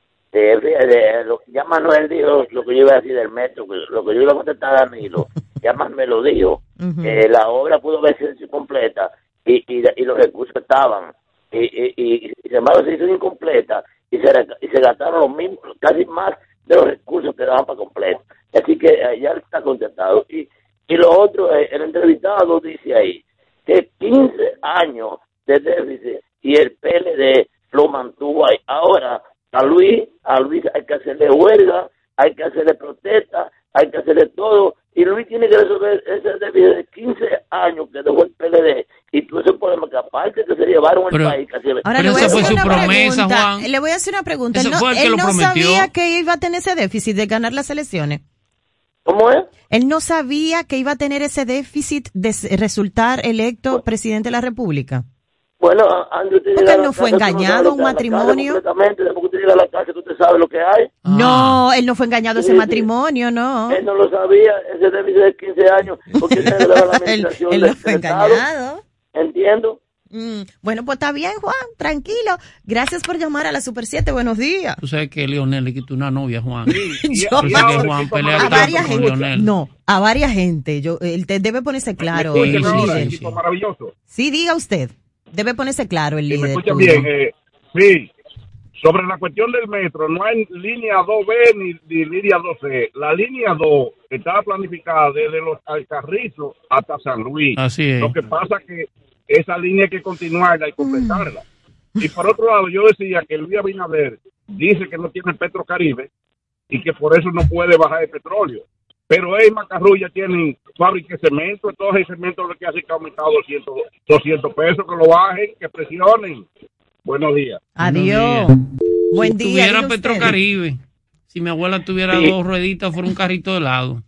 Speaker 20: Eh, fíjate, lo, ya Manuel dijo lo que yo iba a decir del metro, que lo que yo iba a contestar a Danilo, ya más me lo dijo.
Speaker 3: Ujú.
Speaker 20: Eh, la obra pudo haber sido incompleta y, y, y los recursos estaban. Y, y, y, y sin embargo se hizo incompleta y se, reca- y se gastaron los mismos, casi más de los recursos que daban para completo. Así que eh, ya está contestado. Y, y lo otro, eh, el entrevistado dice ahí que quince años de déficit y el P L D lo mantuvo ahí. Ahora, a Luis, a Luis hay que hacerle huelga, hay que hacerle protesta, hay que hacerle todo. Y Luis tiene que resolver ese déficit de quince años que dejó el P L D y todo ese problema que aparte que se llevaron el
Speaker 2: Pero-
Speaker 20: país. Casi el-
Speaker 3: Ahora
Speaker 2: Pero
Speaker 3: le voy a
Speaker 2: esa fue
Speaker 3: hacer
Speaker 2: su
Speaker 3: una
Speaker 2: promesa,
Speaker 3: pregunta.
Speaker 2: Juan.
Speaker 3: Le voy a hacer una pregunta.
Speaker 2: Ese
Speaker 3: Él no,
Speaker 2: fue el que
Speaker 3: él
Speaker 2: lo
Speaker 3: no
Speaker 2: prometió.
Speaker 3: sabía que iba a tener ese déficit de ganar las elecciones.
Speaker 20: ¿Cómo es?
Speaker 3: Él no sabía que iba a tener ese déficit de s- resultar electo presidente de la República.
Speaker 20: Bueno, antes usted
Speaker 3: Porque
Speaker 20: llega
Speaker 3: él
Speaker 20: a la
Speaker 3: no fue
Speaker 20: casa, tú
Speaker 3: engañado
Speaker 20: sabes lo
Speaker 3: a un
Speaker 20: que hay en la casa
Speaker 3: matrimonio.
Speaker 20: completamente, después que usted llega a la casa, tú sabes lo que hay.
Speaker 3: No, él no fue engañado a ese
Speaker 20: Sí, sí.
Speaker 3: matrimonio, no.
Speaker 20: Él no lo sabía, ese déficit de quince años, porque él se le daba la
Speaker 3: Él,
Speaker 20: administración
Speaker 3: él
Speaker 20: del
Speaker 3: no fue
Speaker 20: Estado.
Speaker 3: engañado.
Speaker 20: Entiendo.
Speaker 3: Mm, bueno, pues está bien, Juan, tranquilo. Gracias por llamar a la Super siete. Buenos días.
Speaker 2: Tú sabes que Leonel le quitó una novia a Juan.
Speaker 3: Yo-
Speaker 2: Por eso que Juan pelea
Speaker 3: a
Speaker 2: tanto
Speaker 3: varias
Speaker 2: con
Speaker 3: gente,
Speaker 2: Leonel.
Speaker 3: no, a varias gente. Yo, él te- debe ponerse claro,
Speaker 24: ¿Me
Speaker 3: el
Speaker 24: escuchan ahora,
Speaker 3: líder.
Speaker 24: equipo maravilloso?
Speaker 3: Sí, diga usted. Debe ponerse claro el
Speaker 24: ¿Sí me
Speaker 3: líder.
Speaker 24: escuchan
Speaker 3: tuyo.
Speaker 24: bien? Eh, sí. Sobre la cuestión del metro, no hay línea dos B ni, ni línea dos C. La línea dos estaba planificada desde los Alcarrizos hasta San Luis.
Speaker 2: Así es.
Speaker 24: Lo que pasa que esa línea hay que continuarla y completarla. Y por otro lado, yo decía que Luis Abinader dice que no tiene Petrocaribe y que por eso no puede bajar el petróleo. Pero en Macarrulla tienen fábrica de cemento, entonces el cemento lo que hace es que ha aumentado doscientos, doscientos pesos, que lo bajen, que presionen. Buenos días.
Speaker 3: Adiós. Buen
Speaker 2: Si
Speaker 3: día.
Speaker 2: tuviera
Speaker 3: diga usted.
Speaker 2: Petrocaribe, si mi abuela tuviera
Speaker 20: Sí.
Speaker 2: dos rueditas, fuera un carrito de helado.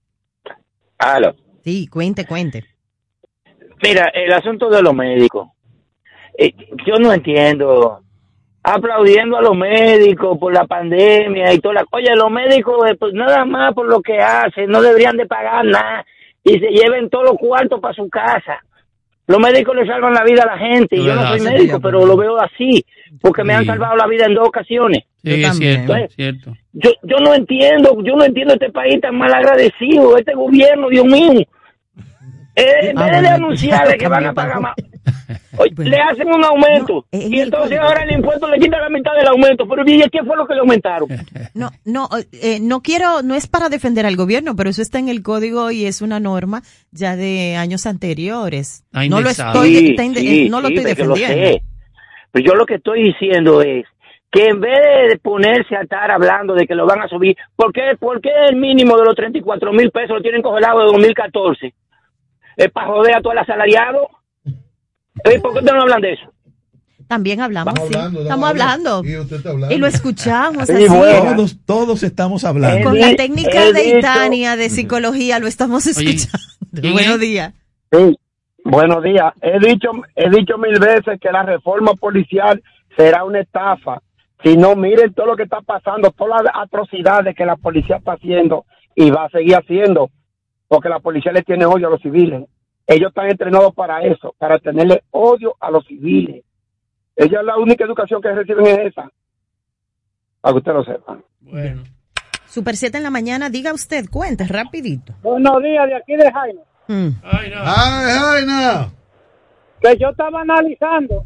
Speaker 20: Aló.
Speaker 3: Sí, cuente, cuente.
Speaker 20: Mira, el asunto de los médicos. Eh, yo no entiendo. Aplaudiendo a los médicos por la pandemia y toda la... Oye, los médicos, eh, pues nada más por lo que hacen, no deberían de pagar nada y se lleven todos los cuartos para su casa. Los médicos le salvan la vida a la gente. Y
Speaker 2: Es
Speaker 20: yo no
Speaker 2: verdad,
Speaker 20: soy
Speaker 2: sí,
Speaker 20: médico,
Speaker 2: sí,
Speaker 20: pero lo veo así, porque me han
Speaker 2: Sí.
Speaker 20: salvado la vida en dos ocasiones.
Speaker 2: Sí, es cierto,
Speaker 20: Entonces,
Speaker 2: es cierto.
Speaker 20: yo, yo no entiendo, yo no entiendo este país tan mal agradecido, este gobierno, Dios mío. Eh, en
Speaker 3: Ah,
Speaker 20: vez de
Speaker 3: bueno,
Speaker 20: anunciarle que van a pagar más, oye, le hacen un aumento
Speaker 3: No, en
Speaker 20: y
Speaker 3: el
Speaker 20: entonces
Speaker 3: código.
Speaker 20: ahora el impuesto le quitan la mitad del aumento. Pero ¿y qué fue lo que le aumentaron?
Speaker 3: No, no, eh, no quiero, no es para defender al gobierno, pero eso está en el código y es una norma ya de años anteriores.
Speaker 2: Está
Speaker 3: No lo
Speaker 2: indexado.
Speaker 3: estoy,
Speaker 20: Sí,
Speaker 3: está inde-
Speaker 20: sí,
Speaker 3: no lo
Speaker 20: sí,
Speaker 3: estoy
Speaker 20: porque lo
Speaker 3: defendiendo.
Speaker 20: sé. Pero yo lo que estoy diciendo es
Speaker 1: que en vez de ponerse a estar hablando de que lo van a subir, ¿por qué, por qué el mínimo de los treinta y cuatro mil pesos lo tienen congelado de dos mil catorce? ¿Es para joder a todo el asalariado? ¿Eh? ¿Por qué ustedes no hablan de eso?
Speaker 3: También hablamos,
Speaker 4: Estamos
Speaker 3: sí.
Speaker 4: hablando,
Speaker 3: Estamos hablando.
Speaker 4: Y usted está hablando.
Speaker 3: Y lo escuchamos
Speaker 4: Sí,
Speaker 3: así.
Speaker 4: bueno. Todos, todos estamos hablando.
Speaker 3: Con la técnica
Speaker 1: he
Speaker 3: de
Speaker 1: dicho-
Speaker 3: Itania de psicología lo estamos escuchando. Buenos días.
Speaker 18: Sí, buenos días. He dicho, he dicho mil veces que la reforma policial será una estafa. Si no, miren todo lo que está pasando, todas las atrocidades que la policía está haciendo y va a seguir haciendo, porque la policía le tiene odio a los civiles. Ellos están entrenados para eso, para tenerle odio a los civiles. Ella es la única educación que reciben es esa. Para que usted lo sepa.
Speaker 2: Bueno.
Speaker 3: Super siete en la mañana, diga usted, cuenta, rapidito.
Speaker 16: Buenos días, de aquí de Jaime.
Speaker 3: Mm.
Speaker 2: Ay, no.
Speaker 4: ¡Ay, ay, no!
Speaker 16: Que yo estaba analizando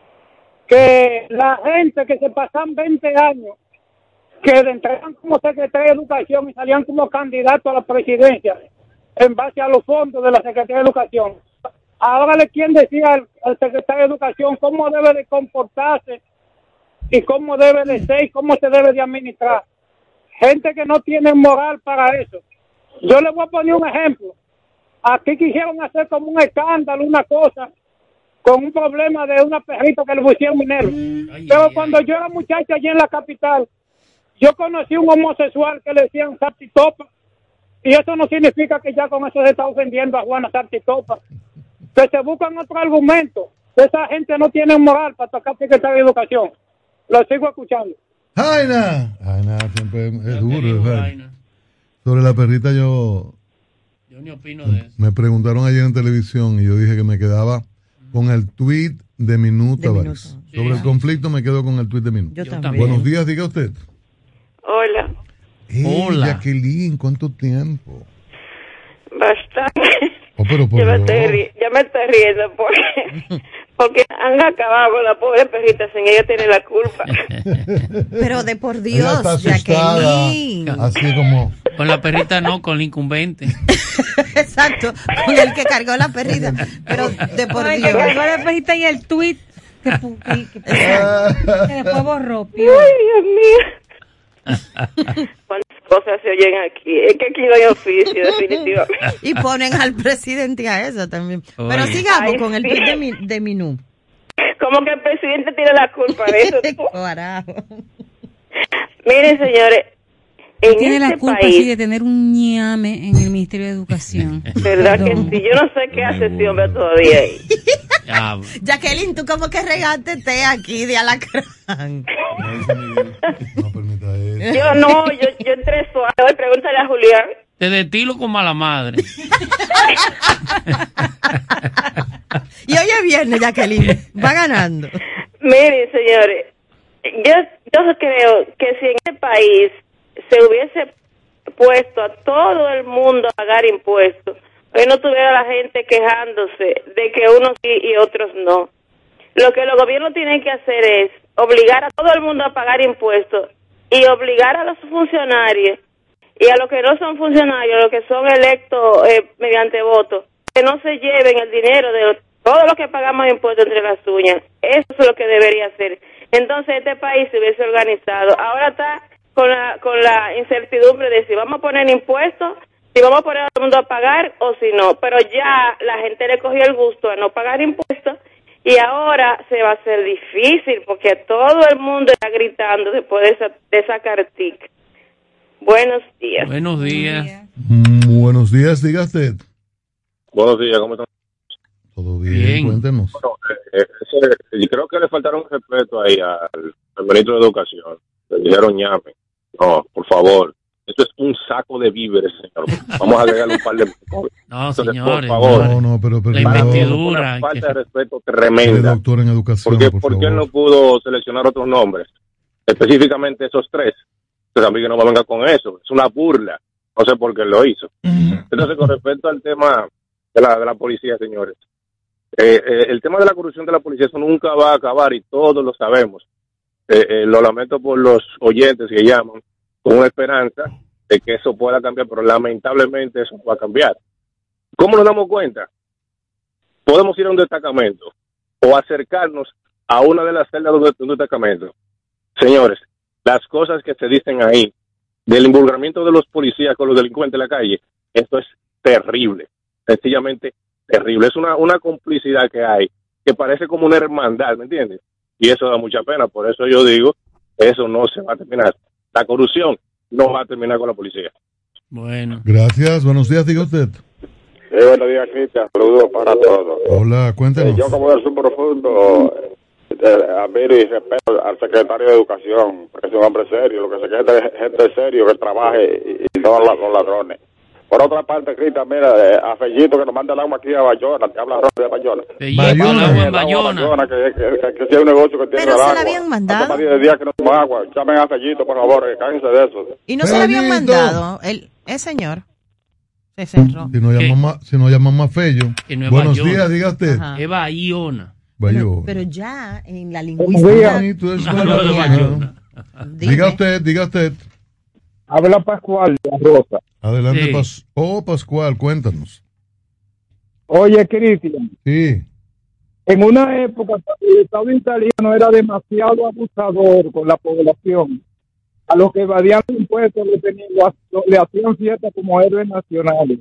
Speaker 16: que la gente que se pasan veinte años, que entraban como secretario de Educación y salían como candidatos a la presidencia en base a los fondos de la Secretaría de Educación. Ahora le quién decía al, al secretario de Educación cómo debe de comportarse y cómo debe de ser y cómo se debe de administrar. Gente que no tiene moral para eso. Yo le voy a poner un ejemplo. Aquí quisieron hacer como un escándalo, una cosa, con un problema de una perrita que le pusieron minero. Pero cuando yo era muchacho allí en la capital, yo conocí un homosexual que le decían Sartitopa, y eso no significa que ya con eso se está ofendiendo a Juana Sartitopa. Que se buscan otro argumento. Esa gente no tiene moral para tocar secretario de Educación. Lo sigo escuchando.
Speaker 4: Jaina. Jaina siempre es duro. Jaina. Sobre la perrita yo...
Speaker 2: Yo ni opino de eso.
Speaker 4: Me preguntaron ayer en televisión y yo dije que me quedaba con el tweet de Minú Tavares.
Speaker 2: Sí.
Speaker 4: Sobre el conflicto me quedo con el tweet de Minú.
Speaker 3: Yo también.
Speaker 4: Buenos días, diga usted.
Speaker 7: Hola.
Speaker 4: Hey,
Speaker 2: Hola.
Speaker 4: Jacqueline, ¿cuánto tiempo?
Speaker 7: Bastante.
Speaker 4: Oh, pero por
Speaker 7: Yo me
Speaker 4: Dios.
Speaker 7: estoy ri- ya me estoy riendo porque, porque han acabado con la pobre perrita sin ella tiene la culpa.
Speaker 3: Pero de por
Speaker 4: Ella está
Speaker 3: Dios,
Speaker 4: asustada,
Speaker 3: Jacqueline.
Speaker 4: así como...
Speaker 2: Con la perrita no, con el incumbente.
Speaker 3: Exacto, con el que cargó la perrita. Pero de por
Speaker 5: Con el
Speaker 3: Dios.
Speaker 5: que cargó la perrita y el tweet que, pu- que, que- que después borró.
Speaker 7: Ay, Dios mío. ¿Cuántas cosas se oyen aquí? Es que aquí no hay oficio, definitivamente.
Speaker 3: Y ponen al presidente a eso también.
Speaker 2: Oye.
Speaker 3: Pero sigamos
Speaker 7: Ay,
Speaker 3: con el
Speaker 7: sí.
Speaker 3: tweet de, mi, de Minú.
Speaker 7: Como que el presidente tiene la culpa de eso.
Speaker 3: Carajo.
Speaker 7: Miren, señores, en
Speaker 5: Tiene
Speaker 7: este
Speaker 5: la culpa
Speaker 7: país,
Speaker 5: sí, de tener un ñame en el Ministerio de Educación.
Speaker 7: ¿verdad que
Speaker 5: Perdón.
Speaker 7: sí? Yo no sé qué hace ese hombre todavía ahí.
Speaker 2: Ya,
Speaker 3: Jacqueline, tú como que regaste té aquí de alacrán.
Speaker 4: No permita eso.
Speaker 7: Yo no, yo, yo entré suave. Pregúntale a Julián.
Speaker 2: te destilo con mala madre.
Speaker 3: Y hoy es viernes, Jacqueline. Va ganando.
Speaker 7: Miren, señores, yo, yo creo que si en este país se hubiese puesto a todo el mundo a pagar impuestos, hoy no tuviera la gente quejándose de que unos sí y otros no. Lo que los gobiernos tienen que hacer es obligar a todo el mundo a pagar impuestos y obligar a los funcionarios y a los que no son funcionarios, a los que son electos eh, mediante voto, que no se lleven el dinero de todo lo que pagamos impuestos entre las uñas. Eso es lo que debería hacer. Entonces este país se hubiese organizado. Ahora está con la con la incertidumbre de si vamos a poner impuestos, si vamos a poner a todo el mundo a pagar o si no. Pero ya la gente le cogió el gusto a no pagar impuestos y ahora se va a hacer difícil porque todo el mundo está gritando después de esa, de esa cartica. Buenos días.
Speaker 2: Buenos días.
Speaker 4: Mm, buenos días, diga usted.
Speaker 21: Buenos días, ¿cómo están?
Speaker 4: Todo bien,
Speaker 2: Bien.
Speaker 4: cuéntenos.
Speaker 21: Bueno, eh, ese- yo creo que le faltaron respeto ahí al, al ministro de Educación. Le dijeron ñame. No, por favor. Esto es un saco de víveres, señor. Vamos a agregarle un par de...
Speaker 2: No,
Speaker 21: Entonces,
Speaker 2: señores.
Speaker 21: por favor.
Speaker 4: No, no, pero
Speaker 2: La
Speaker 4: perdón.
Speaker 2: investidura.
Speaker 21: Una
Speaker 2: hay
Speaker 21: falta
Speaker 2: que-
Speaker 21: de respeto
Speaker 4: El
Speaker 21: tremenda.
Speaker 4: doctor en educación,
Speaker 21: ¿Por qué,
Speaker 4: por
Speaker 21: por qué
Speaker 4: favor.
Speaker 21: no pudo seleccionar otros nombres? Específicamente esos tres. Entonces a mí que no me venga con eso. Es una burla. No sé por qué lo hizo. Entonces, con respecto al tema de la, de la policía, señores. Eh, eh, el tema de la corrupción de la policía, eso nunca va a acabar y todos lo sabemos. Eh, eh, lo lamento por los oyentes que llaman con una esperanza de que eso pueda cambiar, pero lamentablemente eso no va a cambiar. ¿Cómo nos damos cuenta? Podemos ir a un destacamento o acercarnos a una de las celdas de un destacamento. Señores, las cosas que se dicen ahí, del involucramiento de los policías con los delincuentes en la calle, esto es terrible, sencillamente terrible. Es una, una complicidad que hay, que parece como una hermandad, ¿me entiendes? Y eso da mucha pena, por eso yo digo, eso no se va a terminar. La corrupción no va a terminar con la policía.
Speaker 2: Bueno.
Speaker 4: Gracias, buenos días, diga usted.
Speaker 10: Sí, buenos días, Cristian. Saludos para todos.
Speaker 4: Hola, cuéntanos.
Speaker 10: Eh, yo, como del sur profundo, eh, admiro y respeto al secretario de Educación, porque es un hombre serio. Lo que se quiere es gente serio que trabaje y, y no los ladrones. Por otra parte, Cristian, mira, eh, a Fellito que nos manda el agua aquí a Bayona, te habla Ron de Bayona.
Speaker 2: Bayona, el agua en
Speaker 10: Bayona.
Speaker 2: Bayona.
Speaker 10: Que, que, que, que sea un negocio que tiene
Speaker 3: Pero
Speaker 10: el
Speaker 3: se
Speaker 10: agua.
Speaker 3: la habían mandado.
Speaker 10: Hace más de diez días que no toma agua. Llamen a Fellito, por favor, eh, cállense de eso.
Speaker 3: Y no se la habían mandado. El, el señor se cerró.
Speaker 4: Si no llaman más, si no llaman más Fello.
Speaker 2: No es
Speaker 4: Buenos
Speaker 2: Bayona.
Speaker 4: días, diga usted.
Speaker 3: Ajá.
Speaker 2: Es Bayona.
Speaker 4: Bayona.
Speaker 3: Pero ya en la
Speaker 4: Buenos
Speaker 3: lingüística.
Speaker 4: días. Tú es
Speaker 2: No, no, de Bayona.
Speaker 4: Diga usted, diga usted.
Speaker 24: Habla Pascual de Rosa.
Speaker 4: Adelante,
Speaker 24: Sí.
Speaker 4: Pas oh, Pascual, cuéntanos.
Speaker 24: Oye, Cristian,
Speaker 4: Sí.
Speaker 24: en una época el Estado italiano era demasiado abusador con la población. A los que evadían los impuestos le, tenían, lo- le hacían fiestas como héroes nacionales.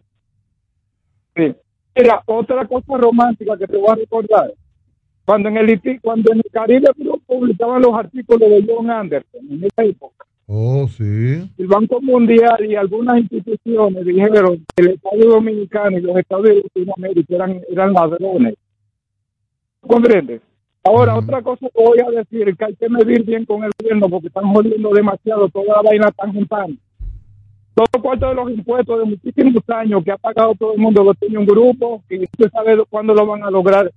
Speaker 24: Sí. Mira, otra cosa romántica que te voy a recordar. Cuando en el Iti- cuando en el Caribe publicaban los artículos de John Anderson, en esa época,
Speaker 4: Oh, sí.
Speaker 24: el Banco Mundial y algunas instituciones dijeron que el Estado Dominicano y los Estados de Latinoamérica eran, eran ladrones. ¿Comprendes? Ahora, otra cosa que voy a decir, que hay que medir bien con el gobierno porque están jodiendo demasiado, toda la vaina están juntando. Todo cuarto de los impuestos de muchísimos años que ha pagado todo el mundo lo tiene un grupo y no se sabe cuándo lo van a lograr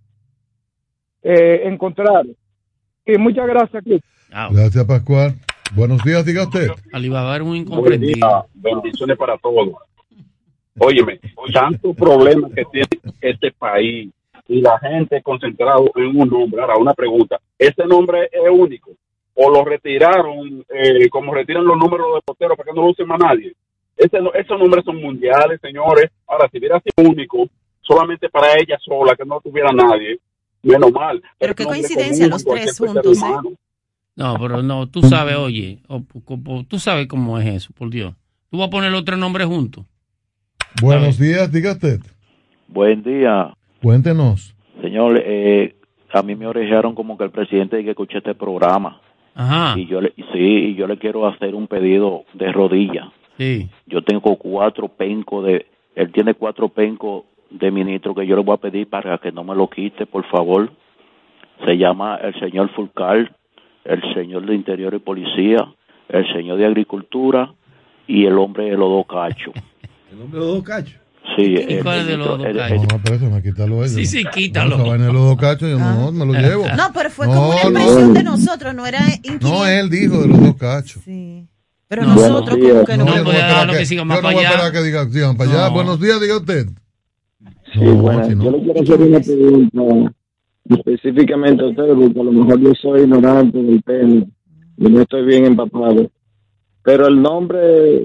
Speaker 24: eh, encontrar. Y muchas gracias, Cristo.
Speaker 4: Gracias, Pascual. Buenos días, diga usted.
Speaker 2: Alibaba era un
Speaker 11: Buen
Speaker 2: incomprendido.
Speaker 11: día, bendiciones para todos. Óyeme, tantos problemas que tiene este país y la gente concentrado en un nombre. Ahora, una pregunta, ¿este nombre es único? ¿O lo retiraron eh, como retiran los números de portero para que no lo use más nadie? Ese, no- esos nombres son mundiales, señores. Ahora, si hubiera sido único, solamente para ella sola, que no tuviera nadie, menos mal.
Speaker 3: Pero qué coincidencia, los tres juntos, ¿eh?
Speaker 2: No, pero no, tú sabes, oye, o- o- tú sabes cómo es eso, por Dios. Tú vas a poner los tres nombres juntos.
Speaker 4: Buenos días, diga usted.
Speaker 12: Buen día,
Speaker 4: Cuéntenos.
Speaker 12: señor. Eh, a mí me orejaron como que el presidente dice que escuché este programa.
Speaker 2: Ajá.
Speaker 12: Y yo le, sí, y yo le quiero hacer un pedido de rodillas.
Speaker 2: Sí.
Speaker 12: Yo tengo cuatro pencos de, él tiene cuatro pencos de ministro que yo le voy a pedir para que no me lo quite, por favor. Se llama el señor Fulcar, el señor de Interior y Policía, el señor de Agricultura y el hombre de los dos cachos.
Speaker 13: ¿El hombre de los dos cachos?
Speaker 12: Sí,
Speaker 2: ¿Y cuál es de los dos
Speaker 12: el-
Speaker 2: cachos?
Speaker 4: No, no, pero eso me quítalo ellos.
Speaker 2: Sí, sí, quítalo.
Speaker 4: No, esa vaina de los dos cachos, yo no, me lo llevo.
Speaker 3: No, pero fue
Speaker 4: No,
Speaker 3: como una
Speaker 4: no.
Speaker 3: impresión de nosotros, no era inquiriendo.
Speaker 4: No, él dijo de los dos cachos.
Speaker 3: Pero
Speaker 4: No,
Speaker 3: nosotros
Speaker 4: buenos
Speaker 3: como
Speaker 4: días.
Speaker 3: que no.
Speaker 4: No, yo no voy a esperar
Speaker 2: que
Speaker 4: que-
Speaker 2: sigan
Speaker 4: yo
Speaker 2: más
Speaker 4: no
Speaker 2: para
Speaker 4: voy a
Speaker 2: allá.
Speaker 4: esperar que digan, sigan para allá.
Speaker 2: No.
Speaker 4: Buenos días, diga usted.
Speaker 18: Sí, bueno,
Speaker 4: si no.
Speaker 18: yo le quiero hacer una pregunta específicamente a ustedes, porque a lo mejor yo soy ignorante del tema y no estoy bien empapado. Pero el nombre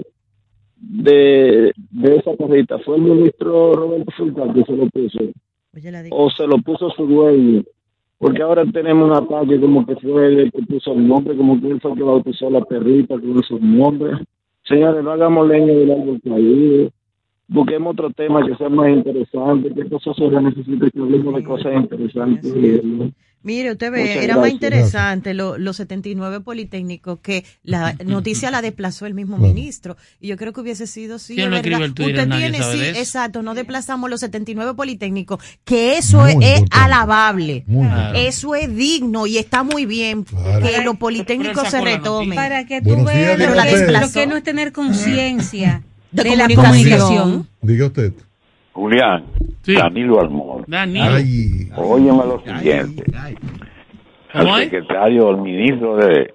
Speaker 18: de, de esa carrita fue el ministro Roberto Fulcar que se lo puso, o se lo puso su dueño, porque ahora tenemos un ataque como que fue el que puso el nombre, como que él fue el que bautizó a la perrita con esos nombres. Señores, no hagamos leña del árbol caído. Busquemos otro tema que sea más interesante, que esta sociedad necesita que hablemos de cosas interesantes.
Speaker 3: Mire, usted ve,
Speaker 18: Muchas
Speaker 3: era más
Speaker 18: gracias.
Speaker 3: interesante lo- los setenta y nueve politécnicos que la noticia la desplazó el mismo ministro. Y yo creo que hubiese sido, sí,
Speaker 2: ¿Quién
Speaker 3: es
Speaker 2: lo
Speaker 3: verdad.
Speaker 2: escribe el Twitter?
Speaker 3: Usted
Speaker 2: Nadie
Speaker 3: tiene,
Speaker 2: sabe
Speaker 3: sí,
Speaker 2: de eso.
Speaker 3: exacto, no desplazamos los setenta y nueve politécnicos, que eso
Speaker 2: Muy
Speaker 3: es, es
Speaker 2: importante.
Speaker 3: alabable.
Speaker 2: Muy Claro.
Speaker 3: Eso es digno y está muy bien que los politécnicos se retomen.
Speaker 5: Para que tú
Speaker 4: Buenos
Speaker 5: veas
Speaker 4: días,
Speaker 5: lo,
Speaker 4: diga
Speaker 5: que-
Speaker 4: usted.
Speaker 5: lo que no es tener conciencia
Speaker 3: De
Speaker 5: de, la
Speaker 3: comunicación.
Speaker 5: comunicación.
Speaker 4: Diga usted.
Speaker 25: Julián, Danilo Almor.
Speaker 2: Danilo.
Speaker 4: Ay.
Speaker 25: Óyeme lo siguiente.
Speaker 2: ¿Cómo
Speaker 25: Al
Speaker 2: es?
Speaker 25: secretario, al ministro de,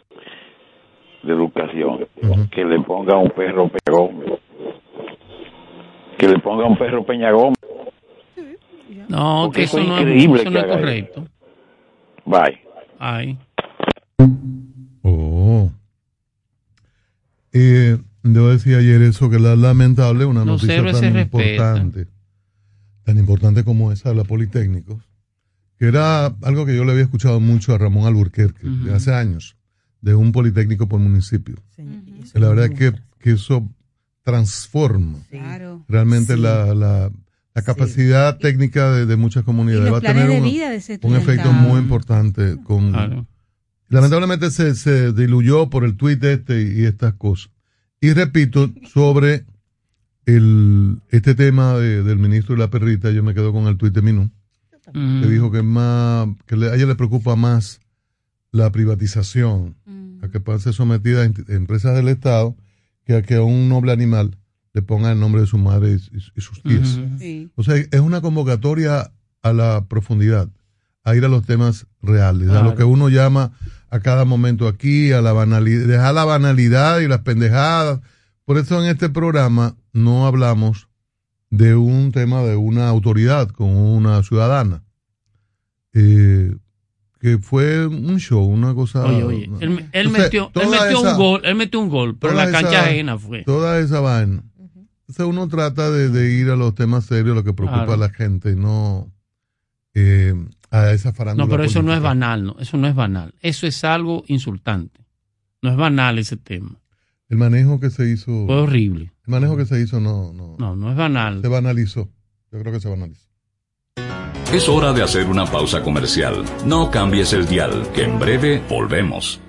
Speaker 25: de Educación, que le ponga un perro Peñagón. Que le ponga un perro Peñagón.
Speaker 2: No,
Speaker 25: Porque
Speaker 2: que eso,
Speaker 25: eso es
Speaker 2: no es,
Speaker 25: increíble
Speaker 2: eso no
Speaker 25: que
Speaker 2: es
Speaker 25: haga
Speaker 2: correcto.
Speaker 25: Bye.
Speaker 2: Ay.
Speaker 4: Oh. Eh, yo decía ayer eso, que es lamentable, una
Speaker 2: Los
Speaker 4: noticia
Speaker 2: héroes
Speaker 4: tan
Speaker 2: se respetan.
Speaker 4: importante, tan importante como esa de la Politécnicos, que era algo que yo le había escuchado mucho a Ramón Alburquerque de hace años, de un politécnico por municipio. Sí, uh-huh. La verdad es que, que eso transforma sí. realmente sí. la, la, la capacidad sí. técnica de, de muchas comunidades. Va a tener un, de un efecto muy importante. Con, claro. Lamentablemente se, se diluyó por el tuit este y, y estas cosas. Y repito, sobre el este tema de, del ministro de la perrita, yo me quedo con el tuit de Minú, uh-huh. que dijo que, más, que le, a ella le preocupa más la privatización, uh-huh. a que puedan ser sometidas a empresas del Estado, que a que a un noble animal le pongan el nombre de su madre y, y, y sus tías. Uh-huh. Sí. O sea, es una convocatoria a la profundidad, a ir a los temas reales, claro. a lo que uno llama a cada momento aquí, a la banalidad, dejar la banalidad y las pendejadas. Por eso en este programa no hablamos de un tema de una autoridad con una ciudadana, eh, que fue un show, una cosa.
Speaker 2: Oye, oye, él, él Entonces, metió, él metió esa, un gol, él metió un gol, pero la cancha esa, ajena fue.
Speaker 4: Toda esa vaina. Uh-huh. Entonces uno trata de, de ir a los temas serios, lo que preocupa claro. a la gente, y no eh, a esa farándula.
Speaker 2: No, pero
Speaker 4: política.
Speaker 2: Eso no es banal, no, eso no es banal. Eso es algo insultante. No es banal ese tema.
Speaker 4: El manejo que se hizo...
Speaker 2: Fue horrible.
Speaker 4: El manejo que se hizo no... No,
Speaker 2: no, no es banal.
Speaker 4: Se banalizó. Yo creo que se banalizó.
Speaker 6: Es hora de hacer una pausa comercial. No cambies el dial, que en breve volvemos.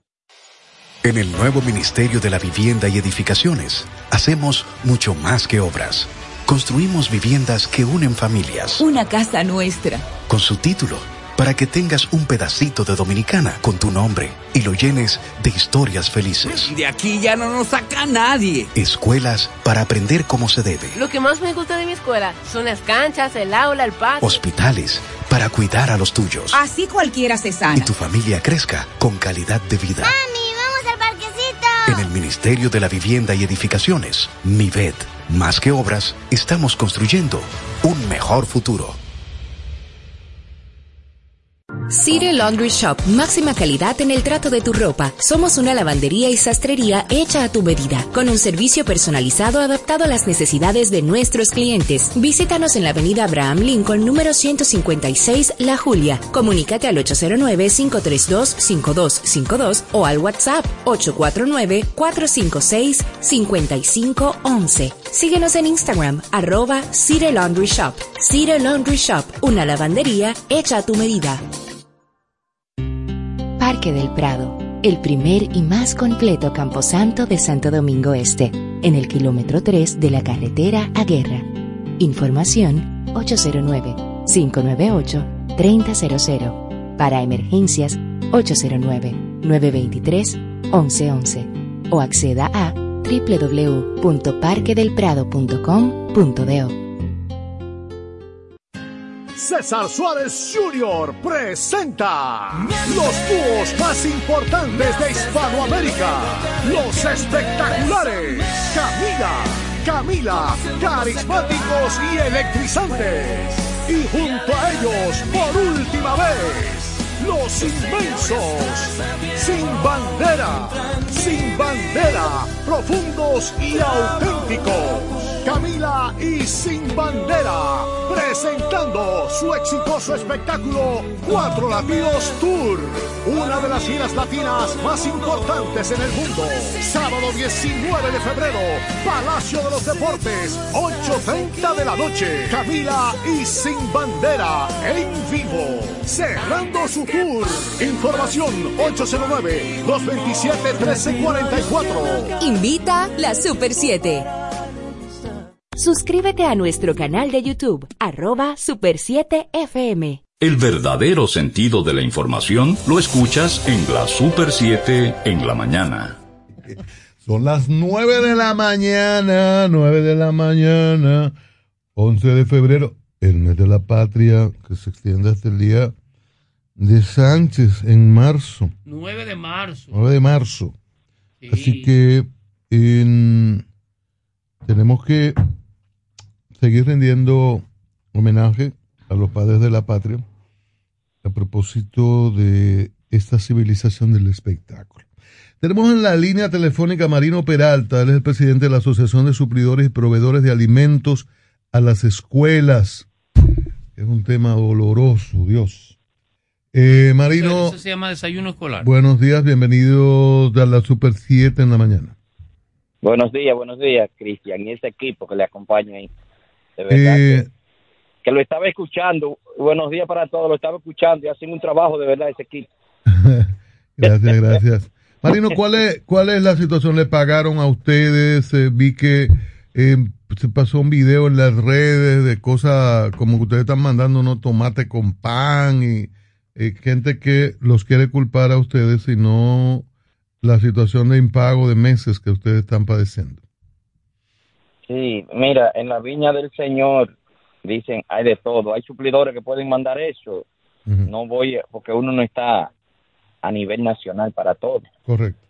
Speaker 8: En el nuevo Ministerio de la Vivienda y Edificaciones, hacemos mucho más que obras. Construimos viviendas que unen familias.
Speaker 9: Una casa nuestra.
Speaker 8: Con su título, para que tengas un pedacito de Dominicana con tu nombre y lo llenes de historias felices.
Speaker 9: De aquí ya no nos saca nadie.
Speaker 8: Escuelas para aprender cómo se debe.
Speaker 13: Lo que más me gusta de mi escuela son las canchas, el aula, el patio.
Speaker 8: Hospitales para cuidar a los tuyos.
Speaker 9: Así cualquiera se sana.
Speaker 8: Y tu familia crezca con calidad de vida.
Speaker 22: ¡Mami, vamos al parquecito!
Speaker 8: En el Ministerio de la Vivienda y Edificaciones, MIVED, más que obras, estamos construyendo un mejor futuro.
Speaker 14: City Laundry Shop, máxima calidad en el trato de tu ropa. Somos una lavandería y sastrería hecha a tu medida, con un servicio personalizado adaptado a las necesidades de nuestros clientes. Visítanos en la avenida Abraham Lincoln, número ciento cincuenta y seis, La Julia. Comunícate al ocho cero nueve, cinco tres dos, cinco dos cinco dos o al WhatsApp ocho cuatro nueve, cuatro cinco seis, cinco cinco uno uno. Síguenos en Instagram, arroba City Laundry Shop. City Laundry Shop, una lavandería hecha a tu medida. Parque del Prado, el primer y más completo camposanto de Santo Domingo Este, en el kilómetro tres de la carretera a Guerra. Información ocho cero nueve, cinco nueve ocho, tres cero cero cero. Para emergencias ocho cero nueve, nueve dos tres, once once. O acceda a doble u doble u doble u punto parque del prado punto com punto do.
Speaker 23: César Suárez junior presenta los dúos más importantes de Hispanoamérica, los espectaculares Camila, Camila, carismáticos y electrizantes, y junto a ellos, por última vez, los inmensos, Sin Bandera, Sin Bandera, profundos y auténticos. Camila y Sin Bandera, presentando su exitoso espectáculo Cuatro Latidos Tour, una de las giras latinas más importantes en el mundo. Sábado diecinueve de febrero, Palacio de los Deportes, ocho treinta de la noche. Camila y Sin Bandera en vivo, cerrando su tour. Información ocho cero nueve, dos dos siete, uno tres cuatro cuatro.
Speaker 14: Invita la Super siete. Suscríbete a nuestro canal de YouTube, arroba Super siete F M.
Speaker 6: El verdadero sentido de la información lo escuchas en la Super siete en la mañana.
Speaker 4: Son las nueve de la mañana, nueve de la mañana, once de febrero, el mes de la patria, que se extiende hasta el día de Sánchez en marzo.
Speaker 2: nueve de marzo.
Speaker 4: nueve de marzo. Sí. Así que en, tenemos que seguir rendiendo homenaje a los padres de la patria a propósito de esta civilización del espectáculo. Tenemos en la línea telefónica a Marino Peralta, él es el presidente de la Asociación de Suplidores y Proveedores de Alimentos a las Escuelas. Es un tema doloroso, Dios. Eh, Marino,
Speaker 2: eso se llama desayuno escolar.
Speaker 4: Buenos días, bienvenidos a la Super siete en la mañana.
Speaker 1: Buenos días, buenos días, Cristian, y ese equipo que le acompaña ahí. De verdad eh, que, que lo estaba escuchando. Buenos días para todos, lo estaba escuchando y hacen un trabajo de verdad ese equipo.
Speaker 4: Gracias, gracias. Marino, ¿cuál es, cuál es la situación? ¿Le pagaron a ustedes? Eh, vi que eh, se pasó un video en las redes de cosas como que ustedes están mandando unos tomates con pan y eh, gente que los quiere culpar a ustedes y no la situación de impago de meses que ustedes están padeciendo.
Speaker 1: Sí, mira, en la viña del Señor dicen hay de todo. Hay suplidores que pueden mandar eso. Uh-huh. No voy, porque uno no está a nivel nacional para todo.
Speaker 4: Correcto.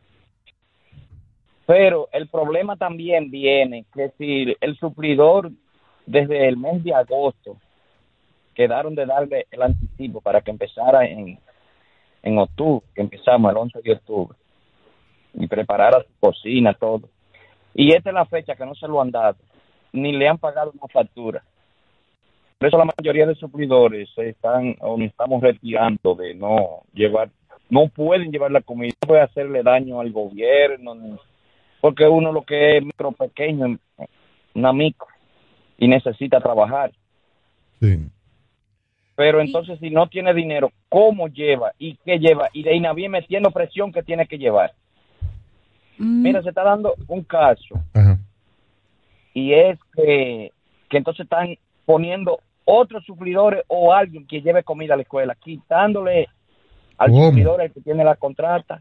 Speaker 1: Pero el problema también viene que si el suplidor desde el mes de agosto quedaron de darle el anticipo para que empezara en, en octubre, que empezamos el once de octubre, y preparara su cocina, todo. Y esta es la fecha que no se lo han dado, ni le han pagado una factura. Por eso la mayoría de suplidores se están, o nos estamos retirando de no llevar, no pueden llevar la comida, no puede hacerle daño al gobierno, porque uno lo que es micro pequeño, una micro, y necesita trabajar.
Speaker 4: Sí.
Speaker 1: Pero entonces si no tiene dinero, ¿cómo lleva? ¿Y qué lleva? Y de ahí nadie metiendo presión que tiene que llevar. Mm. Mira, se está dando un caso.
Speaker 4: Ajá.
Speaker 1: Y es que, que entonces están poniendo otros suplidores o alguien que lleve comida a la escuela, quitándole al
Speaker 4: ¿Cómo?
Speaker 1: suplidor el que tiene la contrata.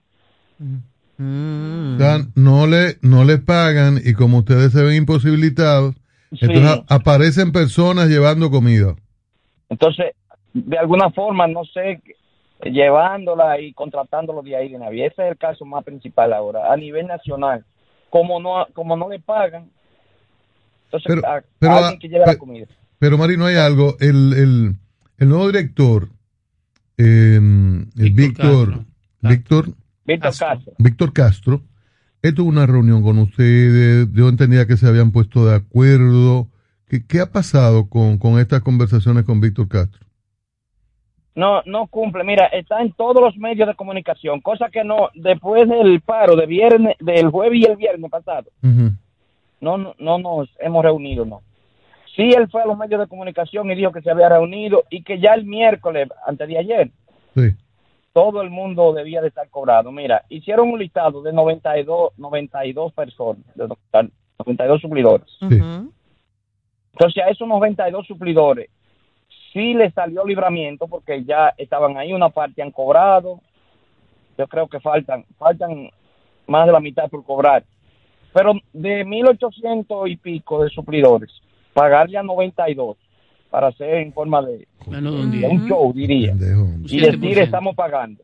Speaker 4: Mm. O sea, no le, no le pagan y como ustedes se ven imposibilitados, sí. Entonces a, aparecen personas llevando comida.
Speaker 1: Entonces, de alguna forma, no sé, llevándola y contratándolo de ahí de Navidad. Ese es el caso más principal ahora. A nivel nacional, como no como no le pagan, entonces
Speaker 4: pero,
Speaker 1: a,
Speaker 4: pero,
Speaker 1: a alguien que lleve
Speaker 4: pero,
Speaker 1: la comida.
Speaker 4: Pero Marino, hay algo. El, el, el nuevo director, eh, el Víctor, Víctor,
Speaker 1: Víctor Castro.
Speaker 4: Víctor Castro, él tuvo una reunión con ustedes. Yo entendía que se habían puesto de acuerdo. ¿Qué, qué ha pasado con, con estas conversaciones con Víctor Castro?
Speaker 1: No, no cumple. Mira, está en todos los medios de comunicación, cosa que no, después del paro de viernes, del jueves y el viernes pasado,
Speaker 4: uh-huh.
Speaker 1: no, no, no nos hemos reunido, no. Sí, él fue a los medios de comunicación y dijo que se había reunido y que ya el miércoles, antes de ayer,
Speaker 4: sí.
Speaker 1: todo el mundo debía de estar cobrado. Mira, hicieron un listado de noventa y dos, noventa y dos personas, de noventa y dos suplidores.
Speaker 4: Sí.
Speaker 1: Uh-huh. Entonces a esos noventa y dos suplidores sí les salió libramiento porque ya estaban ahí, una parte han cobrado, yo creo que faltan, faltan más de la mitad por cobrar, pero de mil ochocientos y pico de suplidores, pagarle a noventa y dos para hacer en forma de,
Speaker 2: Menos de un, día.
Speaker 1: de un show, diría,
Speaker 4: Pendejo.
Speaker 1: y decir estamos pagando.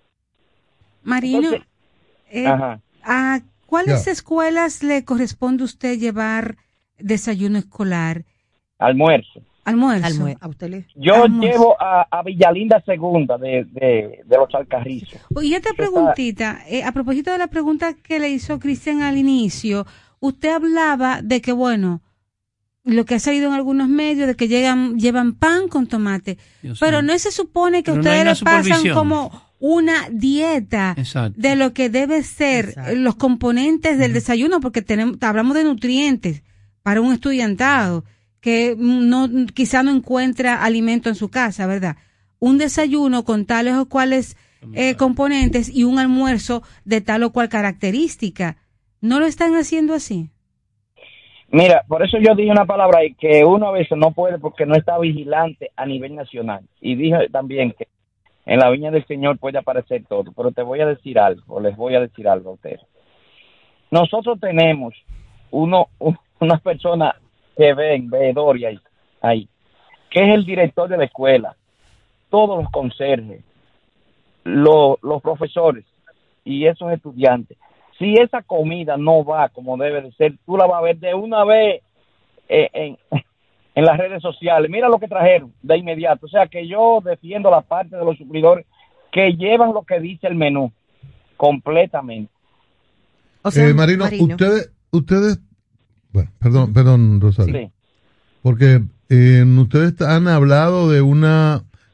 Speaker 5: Marino,
Speaker 1: Entonces,
Speaker 5: eh,
Speaker 1: ajá.
Speaker 5: ¿a cuáles
Speaker 4: Ya.
Speaker 5: escuelas le corresponde a usted llevar desayuno escolar?
Speaker 1: Almuerzo.
Speaker 5: Almuerzo.
Speaker 3: Almue- a usted le...
Speaker 1: Yo
Speaker 5: Almuerzo.
Speaker 1: llevo a, a Villalinda Segunda de, de, de los Alcarrizos.
Speaker 5: Y esta preguntita, eh, a propósito de la pregunta que le hizo Cristian al inicio, usted hablaba de que, bueno, lo que ha salido en algunos medios, de que llegan llevan pan con tomate,
Speaker 2: Dios
Speaker 5: pero
Speaker 2: mío.
Speaker 5: no se supone que
Speaker 2: Pero no
Speaker 5: ustedes
Speaker 2: hay una
Speaker 5: le pasan
Speaker 2: supervisión.
Speaker 5: como una dieta
Speaker 2: Exacto.
Speaker 5: de lo que debe ser
Speaker 3: Exacto.
Speaker 5: los componentes del desayuno, porque tenemos hablamos de nutrientes para un estudiantado que no quizá no encuentra alimento en su casa, ¿verdad? Un desayuno con tales o cuales eh, componentes y un almuerzo de tal o cual característica. ¿No lo están haciendo así?
Speaker 1: Mira, por eso yo dije una palabra ahí, que uno a veces no puede porque no está vigilante a nivel nacional. Y dije también que en la viña del Señor puede aparecer todo, pero te voy a decir algo, les voy a decir algo a ustedes. Nosotros tenemos uno, unas personas que ven, veedores ahí, ahí, que es el director de la escuela, todos los conserjes, los, los profesores y esos estudiantes. Si esa comida no va como debe de ser, tú la vas a ver de una vez eh, en, en las redes sociales. Mira lo que trajeron de inmediato. O sea que yo defiendo la parte de los suplidores que llevan lo que dice el menú completamente.
Speaker 3: O sea,
Speaker 4: eh, Marino,
Speaker 3: Marino,
Speaker 4: ustedes, ustedes, bueno, perdón, perdón, Rosario,
Speaker 1: Sí.
Speaker 4: porque eh, ustedes han hablado de una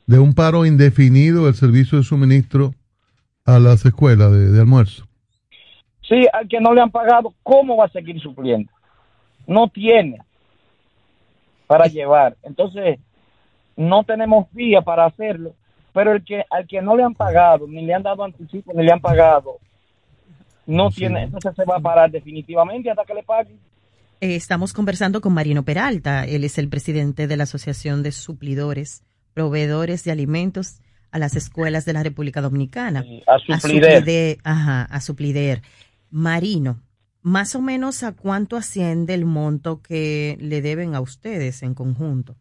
Speaker 4: de un paro indefinido del servicio de suministro a las escuelas de, de almuerzo.
Speaker 1: Sí, al que no le han pagado, ¿cómo va a seguir supliendo? No tiene para llevar. Entonces, no tenemos vía para hacerlo, pero el que al que no le han pagado, ni le han dado anticipo, ni le han pagado, no sí. tiene, entonces se va a parar definitivamente hasta que le paguen.
Speaker 3: Eh, estamos conversando con Marino Peralta, él es el presidente de la Asociación de Suplidores, Proveedores de Alimentos a las Escuelas de la República Dominicana.
Speaker 1: Sí, a Suplider.
Speaker 3: A Suplider, ajá, a Suplider. Marino, más o menos ¿a cuánto asciende el monto que le deben a ustedes en conjunto?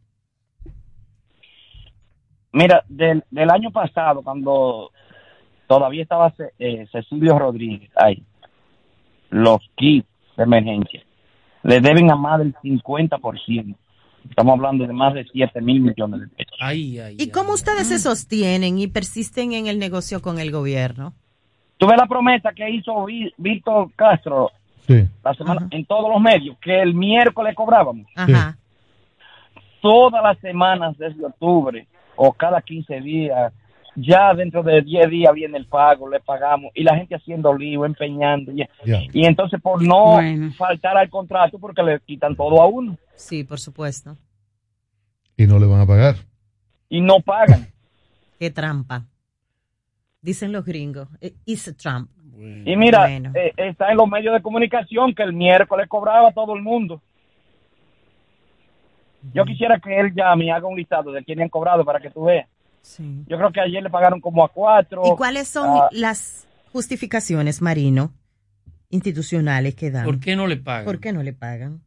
Speaker 1: Mira, del, del año pasado, cuando todavía estaba eh, Cecilio Rodríguez ahí, los kits de emergencia le deben a más del cincuenta por ciento. Estamos hablando de más de siete mil millones de pesos.
Speaker 2: Ay, ay,
Speaker 3: ¿Y cómo
Speaker 2: ay,
Speaker 3: ustedes
Speaker 2: ay.
Speaker 3: se sostienen y persisten en el negocio con el gobierno?
Speaker 1: Tuve la promesa que hizo Vi- Víctor Castro
Speaker 4: sí.
Speaker 1: la semana
Speaker 3: Ajá.
Speaker 1: en todos los medios, que el miércoles cobrábamos.
Speaker 3: Ajá.
Speaker 1: Todas las semanas desde octubre o cada quince días, ya dentro de diez días viene el pago, le pagamos, y la gente haciendo lío, empeñando, y,
Speaker 4: Yeah.
Speaker 1: y entonces por no
Speaker 5: Bueno.
Speaker 1: faltar al contrato, porque le quitan todo a uno,
Speaker 3: Sí, por supuesto.
Speaker 4: Y no le van a pagar.
Speaker 1: y no pagan.
Speaker 3: Qué trampa. Dicen los gringos. eh, It's a trump.
Speaker 1: Y mira,
Speaker 3: Bueno.
Speaker 1: eh, está en los medios de comunicación que el miércoles cobraba a todo el mundo. Yo quisiera que él llame y haga un listado de quién han cobrado para que tú veas.
Speaker 3: Sí.
Speaker 1: Yo creo que ayer le pagaron como a cuatro.
Speaker 3: ¿Y cuáles son
Speaker 1: ah,
Speaker 3: las justificaciones, Marino, institucionales que dan?
Speaker 2: ¿Por qué no le pagan?
Speaker 3: ¿Por qué no le pagan?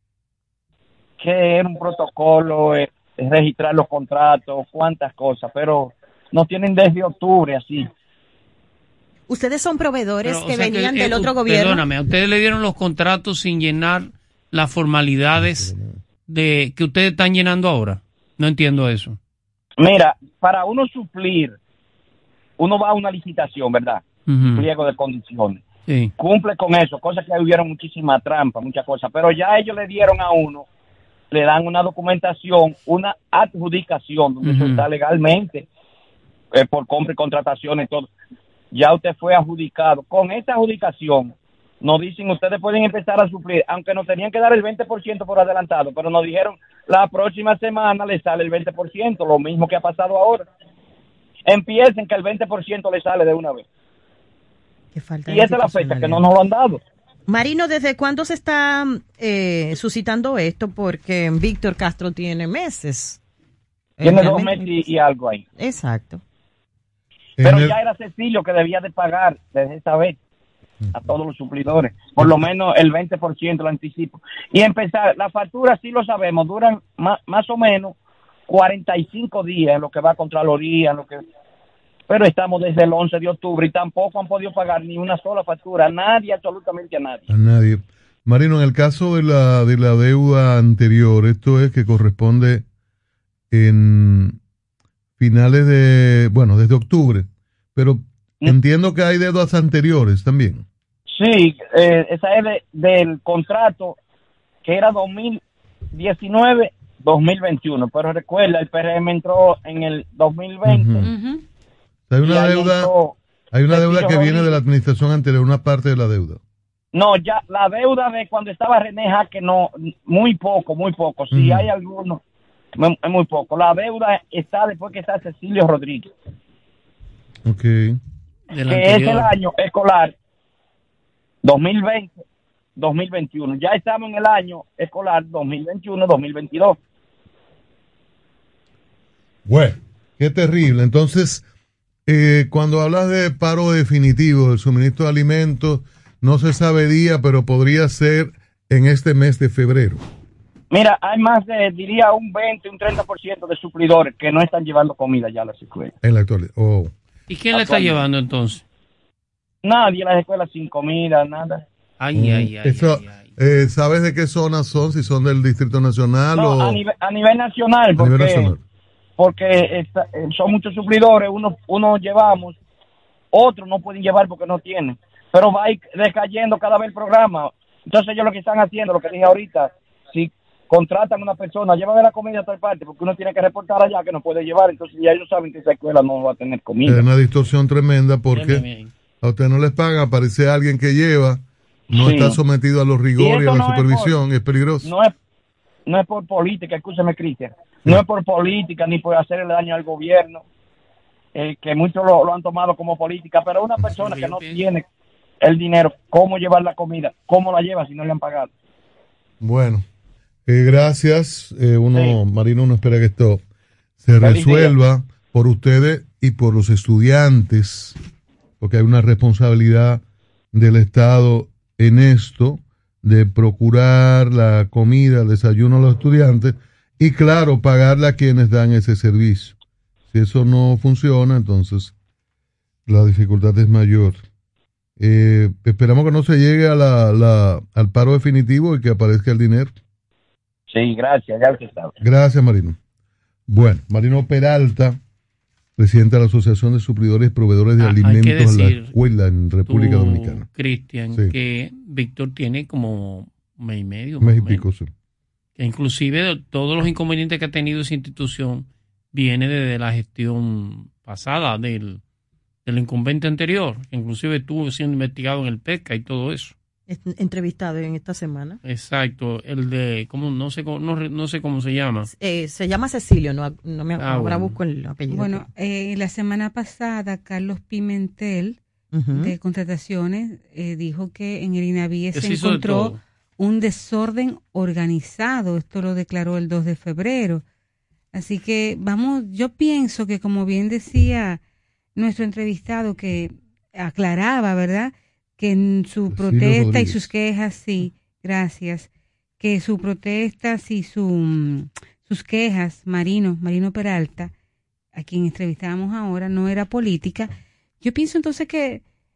Speaker 1: que era un protocolo, eh, registrar los contratos, cuántas cosas, pero no tienen desde octubre así.
Speaker 3: Ustedes son proveedores
Speaker 2: Pero, o
Speaker 3: que
Speaker 2: sea
Speaker 3: venían
Speaker 2: que,
Speaker 3: del
Speaker 2: eh,
Speaker 3: otro
Speaker 2: u-
Speaker 3: gobierno.
Speaker 2: Perdóname, a ustedes le dieron los contratos sin llenar las formalidades de que ustedes están llenando ahora. No entiendo eso.
Speaker 1: Mira, para uno suplir, uno va a una licitación, ¿verdad?
Speaker 2: Ujú.
Speaker 1: Pliego de condiciones.
Speaker 2: Sí.
Speaker 1: Cumple con eso, cosas que hubieron muchísima trampa, muchas cosas, pero ya ellos le dieron a uno, le dan una documentación, una adjudicación, donde eso
Speaker 2: Ujú.
Speaker 1: está legalmente, eh, por compra y contratación y todo. Ya usted fue adjudicado. Con esta adjudicación, nos dicen, ustedes pueden empezar a suplir, aunque nos tenían que dar el veinte por ciento por adelantado, pero nos dijeron, la próxima semana les sale el veinte por ciento, lo mismo que ha pasado ahora. Empiecen que el veinte por ciento les sale de una vez.
Speaker 3: Qué falta
Speaker 1: Y
Speaker 3: de
Speaker 1: esa es la fecha que no
Speaker 3: institucionalidad.
Speaker 1: nos lo han dado.
Speaker 3: Marino, ¿desde cuándo se está eh, suscitando esto? Porque Víctor Castro tiene meses. Eh,
Speaker 1: Tiene dos
Speaker 3: realmente-
Speaker 1: meses y, y algo ahí.
Speaker 3: Exacto.
Speaker 1: Pero
Speaker 4: En el-
Speaker 1: ya era Cecilio que debía de pagar desde esta vez a todos los suplidores. Por lo menos el veinte por ciento lo anticipo. Y empezar, las facturas sí lo sabemos, duran más, más o menos cuarenta y cinco días en lo que va a Contraloría, en lo que... Pero estamos desde el once de octubre y tampoco han podido pagar ni una sola factura. Nadie, absolutamente a nadie.
Speaker 4: A nadie. Marino, en el caso de la de la deuda anterior, esto es que corresponde en finales de, bueno, desde octubre, pero entiendo que hay deudas anteriores también.
Speaker 1: Sí, eh, esa es de- del contrato que era dos mil diecinueve dos mil veintiuno, pero recuerda, el P R M entró en el dos mil veinte.
Speaker 4: Ujú. Hay
Speaker 1: y
Speaker 4: una
Speaker 1: ahí
Speaker 4: deuda,
Speaker 1: entró
Speaker 4: hay una deuda
Speaker 1: Cecilio
Speaker 4: que viene
Speaker 1: Rodríguez.
Speaker 4: de la administración anterior, una parte de la deuda.
Speaker 1: No, ya la deuda de cuando estaba René Jaque, no, muy poco, muy poco. Si
Speaker 4: Ujú.
Speaker 1: hay alguno, mu- es muy poco. La deuda está después que está Cecilio Rodríguez,
Speaker 4: Ok.
Speaker 2: Del
Speaker 1: que es
Speaker 2: anterior.
Speaker 1: el año escolar dos mil veinte dos mil veintiuno. Ya estamos en el año escolar dos mil veintiuno dos mil veintidós.
Speaker 4: Bueno, qué terrible. Entonces, eh, cuando hablas de paro definitivo del suministro de alimentos, no se sabe día, pero podría ser en este mes de febrero.
Speaker 1: Mira, hay más de, diría, un veinte, un treinta por ciento de suplidores que no están llevando comida ya a las escuelas.
Speaker 4: En la actualidad. Oh.
Speaker 2: ¿Y quién le está
Speaker 1: Actualmente.
Speaker 2: llevando entonces?
Speaker 1: Nadie en las escuelas sin comida, nada.
Speaker 2: Ay, ay, ay.
Speaker 4: Eso,
Speaker 2: ay, ay.
Speaker 4: eh, ¿sabes de qué zonas son? Si son del Distrito Nacional
Speaker 1: No,
Speaker 4: o
Speaker 1: a nivel, a nivel nacional,
Speaker 4: a
Speaker 1: porque,
Speaker 4: nivel nacional.
Speaker 1: porque está- eh, son muchos suplidores, unos uno llevamos, otros no pueden llevar porque no tienen. Pero va a ir decayendo cada vez el programa. Entonces ellos lo que están haciendo, lo que dije ahorita, si contratan a una persona, llévame la comida a tal parte, porque uno tiene que reportar allá que no puede llevar, entonces ya ellos saben que esa escuela no va a tener comida.
Speaker 4: Es una distorsión tremenda porque bien, bien, bien. A usted no les pagan, aparece alguien que lleva, no sí. está sometido a los rigores y, y a la no supervisión, es, por, es peligroso.
Speaker 1: No es, no es por política, escúchame, Cristian, no es por política ni por hacerle daño al gobierno, eh, que muchos lo, lo han tomado como política, pero una persona que no tiene el dinero, ¿cómo llevar la comida? ¿Cómo la lleva si no le han pagado?
Speaker 4: Bueno, eh, gracias. Eh, uno, sí. Marino, uno espera que esto se resuelva por ustedes y por los estudiantes, porque hay una responsabilidad del Estado en esto, de procurar la comida, el desayuno a los estudiantes y, claro, pagarle a quienes dan ese servicio. Si eso no funciona, entonces la dificultad es mayor. Eh, esperamos que no se llegue a la, la, al paro definitivo y que aparezca el dinero.
Speaker 1: Sí, gracias, ya usted sabe.
Speaker 4: Gracias, Marino. Bueno, Marino Peralta, presidente de la Asociación de Suplidores y Proveedores de ah, Alimentos a la Escuela en República tú, Dominicana.
Speaker 2: Cristian, sí. que Víctor tiene como un mes y medio.
Speaker 4: Mes y pico, sí.
Speaker 2: Que inclusive todos los inconvenientes que ha tenido esa institución viene desde la gestión pasada del del incumbente anterior, que inclusive estuvo siendo investigado en el PECA y todo eso.
Speaker 3: Entrevistado en esta semana.
Speaker 2: Exacto, el de, ¿cómo? No sé, no, no sé cómo se llama.
Speaker 3: Eh, se llama Cecilio, no, no me ah, ahora bueno. busco el apellido.
Speaker 5: Bueno, eh, la semana pasada, Carlos Pimentel, uh-huh. de Contrataciones, eh, dijo que en el INAVIE se encontró un desorden organizado. Esto lo declaró el dos de febrero. Así que, vamos, yo pienso que, como bien decía nuestro entrevistado, que aclaraba, ¿verdad?, que en su sí, protesta y sus quejas, sí, gracias, que su protesta y su, sus quejas, Marino, Marino Peralta, a quien entrevistábamos ahora, no era política. Yo pienso entonces que,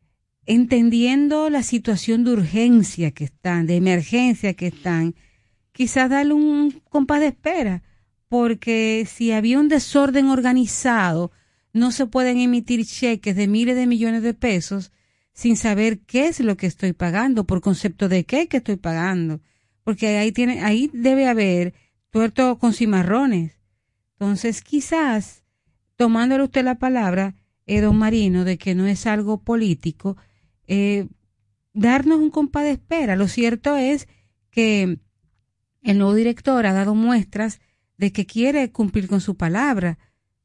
Speaker 5: entendiendo la situación de urgencia que están, de emergencia que están, quizás darle un compás de espera, porque si había un desorden organizado, no se pueden emitir cheques de miles de millones de pesos sin saber qué es lo que estoy pagando, por concepto de qué que estoy pagando, porque ahí tiene, ahí debe haber tuerto con cimarrones. Entonces, quizás, tomándole usted la palabra, eh, don Marino, de que no es algo político, eh, darnos un compás de espera. Lo cierto es que el nuevo director ha dado muestras de que quiere cumplir con su palabra.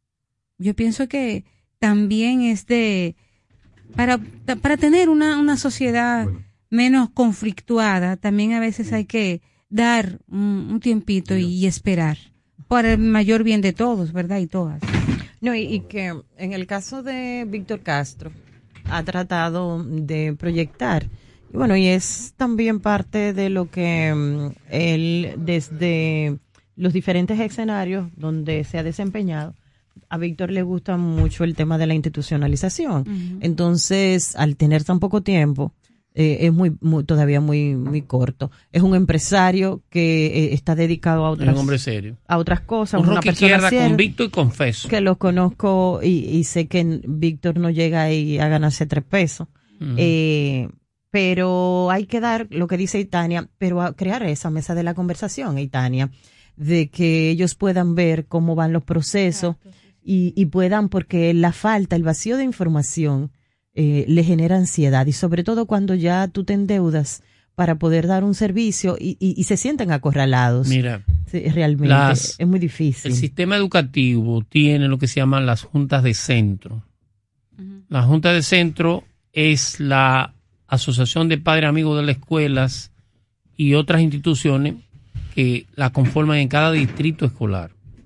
Speaker 5: Yo pienso que también es de, para, para tener una, una sociedad bueno. menos conflictuada, también a veces hay que dar un, un tiempito y, y esperar, para el mayor bien de todos, ¿verdad? Y todas.
Speaker 3: No, y, y que en el caso de Víctor Castro, ha tratado de proyectar, y bueno, y es también parte de lo que um, él, desde los diferentes escenarios donde se ha desempeñado, a Víctor le gusta mucho el tema de la institucionalización. Uh-huh. Entonces, al tener tan poco tiempo, eh, es muy, muy todavía muy muy corto. Es un empresario que eh, está dedicado a otras,
Speaker 2: es un hombre serio,
Speaker 3: a otras cosas.
Speaker 2: Un
Speaker 3: una persona
Speaker 2: izquierda convicto y confeso.
Speaker 3: Que lo conozco y, y sé que Víctor no llega ahí a ganarse tres pesos. Uh-huh. Eh, pero hay que dar lo que dice Itania, pero a crear esa mesa de la conversación, Itania, de que ellos puedan ver cómo van los procesos. Exacto. Y, y puedan, porque la falta, el vacío de información eh, le genera ansiedad, y sobre todo cuando ya tú te endeudas para poder dar un servicio y, y, y se sienten acorralados.
Speaker 2: Mira,
Speaker 3: sí, realmente las, es muy difícil.
Speaker 2: El sistema educativo tiene lo que se llaman las juntas de centro. Uh-huh. La junta de centro es la asociación de padres amigos de las escuelas y otras instituciones que la conforman en cada distrito escolar.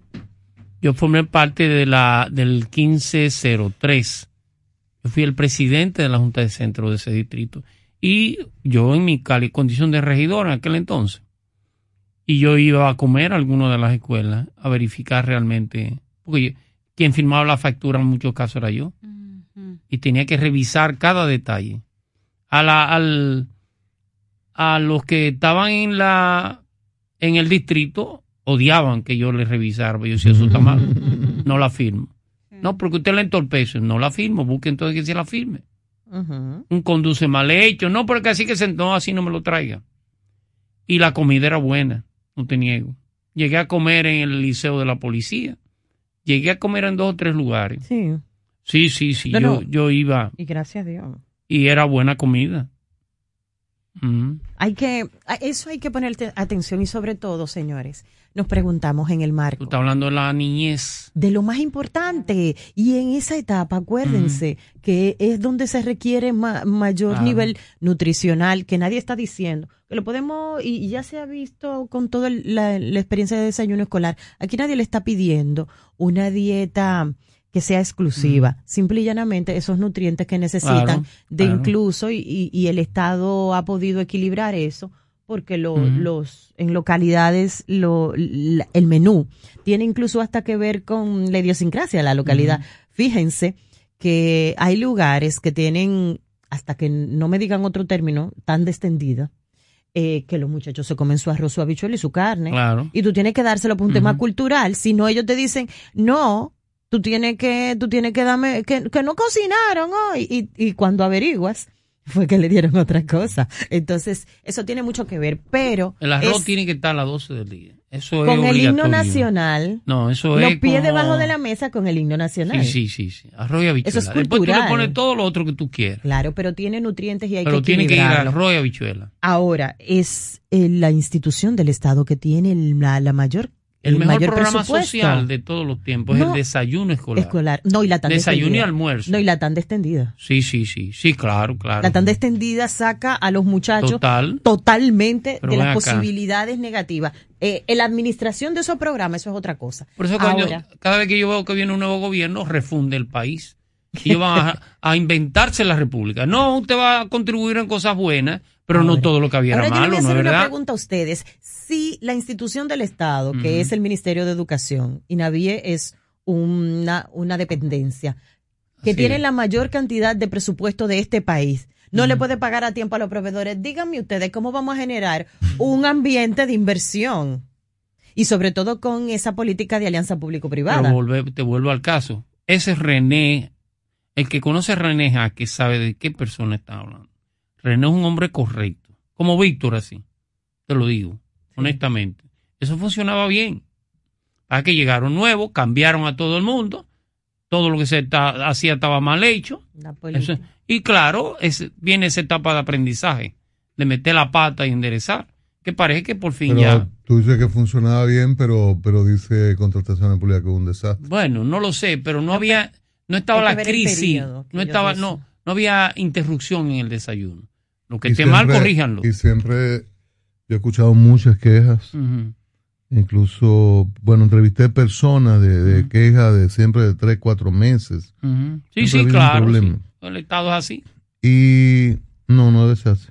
Speaker 2: Yo formé parte de la del quince cero tres. Yo fui el presidente de la Junta de Centro de ese distrito. Y yo en mi cali, condición de regidor en aquel entonces. Y yo iba a comer a alguna de las escuelas a verificar realmente. Porque yo, quien firmaba la factura en muchos casos era yo. Uh-huh. Y tenía que revisar cada detalle. A la, al, a los que estaban en la en el distrito odiaban que yo le revisara. Yo decía, eso está mal, no la firmo. No, porque usted la entorpece, no la firmo, busque entonces que se la firme. Uh-huh. Un conduce mal hecho, no, porque así que se, no, así no me lo traiga. Y la comida era buena. no te niego. Llegué a comer en el Liceo de la Policía. Llegué a comer en dos o tres lugares.
Speaker 3: Sí.
Speaker 2: Sí, sí, sí.
Speaker 3: No,
Speaker 2: yo,
Speaker 3: no.
Speaker 2: yo iba.
Speaker 3: Y gracias a Dios.
Speaker 2: Y era buena comida. Mm.
Speaker 3: Hay que, a eso hay que poner atención y sobre todo, señores, nos preguntamos en el marco.
Speaker 2: Tú estás hablando de la niñez.
Speaker 3: De lo más importante. Y en esa etapa, acuérdense mm. que es donde se requiere ma- mayor claro. nivel nutricional, que nadie está diciendo. Que lo podemos, y ya se ha visto con toda la, la experiencia de desayuno escolar, aquí nadie le está pidiendo una dieta que sea exclusiva, mm. simple y llanamente esos nutrientes que necesitan, claro, de claro. incluso, y, y, y el Estado ha podido equilibrar eso, porque lo, mm. los en localidades lo, la, el menú tiene incluso hasta que ver con la idiosincrasia de la localidad. Mm. Fíjense que hay lugares que tienen, hasta que no me digan otro término, tan descendida, eh, que los muchachos se comen su arroz, su habichuela y su carne,
Speaker 2: claro.
Speaker 3: y tú tienes que dárselo por un mm. tema cultural, si no ellos te dicen, no, tú tienes que, tú tienes que darme, que, que no cocinaron hoy, y, y cuando averiguas, fue que le dieron otra cosa. Entonces, eso tiene mucho que ver, pero...
Speaker 2: El arroz
Speaker 3: es,
Speaker 2: tiene que estar a las doce del día. Eso es
Speaker 3: con
Speaker 2: obligatorio.
Speaker 3: el himno nacional.
Speaker 2: No, eso
Speaker 3: los
Speaker 2: es
Speaker 3: pies
Speaker 2: como...
Speaker 3: debajo de la mesa con el himno nacional.
Speaker 2: Sí, sí, sí, sí. Arroz y habichuela.
Speaker 3: Eso es
Speaker 2: Después
Speaker 3: cultural.
Speaker 2: tú le pones todo lo otro que tú quieras.
Speaker 3: Claro, pero tiene nutrientes y hay
Speaker 2: pero
Speaker 3: que equilibrarlo.
Speaker 2: Pero tiene que ir arroz y habichuela.
Speaker 3: Ahora, es eh, la institución del Estado que tiene la, la mayor
Speaker 2: El, el mejor
Speaker 3: mayor
Speaker 2: programa social de todos los tiempos
Speaker 3: no,
Speaker 2: es el desayuno escolar.
Speaker 3: escolar. No, y la tanda
Speaker 2: Desayuno
Speaker 3: extendida.
Speaker 2: y almuerzo.
Speaker 3: No, y la tanda extendida.
Speaker 2: Sí, sí, sí. Sí, claro, claro.
Speaker 3: La tanda extendida saca a los muchachos
Speaker 2: Total.
Speaker 3: totalmente
Speaker 2: Pero
Speaker 3: de las
Speaker 2: acá.
Speaker 3: posibilidades negativas. Eh, en la administración de esos programas, eso es otra cosa.
Speaker 2: Por eso cuando, cada vez que yo veo que viene un nuevo gobierno, refunde el país. Y ellos van a, a inventarse la república. No, usted va a contribuir en cosas buenas, pero ahora, no todo lo que había era malo, ¿no es verdad? Ahora yo le voy a hacer una
Speaker 3: pregunta a ustedes. Si la institución del Estado, que uh-huh. es el Ministerio de Educación, INAVIE es una, una dependencia, que Así tiene es. la mayor cantidad de presupuesto de este país, no uh-huh. le puede pagar a tiempo a los proveedores, díganme ustedes cómo vamos a generar un ambiente de inversión y sobre todo con esa política de alianza público-privada.
Speaker 2: Pero volve, te vuelvo al caso. Ese René, el que conoce a René Jaque sabe de qué persona está hablando. René es un hombre correcto, como Víctor así, te lo digo, sí. honestamente. Eso funcionaba bien. Para que llegaron nuevos, cambiaron a todo el mundo, todo lo que se ta, hacía estaba mal hecho. Eso, y claro, es, viene esa etapa de aprendizaje, de meter la pata y enderezar, que parece que por fin
Speaker 4: pero
Speaker 2: ya...
Speaker 4: Tú dices que funcionaba bien, pero, pero dice Contratación Pública que es un desastre.
Speaker 2: Bueno, no lo sé, pero no había, no estaba la crisis, periodo, no estaba, no, no había interrupción en el desayuno. Lo que y esté siempre, mal, corríjanlo.
Speaker 4: Y siempre yo he escuchado muchas quejas. Uh-huh. Incluso, bueno, entrevisté personas de, de uh-huh. quejas de siempre de tres, cuatro meses.
Speaker 2: Uh-huh. Sí, sí, claro. Sí. El Estado es así.
Speaker 4: Y no, no deshace.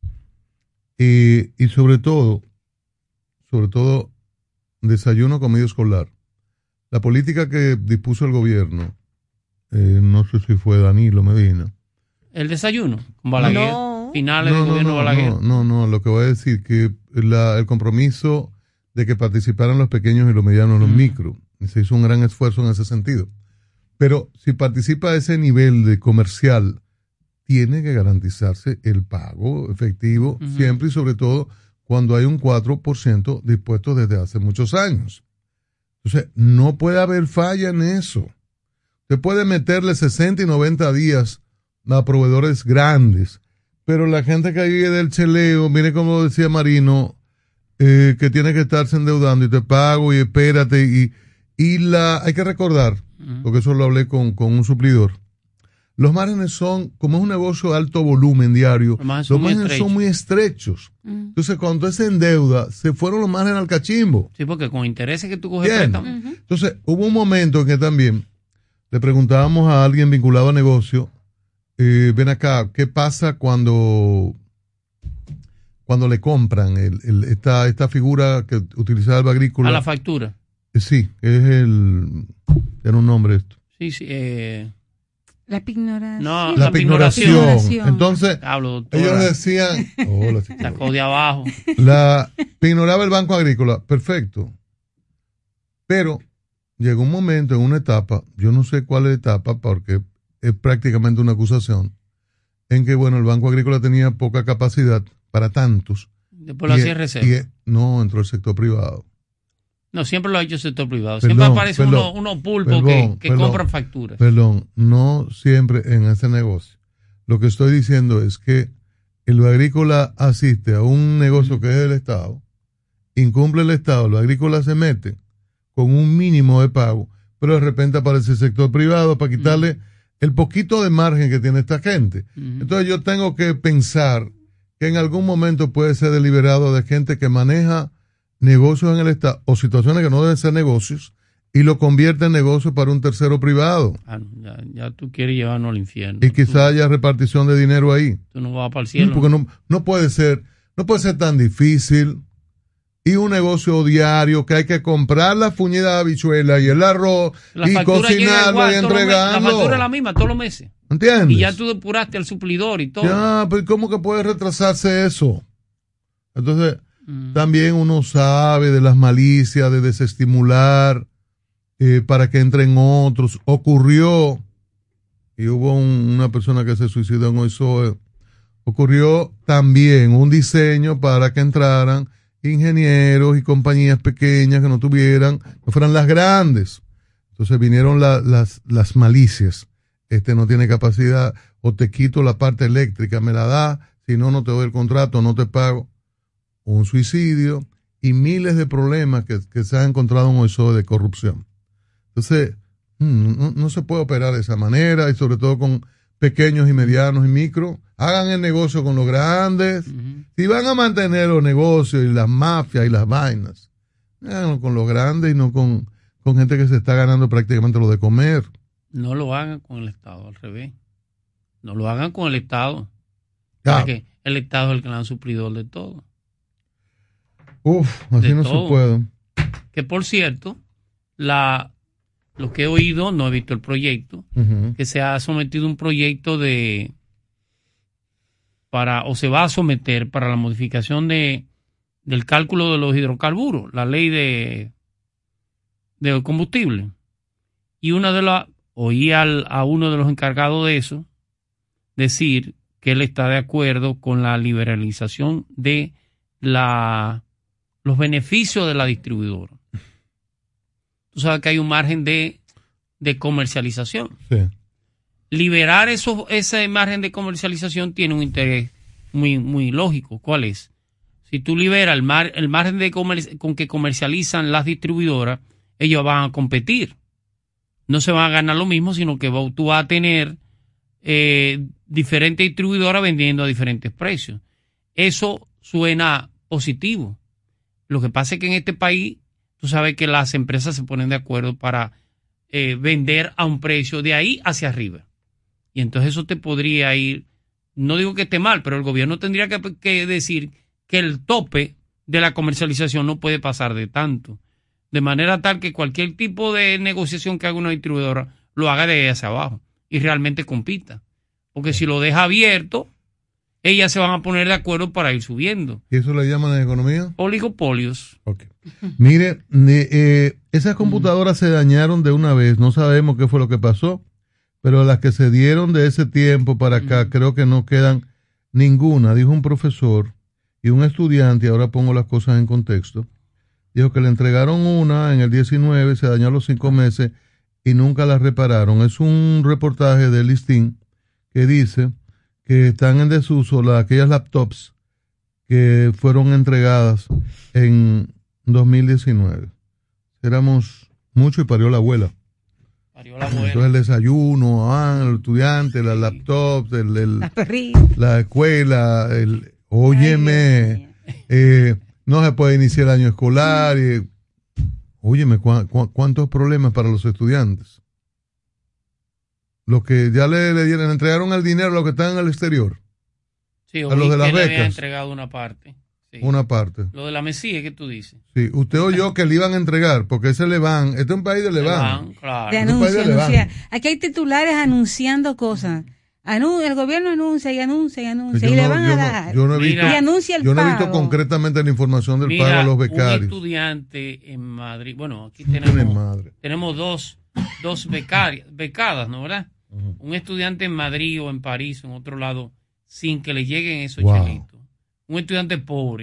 Speaker 4: Y, y sobre todo, sobre todo, desayuno, comida escolar. La política que dispuso el gobierno, eh, no sé si fue Danilo Medina.
Speaker 2: ¿El desayuno? ¿Con Balaguer?
Speaker 3: No.
Speaker 2: Finales
Speaker 4: no,
Speaker 2: del
Speaker 4: no,
Speaker 2: gobierno
Speaker 4: no,
Speaker 2: Balaguer.
Speaker 4: No, no, no, lo que voy a decir que la, el compromiso de que participaran los pequeños y los medianos y los mm. micro, se hizo un gran esfuerzo en ese sentido. Pero si participa a ese nivel de comercial, tiene que garantizarse el pago efectivo, uh-huh. siempre y sobre todo cuando hay un cuatro por ciento dispuesto desde hace muchos años. Entonces, no puede haber falla en eso. Usted puede meterle sesenta y noventa días a proveedores grandes, pero la gente que vive del cheleo, mire como decía Marino, eh, que tiene que estarse endeudando y te pago y espérate y, y la, hay que recordar, uh-huh. porque eso lo hablé con, con un suplidor, los márgenes son, como es un negocio de alto volumen diario, los márgenes son, márgenes muy, son muy estrechos. Uh-huh. Entonces cuando se endeuda, se fueron los márgenes al cachimbo.
Speaker 2: Sí, porque con intereses que tú coges préstamo.
Speaker 4: Uh-huh. Entonces hubo un momento en que también le preguntábamos a alguien vinculado a negocio, Eh, ven acá, ¿qué pasa cuando cuando le compran el, el, esta esta figura que utilizaba el agrícola?
Speaker 2: A la factura.
Speaker 4: Eh, sí, es el... Tiene un nombre esto.
Speaker 2: Sí, sí. Eh,
Speaker 5: la pignoración.
Speaker 2: No,
Speaker 4: la, la pignoración. pignoración. Entonces,
Speaker 2: Hablo,
Speaker 4: ellos decían... Oh, la
Speaker 2: sacó de abajo.
Speaker 4: La pignoraba el Banco Agrícola. Perfecto. Pero llegó un momento en una etapa, yo no sé cuál es la etapa, porque... es prácticamente una acusación, en que, bueno, el Banco Agrícola tenía poca capacidad para tantos,
Speaker 2: Después lo hacía reserva.
Speaker 4: No, entró el sector privado.
Speaker 2: No, siempre lo ha hecho el sector privado. Siempre perdón, aparecen unos uno pulpos perdón, que, que perdón, compran facturas.
Speaker 4: Perdón, no siempre en ese negocio. Lo que estoy diciendo es que el agrícola asiste a un negocio uh-huh. que es del Estado, incumple el Estado, los agrícolas se meten con un mínimo de pago, pero de repente aparece el sector privado para quitarle uh-huh. el poquito de margen que tiene esta gente. Uh-huh. Entonces yo tengo que pensar que en algún momento puede ser deliberado de gente que maneja negocios en el Estado o situaciones que no deben ser negocios y lo convierte en negocio para un tercero privado.
Speaker 2: Ah, ya, ya tú quieres llevarnos al infierno.
Speaker 4: Y quizá haya repartición de dinero ahí.
Speaker 2: Tú no vas para el cielo.
Speaker 4: Porque no, no puede ser, no puede ser tan difícil. Y un negocio diario que hay que comprar la fuñida de habichuela y el arroz la y cocinarlo y entregarlo.
Speaker 2: La factura es la misma todos los meses.
Speaker 4: ¿Entiendes?
Speaker 2: Y ya tú depuraste al suplidor y todo.
Speaker 4: Ya, pero ¿cómo que puede retrasarse eso? Entonces, mm. también uno sabe de las malicias, de desestimular eh, para que entren otros. Ocurrió, y hubo un, una persona que se suicidó en Oisoe, ocurrió también un diseño para que entraran ingenieros y compañías pequeñas que no tuvieran, no fueran las grandes. Entonces vinieron la, las, las malicias. Este no tiene capacidad, o te quito la parte eléctrica, me la da, si no, no te doy el contrato, no te pago. Un suicidio y miles de problemas que, que se han encontrado en Oisoe de corrupción. Entonces, no, no se puede operar de esa manera, y sobre todo con pequeños y medianos y micro. Hagan el negocio con los grandes. Uh-huh. Si van a mantener los negocios y las mafias y las vainas, háganlo con los grandes y no con, con gente que se está ganando prácticamente lo de comer.
Speaker 2: No lo hagan con el Estado, al revés. No lo hagan con el Estado. Ah. Porque el Estado es el gran suplidor de todo.
Speaker 4: Uf, así de no todo. Se puede.
Speaker 2: Que por cierto, la lo que he oído, no he visto el proyecto, uh-huh. que se ha sometido un proyecto de para o se va a someter para la modificación de del cálculo de los hidrocarburos, la ley de de combustible. Y una de las oí al, a uno de los encargados de eso decir que él está de acuerdo con la liberalización de la los beneficios de la distribuidora. Tú sabes que hay un margen de, de comercialización.
Speaker 4: Sí.
Speaker 2: Liberar eso, ese margen de comercialización tiene un interés muy, muy lógico. ¿Cuál es? Si tú liberas el, mar, el margen de comer, con que comercializan las distribuidoras, ellos van a competir. No se van a ganar lo mismo, sino que tú vas a tener eh, diferentes distribuidoras vendiendo a diferentes precios. Eso suena positivo. Lo que pasa es que en este país, tú sabes que las empresas se ponen de acuerdo para eh, vender a un precio de ahí hacia arriba. Y entonces eso te podría ir, no digo que esté mal, pero el gobierno tendría que, que decir que el tope de la comercialización no puede pasar de tanto. De manera tal que cualquier tipo de negociación que haga una distribuidora lo haga de ahí hacia abajo y realmente compita. Porque si lo deja abierto, ellas se van a poner de acuerdo para ir subiendo.
Speaker 4: ¿Y eso le llaman en economía?
Speaker 2: Oligopolios.
Speaker 4: Ok. Mire, eh, esas computadoras se dañaron de una vez. No sabemos qué fue lo que pasó, pero las que se dieron de ese tiempo para acá, uh-huh. creo que no quedan ninguna. Dijo un profesor y un estudiante, y ahora pongo las cosas en contexto, dijo que le entregaron una en el diecinueve, se dañó a los cinco meses y nunca la repararon. Es un reportaje de Listín que dice que están en desuso las, aquellas laptops que fueron entregadas en dos mil diecinueve. Éramos mucho y parió la abuela.
Speaker 2: Parió la abuela.
Speaker 4: Entonces el desayuno, ah, los estudiantes, las laptops, el, el,
Speaker 5: las perritas,
Speaker 4: la escuela, el, óyeme, eh, no se puede iniciar el año escolar. Y, óyeme, ¿cu cu ¿cuántos problemas para los estudiantes? Los que ya le, le, le entregaron el dinero a los que están en el exterior.
Speaker 2: Sí,
Speaker 4: a los de las
Speaker 2: que
Speaker 4: becas.
Speaker 2: Le había entregado una parte. Sí.
Speaker 4: Una parte.
Speaker 2: Lo de la Mesía, ¿qué tú dices?
Speaker 4: Sí, usted oyó que le iban a entregar, porque ese Leván, este es un país de Leván.
Speaker 2: Leván, claro.
Speaker 5: De anuncio, anuncia. Aquí hay titulares anunciando cosas. Anun el gobierno anuncia y anuncia y anuncia
Speaker 4: yo
Speaker 5: y
Speaker 4: no,
Speaker 5: le van
Speaker 4: yo
Speaker 5: a
Speaker 4: no,
Speaker 5: dar.
Speaker 4: Yo no he visto,
Speaker 5: y anuncia el
Speaker 4: yo no he
Speaker 5: pago.
Speaker 4: visto concretamente la información del
Speaker 2: Mira,
Speaker 4: pago a los becarios.
Speaker 2: Un estudiante en Madrid, bueno, aquí tenemos, tenemos dos, dos becarias, becadas, ¿no, verdad? Uh-huh. Un estudiante en Madrid o en París o en otro lado sin que le lleguen esos wow. chelitos. Un estudiante pobre,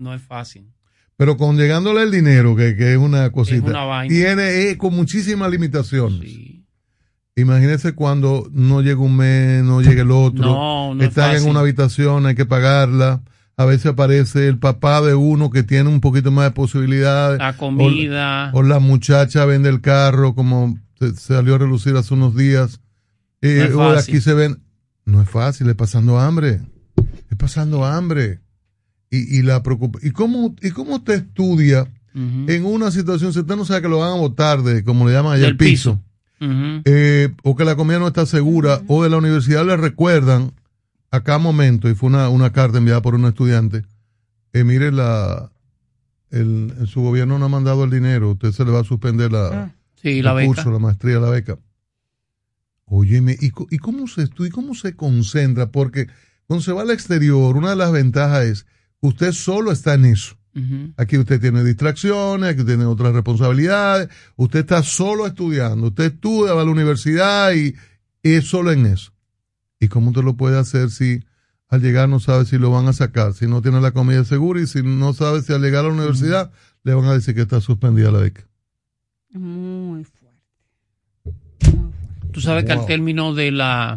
Speaker 2: No es fácil.
Speaker 4: Pero con llegándole el dinero, que, que es una cosita,
Speaker 2: es una vaina.
Speaker 4: tiene eh, con muchísimas limitaciones.
Speaker 2: Sí.
Speaker 4: Imagínese cuando no llega un mes, no llega el otro,
Speaker 2: no, no
Speaker 4: están en una habitación, hay que pagarla. A veces aparece el papá de uno que tiene un poquito más de posibilidades.
Speaker 2: La comida.
Speaker 4: O, o la muchacha vende el carro, como se, se salió a relucir hace unos días. Eh,
Speaker 2: no
Speaker 4: o aquí se ven. No es fácil, es pasando hambre. Es pasando hambre. Y, y la preocupa. ¿Y cómo, y cómo usted estudia uh-huh. en una situación, si usted no sabe que lo van a botar de, como le llaman allá, el piso, piso. Uh-huh. eh, o que la comida no está segura, uh-huh. o de la universidad le recuerdan a cada momento, y fue una, una carta enviada por un estudiante, eh, mire, la el, el, su gobierno no ha mandado el dinero, usted se le va a suspender la,
Speaker 2: ah, sí,
Speaker 4: el
Speaker 2: la
Speaker 4: curso,
Speaker 2: beca.
Speaker 4: la maestría, la beca. Óyeme, ¿y, ¿y cómo se estudia, y cómo se concentra? Porque cuando se va al exterior, una de las ventajas es usted solo está en eso. Uh-huh. Aquí usted tiene distracciones, aquí tiene otras responsabilidades, usted está solo estudiando, usted estudia, va a la universidad y, y es solo en eso. ¿Y cómo usted lo puede hacer si al llegar no sabe si lo van a sacar, si no tiene la comida segura y si no sabe si al llegar a la universidad uh-huh. le van a decir que está suspendida la beca?
Speaker 5: Muy fuerte.
Speaker 2: Muy fuerte. Tú sabes wow. que al término de la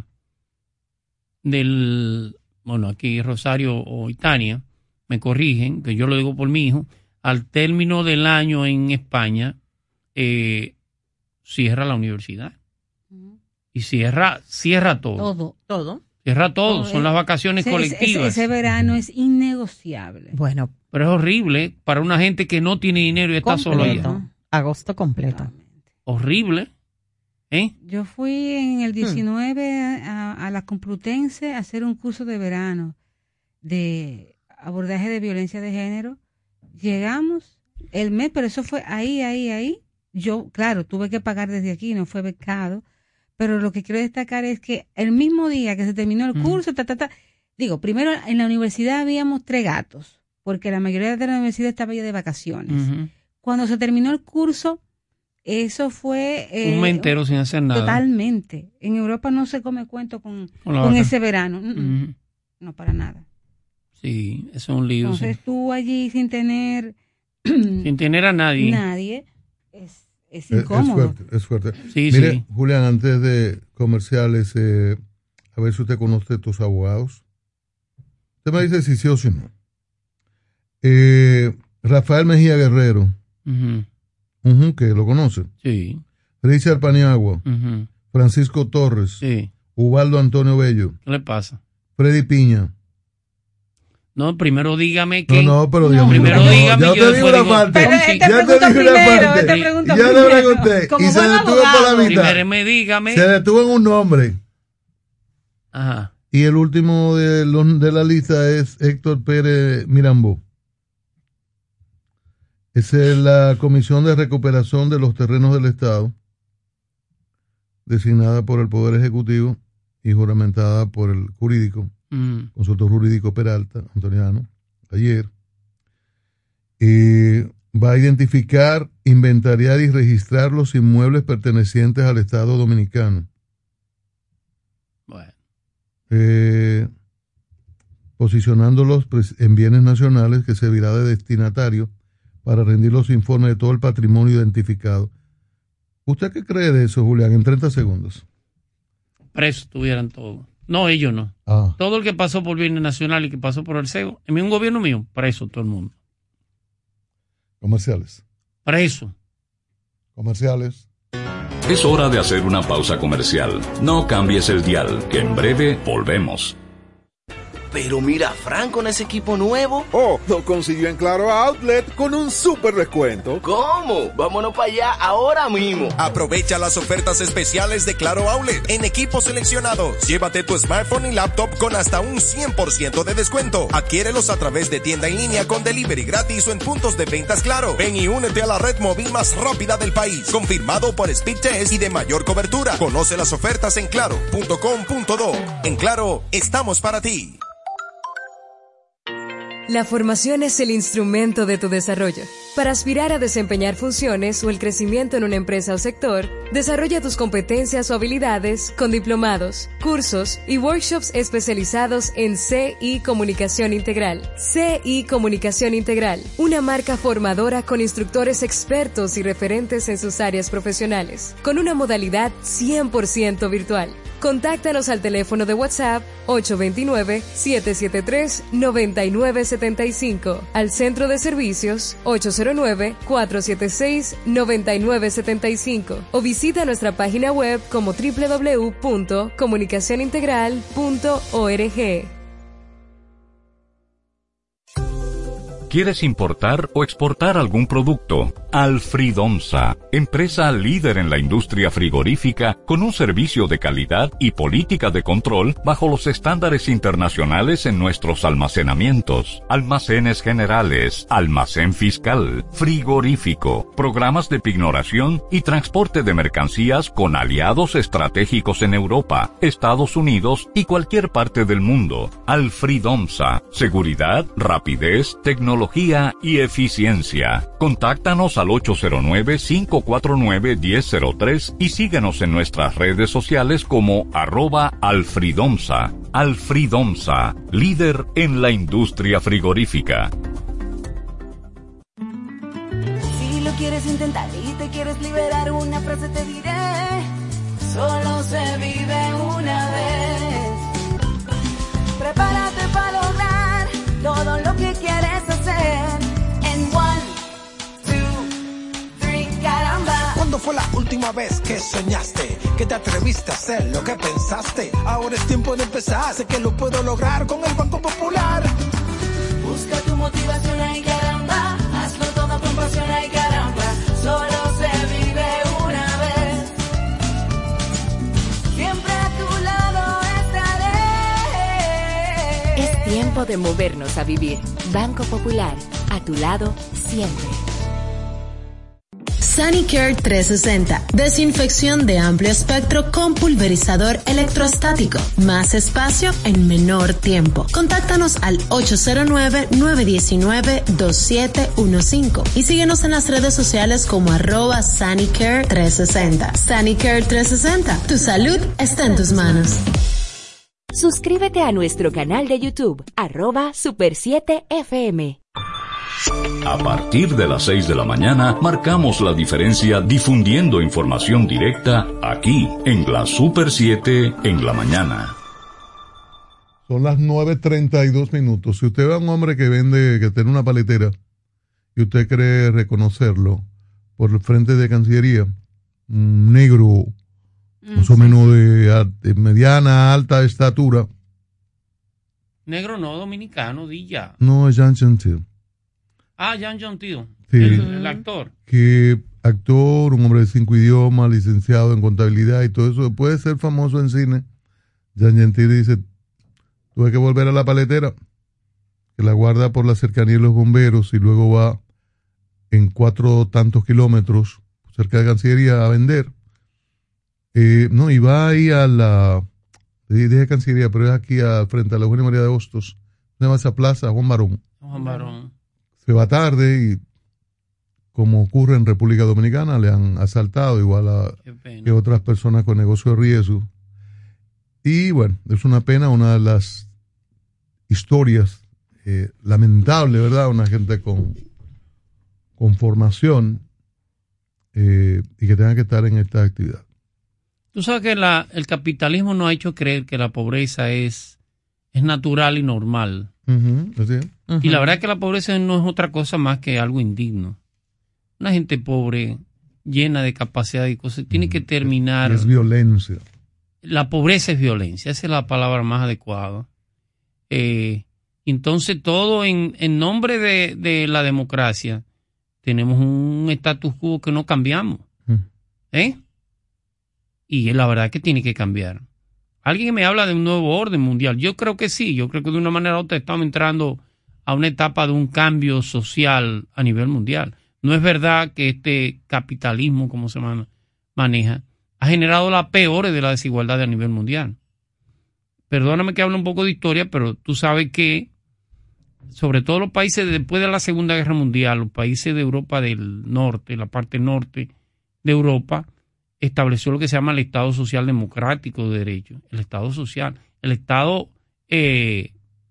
Speaker 2: del, bueno, aquí Rosario o Itania, me corrigen, que yo lo digo por mi hijo, al término del año en España, eh, cierra la universidad. Uh-huh. Y cierra, cierra todo.
Speaker 3: Todo, todo.
Speaker 2: Cierra todo, todo son es, las vacaciones
Speaker 5: ese,
Speaker 2: colectivas.
Speaker 5: Ese, ese verano es innegociable.
Speaker 3: Bueno.
Speaker 2: Pero es horrible para una gente que no tiene dinero y está
Speaker 3: completo.
Speaker 2: solo allá.
Speaker 3: Agosto completo.
Speaker 2: Horrible. ¿Eh?
Speaker 5: Yo fui en el diecinueve hmm. a, a la Complutense a hacer un curso de verano de abordaje de violencia de género. Llegamos el mes, pero eso fue ahí, ahí, ahí. Yo, claro, tuve que pagar desde aquí, no fue becado, pero lo que quiero destacar es que el mismo día que se terminó el curso, mm. ta, ta, ta, digo, primero en la universidad habíamos tres gatos, porque la mayoría de la universidad estaba ya de vacaciones. Mm-hmm. Cuando se terminó el curso, eso fue...
Speaker 2: Eh, un mes entero sin hacer nada.
Speaker 5: Totalmente. En Europa no se come cuento con, con, con ese verano. Mm-hmm. No, para nada.
Speaker 2: Sí, eso es un lío.
Speaker 5: Entonces
Speaker 2: sí.
Speaker 5: tú allí sin tener...
Speaker 2: sin tener a nadie.
Speaker 5: Nadie. Es, es incómodo.
Speaker 4: Es fuerte, es fuerte.
Speaker 2: Sí,
Speaker 4: Mire,
Speaker 2: sí.
Speaker 4: Julián, antes de comerciales, eh, a ver si usted conoce a tus abogados. Usted me dice si sí o si no. Eh, Rafael Mejía Guerrero.
Speaker 2: Uh-huh.
Speaker 4: Uh-huh, que lo conoce.
Speaker 2: Sí.
Speaker 4: Richard Paniagua.
Speaker 2: Uh-huh.
Speaker 4: Francisco Torres.
Speaker 2: Sí.
Speaker 4: Ubaldo Antonio Bello.
Speaker 2: ¿Qué le pasa?
Speaker 4: Freddy Piña.
Speaker 2: No, primero dígame que...
Speaker 4: No, no, pero dígame.
Speaker 2: No, primero
Speaker 4: no,
Speaker 2: dígame
Speaker 4: ya
Speaker 2: que yo
Speaker 4: te digo una parte.
Speaker 5: Pero,
Speaker 4: ya
Speaker 5: te
Speaker 4: te
Speaker 5: pregunto
Speaker 4: digo una
Speaker 5: primero,
Speaker 4: parte.
Speaker 5: te pregunto
Speaker 4: ya
Speaker 5: primero.
Speaker 4: le pregunté.
Speaker 5: Como
Speaker 4: Y se
Speaker 5: buen
Speaker 4: detuvo
Speaker 5: abogado.
Speaker 4: por la mitad.
Speaker 2: Primero me dígame.
Speaker 4: Se detuvo en un nombre.
Speaker 2: Ajá.
Speaker 4: Y el último de, los, de la lista es Héctor Pérez Mirambó. Esa es la Comisión de Recuperación de los Terrenos del Estado, designada por el Poder Ejecutivo y juramentada por el jurídico, mm. consultor jurídico Peralta, Antoniano, ayer. Eh, va a identificar, inventariar y registrar los inmuebles pertenecientes al Estado Dominicano.
Speaker 2: Bueno.
Speaker 4: Eh, posicionándolos en bienes nacionales que servirá de destinatario para rendir los informes de todo el patrimonio identificado. ¿Usted qué cree de eso, Julián? En treinta segundos.
Speaker 2: Presos tuvieran todo. No, ellos no.
Speaker 4: Ah.
Speaker 2: Todo el que pasó por bienes nacionales y que pasó por el C E O, en un gobierno mío, preso todo el mundo.
Speaker 4: Comerciales.
Speaker 2: Preso.
Speaker 4: Comerciales.
Speaker 6: Es hora de hacer una pausa comercial. No cambies el dial, que en breve volvemos.
Speaker 15: Pero mira, Frank, con ese equipo nuevo.
Speaker 23: Oh, lo consiguió en Claro Outlet con un súper descuento.
Speaker 15: ¿Cómo? Vámonos para allá ahora mismo.
Speaker 16: Aprovecha las ofertas especiales de Claro Outlet en equipos seleccionados. Llévate tu smartphone y laptop con hasta un cien por ciento de descuento. Adquiérelos a través de tienda en línea con delivery gratis o en puntos de ventas Claro. Ven y únete a la red móvil más rápida del país. Confirmado por Speed Test y de mayor cobertura. Conoce las ofertas en claro punto com punto do. En Claro, estamos para ti.
Speaker 7: La formación es el instrumento de tu desarrollo. Para aspirar a desempeñar funciones o el crecimiento en una empresa o sector, desarrolla tus competencias o habilidades con diplomados, cursos y workshops especializados en C I Comunicación Integral. C I Comunicación Integral, una marca formadora con instructores expertos y referentes en sus áreas profesionales, con una modalidad cien por ciento virtual. Contáctanos al teléfono de WhatsApp ocho dos nueve, siete siete tres, nueve nueve siete cinco, al centro de servicios ocho cero nueve, cuatro siete seis, nueve nueve siete cinco o visita nuestra página web como doble u doble u doble u punto comunicación integral punto org.
Speaker 6: ¿Quieres importar o exportar algún producto? Alfridomsa, empresa líder en la industria frigorífica con un servicio de calidad y política de control bajo los estándares internacionales en nuestros almacenamientos, almacenes generales, almacén fiscal, frigorífico, programas de pignoración y transporte de mercancías con aliados estratégicos en Europa, Estados Unidos y cualquier parte del mundo. Alfridomsa, seguridad, rapidez, tecnología y eficiencia. Contáctanos al ocho cero nueve, cinco cuatro nueve, uno cero cero tres y síguenos en nuestras redes sociales como arroba Alfridomsa. Alfridomsa, líder en la industria frigorífica.
Speaker 17: Si lo quieres intentar y te quieres liberar, una frase te diré: solo se vive una vez. Prepárate para lograr todo lo que quieres hacer en one, two, three, caramba.
Speaker 19: ¿Cuándo fue la última vez que soñaste? Que te atreviste a hacer lo que pensaste. Ahora es tiempo de empezar. Sé que lo puedo lograr con el Banco Popular.
Speaker 17: Busca tu motivación, ay caramba. Hazlo todo con pasión, ay caramba. Solo se vive una vez. Siempre a tu lado estaré.
Speaker 14: Es tiempo de movernos a vivir. Banco Popular, a tu lado siempre.
Speaker 20: Sanicare trescientos sesenta, desinfección de amplio espectro con pulverizador electrostático, más espacio en menor tiempo. Contáctanos al ocho cero nueve, nueve uno nueve, dos siete uno cinco y síguenos en las redes sociales como arroba Sanicare trescientos sesenta. Sanicare trescientos sesenta, tu salud está en tus manos.
Speaker 14: Suscríbete a nuestro canal de YouTube, arroba Super siete F M.
Speaker 6: A partir de las seis de la mañana, marcamos la diferencia difundiendo información directa aquí, en la Super siete en la mañana.
Speaker 4: Son las nueve treinta y dos minutos. Si usted ve a un hombre que vende, que tiene una paletera, y usted cree reconocerlo por el frente de Cancillería, un negro, mm, más sí. o menos de, de mediana, alta estatura.
Speaker 2: Negro no, dominicano, di ya.
Speaker 4: No, es Jean Gentil.
Speaker 2: Ah, Jean Gentil,
Speaker 4: sí,
Speaker 2: el, el actor.
Speaker 4: Que actor, un hombre de cinco idiomas, licenciado en contabilidad y todo eso, puede ser famoso en cine. Jean Gentil dice, tuve que volver a la paletera, que la guarda por la cercanía de los bomberos y luego va en cuatro tantos kilómetros cerca de Cancillería a vender. Eh, no, y va ahí a la, dije Cancillería, pero es aquí a, frente a la Eugenio María de Hostos, se llama esa plaza, Juan Barón.
Speaker 2: Juan Barón.
Speaker 4: Se va tarde y, como ocurre en República Dominicana, le han asaltado igual a que otras personas con negocio de riesgo. Y bueno, es una pena, una de las historias eh, lamentables, ¿verdad? Una gente con, con formación eh, y que tenga que estar en esta actividad.
Speaker 2: Tú sabes que la, el capitalismo nos ha hecho creer que la pobreza es, es natural y normal.
Speaker 4: Uh-huh, así es.
Speaker 2: Uh-huh. Y la verdad es que la pobreza no es otra cosa más que algo indigno. Una gente pobre, llena de capacidad y cosas, tiene que terminar.
Speaker 4: Es violencia.
Speaker 2: La pobreza es violencia, esa es la palabra más adecuada. Eh, entonces, todo en, en nombre de, de la democracia, tenemos un status quo que no cambiamos. Uh-huh. ¿Eh? Y la verdad es que tiene que cambiar. Alguien me habla de un nuevo orden mundial. Yo creo que sí. Yo creo que de una manera u otra estamos entrando a una etapa de un cambio social a nivel mundial. No es verdad que este capitalismo, como se man- maneja, ha generado la peor de la desigualdad a nivel mundial. Perdóname que hable un poco de historia, pero tú sabes que sobre todo los países después de la Segunda Guerra Mundial, los países de Europa del Norte, la parte norte de Europa, estableció lo que se llama el Estado Social Democrático de Derecho, el Estado Social, el Estado eh,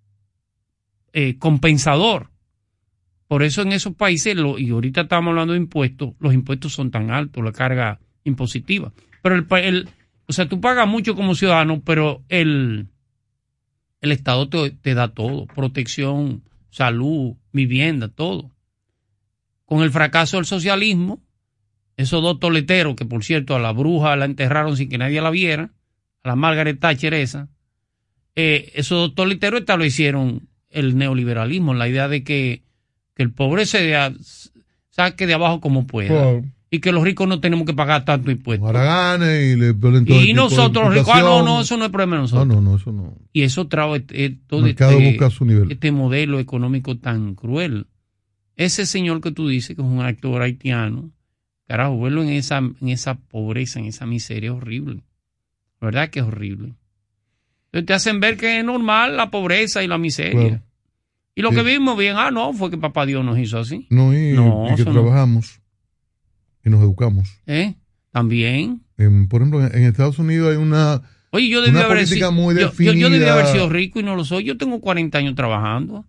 Speaker 2: eh, compensador. Por eso en esos países, lo, y ahorita estamos hablando de impuestos, los impuestos son tan altos, la carga impositiva. Pero el, el o sea, tú pagas mucho como ciudadano, pero el, el Estado te, te da todo, protección, salud, vivienda, todo. Con el fracaso del socialismo, esos dos toleteros, que por cierto a la bruja la enterraron sin que nadie la viera, a la Margaret Thatcher esa, eh, esos dos toleteros establecieron el neoliberalismo, la idea de que, que el pobre se saque de abajo como pueda. Claro. Y que los ricos no tenemos que pagar tanto impuestos.
Speaker 4: Gane y le
Speaker 2: y nosotros los ricos, ah, no, no, eso no es problema de nosotros.
Speaker 4: No, no, no, eso no.
Speaker 2: Y eso trae eh, todo
Speaker 4: este, busca su nivel.
Speaker 2: este modelo económico tan cruel. Ese señor que tú dices, que es un actor haitiano, carajo, verlo en esa, en esa pobreza, en esa miseria, es horrible. La verdad que es horrible. Entonces te hacen ver que es normal la pobreza y la miseria. Claro. Y lo sí. que vimos bien, ah, no, fue que papá Dios nos hizo así.
Speaker 4: No, y,
Speaker 2: no,
Speaker 4: y que trabajamos no. y nos educamos.
Speaker 2: ¿Eh? También.
Speaker 4: En, por ejemplo, en Estados Unidos hay una,
Speaker 2: Oye, yo debí
Speaker 4: una
Speaker 2: haber
Speaker 4: política
Speaker 2: sido,
Speaker 4: muy
Speaker 2: yo,
Speaker 4: definida.
Speaker 2: Yo, yo debí haber sido rico y no lo soy. Yo tengo cuarenta años trabajando.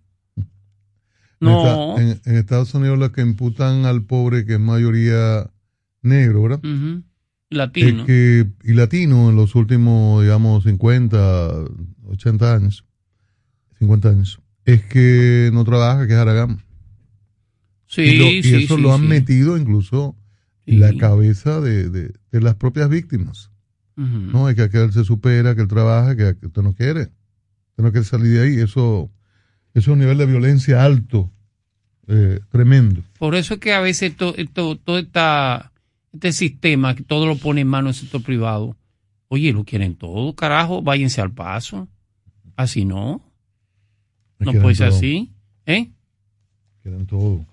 Speaker 2: No.
Speaker 4: En, en Estados Unidos lo que imputan al pobre, que es mayoría negro, ¿verdad?
Speaker 2: Uh-huh. Latino.
Speaker 4: Es que, y latino en los últimos, digamos, cincuenta, ochenta años, cincuenta años, es que no trabaja, que es haragán.
Speaker 2: Sí,
Speaker 4: y, lo, y
Speaker 2: sí,
Speaker 4: eso
Speaker 2: sí,
Speaker 4: lo han
Speaker 2: sí.
Speaker 4: metido incluso sí. en la cabeza de, de, de las propias víctimas. Uh-huh. No, es que aquel se supera, que él trabaja, que, que usted no quiere. Usted no quiere salir de ahí. Eso, eso es un nivel de violencia alto, eh, tremendo.
Speaker 2: Por eso es que a veces todo, todo, todo esta, este sistema, que todo lo pone en manos del sector privado, oye, lo quieren todo, carajo, váyanse al paso. Así no. No puede ser así, ¿eh?
Speaker 4: Quieren todo.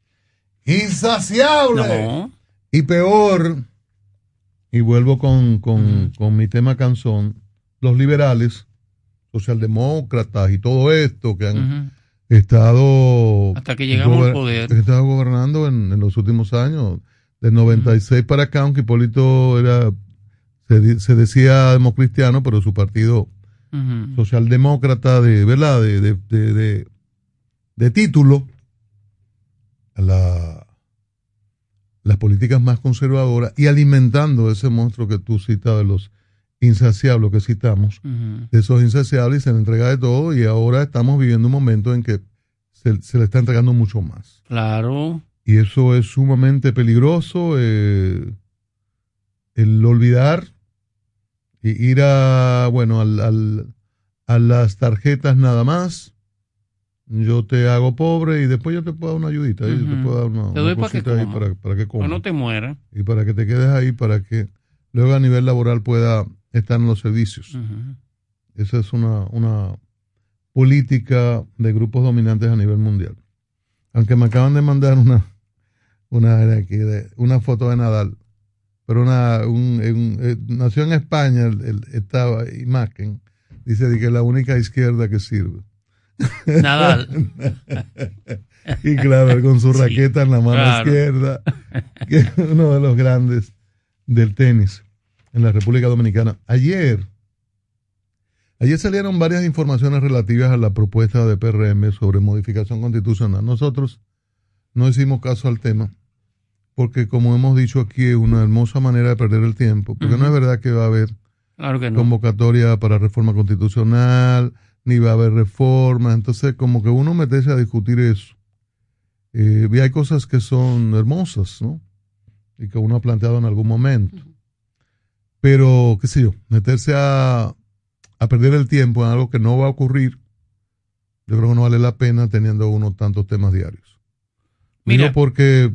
Speaker 4: Insaciable.
Speaker 2: No.
Speaker 4: Y peor, y vuelvo con, con, uh-huh. con mi tema canzón, los liberales, socialdemócratas y todo esto que han uh-huh. estado...
Speaker 2: Hasta que llegamos gober- al poder.
Speaker 4: Estado gobernando en, en los últimos años, del noventa y seis uh-huh. para acá, aunque Hipólito era, se, se decía democristiano, pero su partido... Uh-huh. socialdemócrata de verdad de, de, de, de, de título, la, las políticas más conservadoras y alimentando ese monstruo que tú citas de los insaciables que citamos, uh-huh. de esos insaciables, se le entrega de todo y ahora estamos viviendo un momento en que se, se le está entregando mucho más.
Speaker 2: Claro.
Speaker 4: Y eso es sumamente peligroso, eh, el olvidar y ir a, bueno, al, al, a las tarjetas nada más. Yo te hago pobre y después yo te puedo dar una ayudita. Uh-huh. Yo te puedo dar una,
Speaker 2: te doy
Speaker 4: una cosita
Speaker 2: para que
Speaker 4: ahí para, para que comas.
Speaker 2: Para no te mueras.
Speaker 4: Y para que te quedes ahí, para que luego a nivel laboral pueda estar en los servicios. Uh-huh. Esa es una, una política de grupos dominantes a nivel mundial. Aunque me acaban de mandar una, una, aquí de, una foto de Nadal. Pero una, un, un, eh, nació en España, el, el, esta imagen, dice de que es la única izquierda que sirve.
Speaker 2: Nadal.
Speaker 4: Y claro, con su raqueta sí, en la mano claro. izquierda, que es uno de los grandes del tenis en la República Dominicana. Ayer, ayer salieron varias informaciones relativas a la propuesta de P R M sobre modificación constitucional. Nosotros no hicimos caso al tema. Porque como hemos dicho aquí, es una hermosa manera de perder el tiempo, porque uh-huh. no es verdad que va a haber
Speaker 2: claro que no.
Speaker 4: convocatoria para reforma constitucional, ni va a haber reforma, entonces como que uno meterse a discutir eso. Eh, y hay cosas que son hermosas, ¿no? Y que uno ha planteado en algún momento. Uh-huh. Pero, qué sé yo, meterse a, a perder el tiempo en algo que no va a ocurrir, yo creo que no vale la pena teniendo uno tantos temas diarios.
Speaker 2: Mira.
Speaker 4: Digo porque...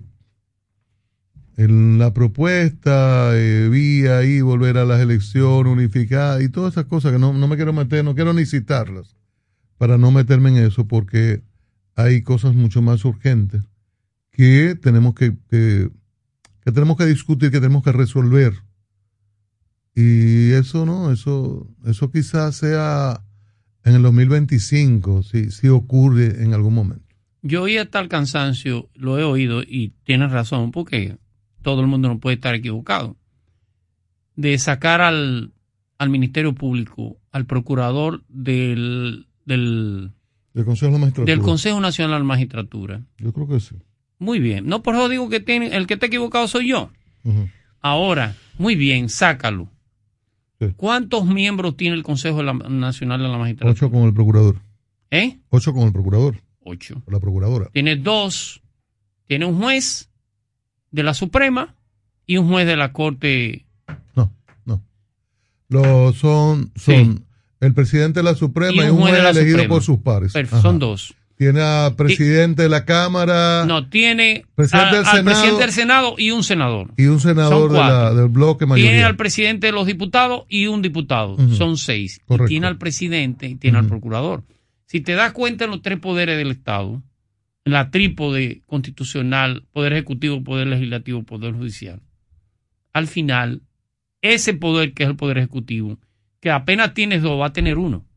Speaker 4: en la propuesta, eh, vía ahí volver a las elecciones unificadas y todas esas cosas que no, no me quiero meter, no quiero ni citarlas para no meterme en eso porque hay cosas mucho más urgentes que tenemos que, que, que tenemos que discutir, que tenemos que resolver. Y eso no, eso, eso quizás sea en el dos mil veinticinco, si, si ocurre en algún momento.
Speaker 2: Yo oí hasta el cansancio, lo he oído y tienes razón, porque todo el mundo no puede estar equivocado, de sacar al, al Ministerio Público, al procurador del, del,
Speaker 4: del, Consejo de la Magistratura.
Speaker 2: del Consejo Nacional de la Magistratura.
Speaker 4: Yo creo que sí.
Speaker 2: Muy bien. No, por eso digo que tiene, el que está equivocado soy yo. Uh-huh. Ahora, muy bien, sácalo. Sí. ¿Cuántos miembros tiene el Consejo de la, Nacional de la Magistratura?
Speaker 4: Ocho con el procurador.
Speaker 2: ¿Eh?
Speaker 4: Ocho con el procurador.
Speaker 2: Ocho.
Speaker 4: O la procuradora.
Speaker 2: Tiene dos. Tiene un juez de la Suprema y un juez de la Corte.
Speaker 4: No, no. Los son, son sí. el presidente de la Suprema y un, y un juez, juez elegido Suprema. por sus pares.
Speaker 2: Perfecto, son dos.
Speaker 4: Tiene al presidente de la Cámara.
Speaker 2: No, tiene
Speaker 4: presidente
Speaker 2: a,
Speaker 4: del
Speaker 2: al
Speaker 4: Senado,
Speaker 2: presidente del Senado y un senador.
Speaker 4: Y un senador de la, del bloque mayoría.
Speaker 2: Tiene al presidente de los diputados y un diputado. Uh-huh. Son seis. Correcto. Y tiene al presidente y tiene uh-huh. al procurador. Si te das cuenta en los tres poderes del Estado, en la trípode constitucional, poder ejecutivo, poder legislativo, poder judicial, al final, ese poder que es el poder ejecutivo, que apenas tienes dos, va a tener uno.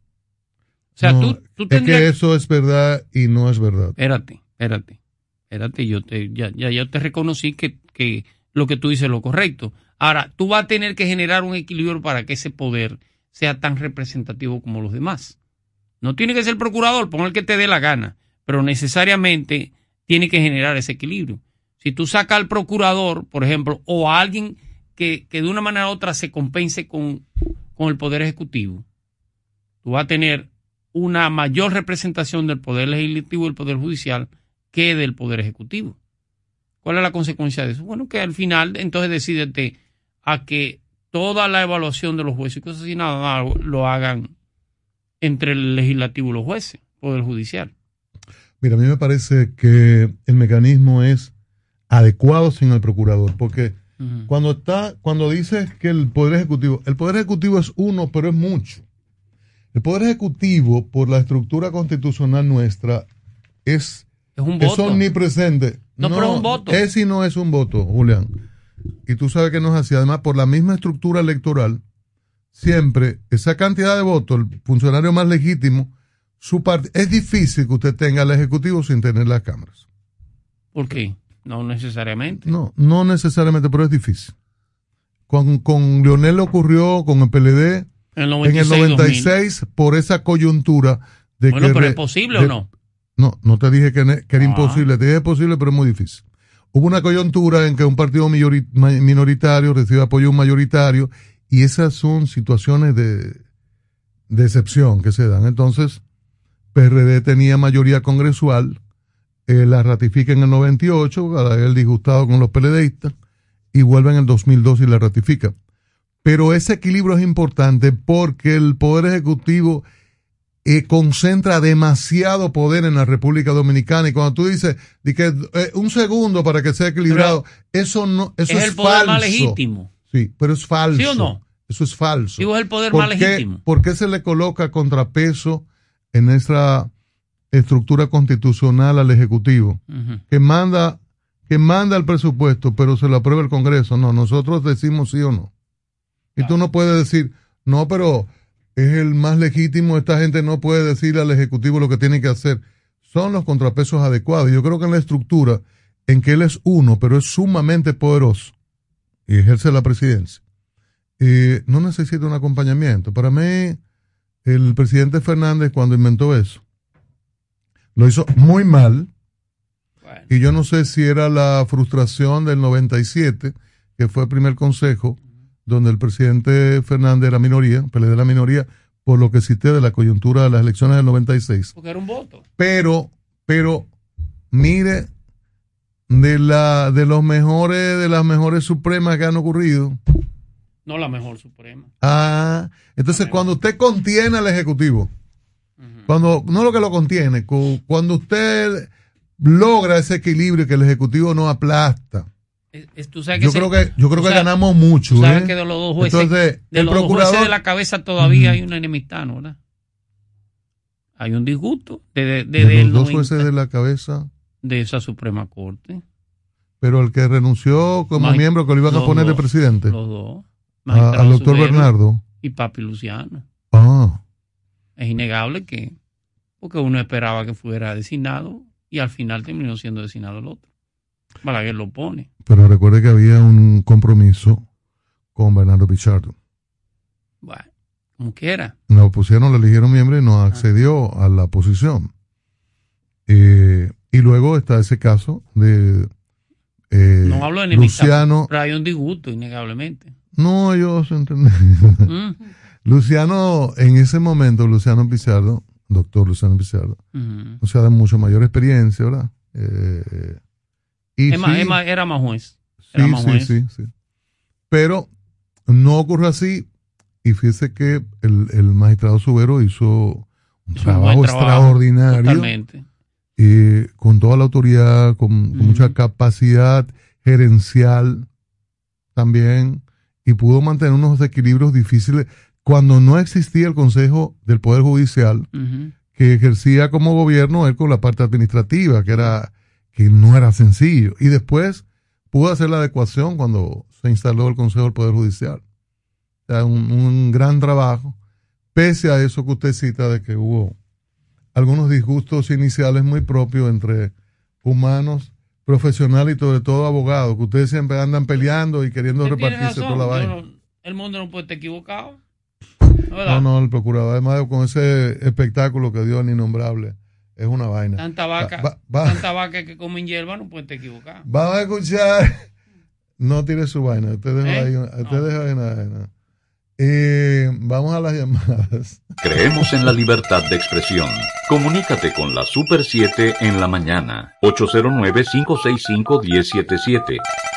Speaker 2: O sea,
Speaker 4: no,
Speaker 2: tú, tú tendrías...
Speaker 4: Es que eso es verdad y no es verdad.
Speaker 2: Espérate, espérate. Espérate, yo te, ya, ya, ya te reconocí que, que lo que tú dices es lo correcto. Ahora, tú vas a tener que generar un equilibrio para que ese poder sea tan representativo como los demás. No tiene que ser el procurador, pon el que te dé la gana, pero necesariamente tiene que generar ese equilibrio. Si tú sacas al procurador, por ejemplo, o a alguien que, que de una manera u otra se compense con, con el poder ejecutivo, tú vas a tener una mayor representación del poder legislativo y el poder judicial que del poder ejecutivo. ¿Cuál es la consecuencia de eso? Bueno, que al final entonces decídete a que toda la evaluación de los jueces y cosas así nada lo hagan entre el legislativo y los jueces, poder judicial.
Speaker 4: Mira, a mí me parece que el mecanismo es adecuado sin el procurador, porque uh-huh. cuando está, cuando dices que el poder ejecutivo, el poder ejecutivo es uno, pero es mucho. El Poder Ejecutivo, por la estructura constitucional nuestra, es,
Speaker 2: es, un
Speaker 4: es
Speaker 2: voto.
Speaker 4: omnipresente.
Speaker 2: No, no, pero es un voto.
Speaker 4: Es y no es un voto, Julián. Y tú sabes que no es así. Además, por la misma estructura electoral, siempre esa cantidad de votos, el funcionario más legítimo, su part- es difícil que usted tenga al Ejecutivo sin tener las cámaras.
Speaker 2: ¿Por qué? No necesariamente.
Speaker 4: No, no necesariamente, pero es difícil. Con, con Leonel ocurrió, con el P L D... En el noventa y seis, en el noventa y seis por esa coyuntura de
Speaker 2: bueno,
Speaker 4: que...
Speaker 2: pero ¿es posible
Speaker 4: de,
Speaker 2: o no?
Speaker 4: No, no te dije que, que era
Speaker 2: ah.
Speaker 4: imposible, te dije posible, pero es muy difícil. Hubo una coyuntura en que un partido minoritario recibe apoyo de un mayoritario y esas son situaciones de, de excepción que se dan. Entonces, P R D tenía mayoría congresual, eh, la ratifica en el noventa y ocho, el disgustado con los PLDistas, y vuelve en el dos mil dos y la ratifica. Pero ese equilibrio es importante porque el Poder Ejecutivo eh, concentra demasiado poder en la República Dominicana y cuando tú dices de que eh, un segundo para que sea equilibrado, pero eso no eso es,
Speaker 2: es el poder
Speaker 4: falso.
Speaker 2: Más legítimo.
Speaker 4: Sí, pero es falso.
Speaker 2: ¿Sí o no?
Speaker 4: Eso es falso.
Speaker 2: Digo, es el poder
Speaker 4: ¿Por
Speaker 2: más
Speaker 4: qué,
Speaker 2: legítimo.
Speaker 4: ¿Por qué se le coloca contrapeso en nuestra estructura constitucional al Ejecutivo? Uh-huh. Que manda que manda el presupuesto, pero se lo aprueba el Congreso. No, nosotros decimos sí o no. Y tú no puedes decir, no, pero es el más legítimo, esta gente no puede decirle al Ejecutivo lo que tiene que hacer. Son los contrapesos adecuados. Yo creo que en la estructura en que él es uno, pero es sumamente poderoso y ejerce la presidencia, eh, no necesita un acompañamiento. Para mí, el presidente Fernández, cuando inventó eso, lo hizo muy mal. Bueno. Y yo no sé si era la frustración del noventa y siete, que fue el primer consejo, donde el presidente Fernández era minoría, P L D la minoría, por lo que cité de la coyuntura de las elecciones del noventa y seis.
Speaker 2: Porque era un voto.
Speaker 4: Pero, pero, mire, de la, de los mejores, de las mejores supremas que han ocurrido.
Speaker 2: No la mejor suprema.
Speaker 4: Ah, entonces cuando usted contiene al Ejecutivo, uh-huh. cuando, no lo que lo contiene, cuando usted logra ese equilibrio que el Ejecutivo no aplasta.
Speaker 2: Es, tú sabes que
Speaker 4: yo,
Speaker 2: se,
Speaker 4: creo que, yo creo que
Speaker 2: sabes,
Speaker 4: ganamos mucho.
Speaker 2: Tú sabes
Speaker 4: ¿eh?
Speaker 2: que de los dos jueces,
Speaker 4: Entonces,
Speaker 2: de,
Speaker 4: el
Speaker 2: los
Speaker 4: procurador,
Speaker 2: dos jueces de la cabeza todavía mm. hay una enemistad, ¿no? ¿verdad? Hay un disgusto. De, de, de,
Speaker 4: de los dos
Speaker 2: noventa,
Speaker 4: jueces de la cabeza.
Speaker 2: De esa Suprema Corte.
Speaker 4: Pero el que renunció como Mag- miembro que lo iban a poner
Speaker 2: dos,
Speaker 4: de presidente.
Speaker 2: Los dos.
Speaker 4: A, al doctor Bernardo.
Speaker 2: Y Papi Luciano.
Speaker 4: Ah.
Speaker 2: Es innegable que, porque uno esperaba que fuera designado y al final terminó siendo designado el otro. Balaguer lo pone.
Speaker 4: Pero recuerde que había un compromiso con Bernardo Pichardo.
Speaker 2: Bueno, como quiera.
Speaker 4: Lo pusieron, le eligieron miembro y no accedió ah. a la posición. Eh, y luego está ese caso de eh,
Speaker 2: no hablo de enemistad, Luciano. Pero hay un disgusto, innegablemente.
Speaker 4: No, ellos entendí. Mm. Luciano, en ese momento, Luciano Pichardo, doctor Luciano Pichardo, uh-huh. o sea, de mucho mayor experiencia, ¿verdad? Eh, y
Speaker 2: Emma,
Speaker 4: sí,
Speaker 2: Emma era más juez. Era
Speaker 4: sí,
Speaker 2: más
Speaker 4: sí,
Speaker 2: juez.
Speaker 4: sí, sí. Pero no ocurrió así. Y fíjese que el, el magistrado Subero hizo un
Speaker 2: hizo
Speaker 4: trabajo,
Speaker 2: un
Speaker 4: trabajo extraordinario.
Speaker 2: Totalmente.
Speaker 4: Y con toda la autoridad, con, uh-huh. con mucha capacidad gerencial también. Y pudo mantener unos equilibrios difíciles cuando no existía el Consejo del Poder Judicial, uh-huh. que ejercía como gobierno él con la parte administrativa, que era que no era sencillo. Y después pudo hacer la adecuación cuando se instaló el Consejo del Poder Judicial. O sea, un, un gran trabajo, pese a eso que usted cita de que hubo algunos disgustos iniciales muy propios entre humanos, profesionales y sobre todo abogados, que ustedes siempre andan peleando y queriendo repartirse toda la vaina.
Speaker 2: No, el mundo no puede estar equivocado.
Speaker 4: No, no, el procurador, además con ese espectáculo que dio el innombrable, es una vaina.
Speaker 2: Tanta vaca, va, va, tanta vaca que comen hierba no puede estar equivocado.
Speaker 4: Vamos a escuchar, no tire su vaina, usted deja ¿Eh? ahí, usted no. deja ahí nada, nada. Eh, vamos a las llamadas.
Speaker 6: Creemos en la libertad de expresión. Comunícate con la Super siete en la mañana. ocho cero nueve, cinco seis cinco, uno cero siete siete.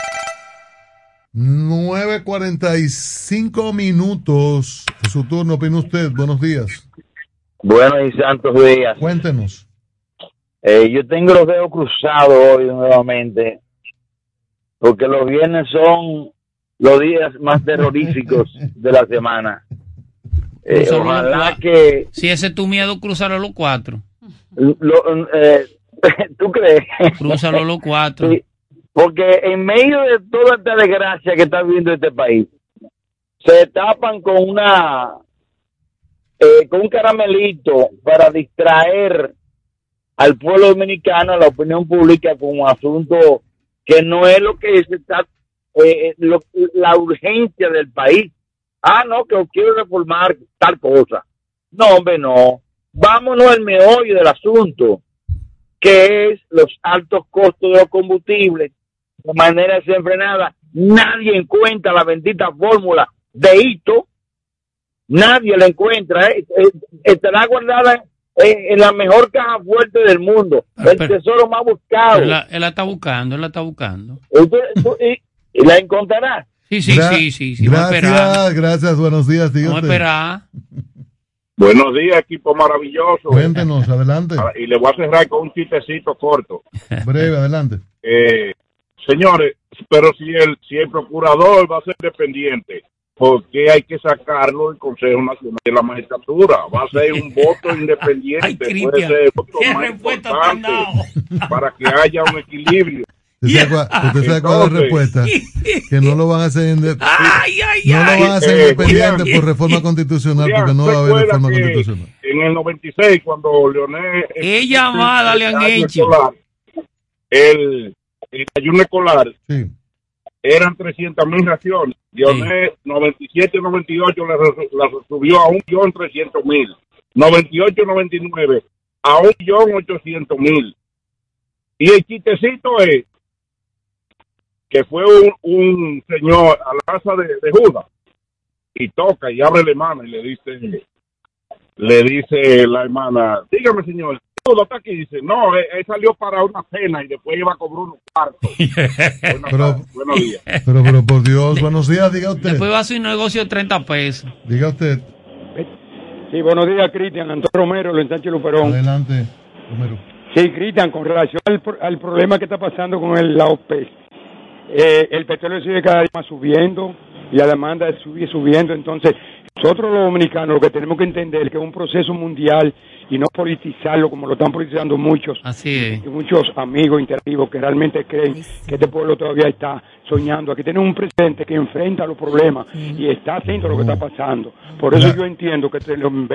Speaker 4: nueve cuarenta y cinco minutos. Es su turno, opina usted. Buenos días.
Speaker 10: Buenos y santos días.
Speaker 4: Cuéntenos.
Speaker 10: Eh, yo tengo los dedos cruzados hoy nuevamente, porque los viernes son los días más terroríficos de la semana. Eh, ojalá que...
Speaker 2: Si ese es tu miedo, cruzarlo los cuatro.
Speaker 10: Lo, eh, ¿Tú crees?
Speaker 2: Cruzarlo los cuatro.
Speaker 10: Sí, porque en medio de toda esta desgracia que está viviendo este país, se tapan con una... Eh, con un caramelito para distraer al pueblo dominicano, a la opinión pública, con un asunto que no es lo que se está... Eh, lo, la urgencia del país. Ah, no, que quiero reformar tal cosa. No, hombre, no. Vámonos al meollo del asunto, que es los altos costos de los combustibles de manera desenfrenada. Nadie encuentra la bendita fórmula de hito. Nadie la encuentra. ¿eh? Estará guardada en, en la mejor caja fuerte del mundo. Ah, el pero, tesoro más buscado.
Speaker 2: Él la, él la está buscando, él la está buscando.
Speaker 10: ¿Y la encontrará?
Speaker 2: Sí, sí,
Speaker 4: Gra-
Speaker 2: sí, sí, sí.
Speaker 4: Gracias, gracias, buenos días.
Speaker 2: Vamos a esperar.
Speaker 11: Buenos días, equipo maravilloso.
Speaker 4: Cuéntenos, adelante.
Speaker 11: Y le voy a cerrar con un chistecito corto.
Speaker 4: Breve, adelante.
Speaker 11: Eh, señores, pero si el, si el procurador va a ser dependiente, ¿por qué hay que sacarlo del Consejo Nacional de la Magistratura? Va a ser un voto independiente.
Speaker 2: Ay,
Speaker 11: puede ser el voto más importante para que haya un equilibrio.
Speaker 4: ¿Usted sabe cuál, usted sabe cuál es la respuesta? Que no lo van a hacer, inde-
Speaker 2: ay, ay,
Speaker 4: no lo van a hacer
Speaker 11: eh,
Speaker 4: independiente
Speaker 11: Julián,
Speaker 4: por reforma constitucional,
Speaker 11: Julián,
Speaker 4: porque no va a haber reforma constitucional.
Speaker 11: En el noventa y seis, cuando Leonel...
Speaker 2: ¿Qué llamada le han hecho?
Speaker 11: Escolar, el, el ayuno escolar
Speaker 4: sí.
Speaker 11: eran trescientas mil raciones. Leonel, sí. noventa y siete noventa y ocho la, la subió a un millón trescientos mil. noventa y ocho noventa y nueve a un millón ochocientos mil. Y el chistecito es que fue un, un señor a la casa de, de Judas y toca y abre la mano y le dice le dice la hermana, dígame señor, Judas está aquí, dice, no, él, él salió para una cena y después iba a cobrar unos cuartos. Buenos,
Speaker 4: pero,
Speaker 11: buenos días.
Speaker 4: Pero, pero por Dios, buenos días, diga usted.
Speaker 2: Después va a hacer un negocio de treinta pesos.
Speaker 4: Diga usted.
Speaker 12: Sí, buenos dídías, Cristian, Antonio Romero, en Sánchez Luperón.
Speaker 4: Adelante, Romero.
Speaker 12: Sí, Cristian, con relación al, al problema que está pasando con el, la O P E C. Eh, el petróleo sigue cada día más subiendo y la demanda sigue subiendo. Entonces, nosotros los dominicanos lo que tenemos que entender es que es un proceso mundial y no politizarlo como lo están politizando muchos.
Speaker 2: Así es.
Speaker 12: Muchos amigos interactivos que realmente creen que este pueblo todavía está soñando. Aquí tenemos un presidente que enfrenta los problemas y está haciendo lo que está pasando. Por eso yo entiendo que en vez de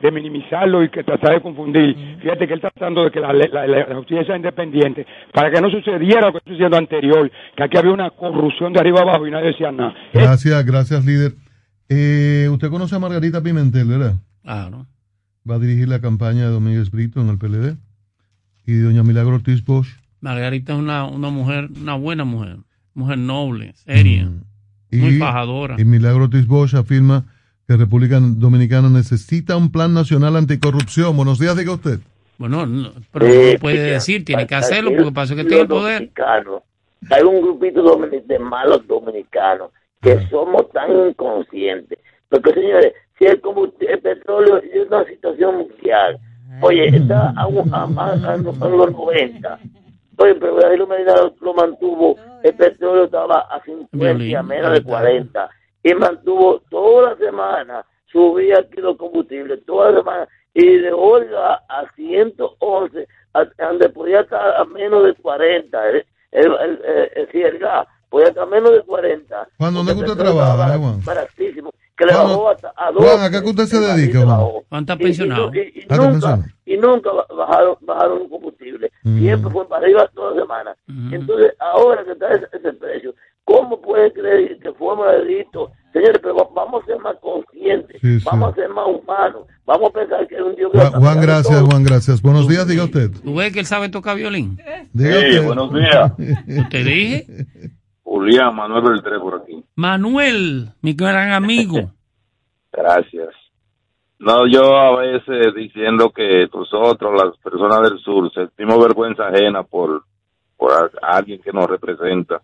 Speaker 12: de minimizarlo y que tratar de confundir. Fíjate que él está tratando de que la, la, la, la justicia sea independiente para que no sucediera lo que está sucediendo anterior, que aquí había una corrupción de arriba abajo y nadie decía nada.
Speaker 4: Gracias, gracias, líder. Eh, usted conoce a Margarita Pimentel, ¿verdad?
Speaker 2: Claro.
Speaker 4: Va a dirigir la campaña de Domínguez Brito en el P L D. Y doña Milagro Ortiz Bosch.
Speaker 2: Margarita es una, una mujer, una buena mujer, mujer noble, seria, mm. y, muy fajadora.
Speaker 4: Y Milagro Ortiz Bosch afirma que República Dominicana necesita un plan nacional anticorrupción. Buenos días, diga usted.
Speaker 2: Bueno, no, pero no lo puede decir, tiene que hacerlo porque pasó que tiene el poder.
Speaker 13: Hay un grupito de malos dominicanos que ah. somos tan inconscientes. Porque, señores, si el combustible, el petróleo es una situación mundial, oye, está a, a, a, a, a los noventa. Oye, pero Danilo Medina lo, lo mantuvo, el petróleo estaba a cincuenta y a menos de cuarenta. Y mantuvo toda la semana, subía aquí los combustibles, toda la semana, y de hoy a, a ciento once, a, donde podía estar a menos de cuarenta, el, el, el, el, el, el gas, podía estar a menos de cuarenta.
Speaker 4: Juan, ¿dónde usted trabaja, Juan?
Speaker 13: Baratísimo. Que le bajó hasta a dos.
Speaker 4: Juan, ¿a qué usted se dedica, Juan?
Speaker 2: ¿Cuánto pensionado?
Speaker 13: Y, y, y, y, nunca, y nunca bajaron, bajaron un combustible. Mm. Siempre fue para arriba toda la semana. Mm. Entonces, ahora que está ese, ese precio, ¿cómo pueden creer que fue un delito? Señores, pero vamos a ser más conscientes, sí, sí. vamos a ser más humanos, vamos a pensar que es un Dios que
Speaker 4: Juan, Juan gracias, todo. Juan, gracias. Buenos días, diga usted.
Speaker 2: ¿Tú ves que él sabe tocar violín?
Speaker 4: Diga
Speaker 11: sí,
Speaker 4: usted.
Speaker 11: Buenos días.
Speaker 2: ¿Te dije?
Speaker 11: Julián, Manuel Beltré por aquí.
Speaker 2: Manuel, mi gran amigo.
Speaker 11: Gracias. No, yo a veces diciendo que nosotros, las personas del sur, sentimos vergüenza ajena por, por a, a alguien que nos representa.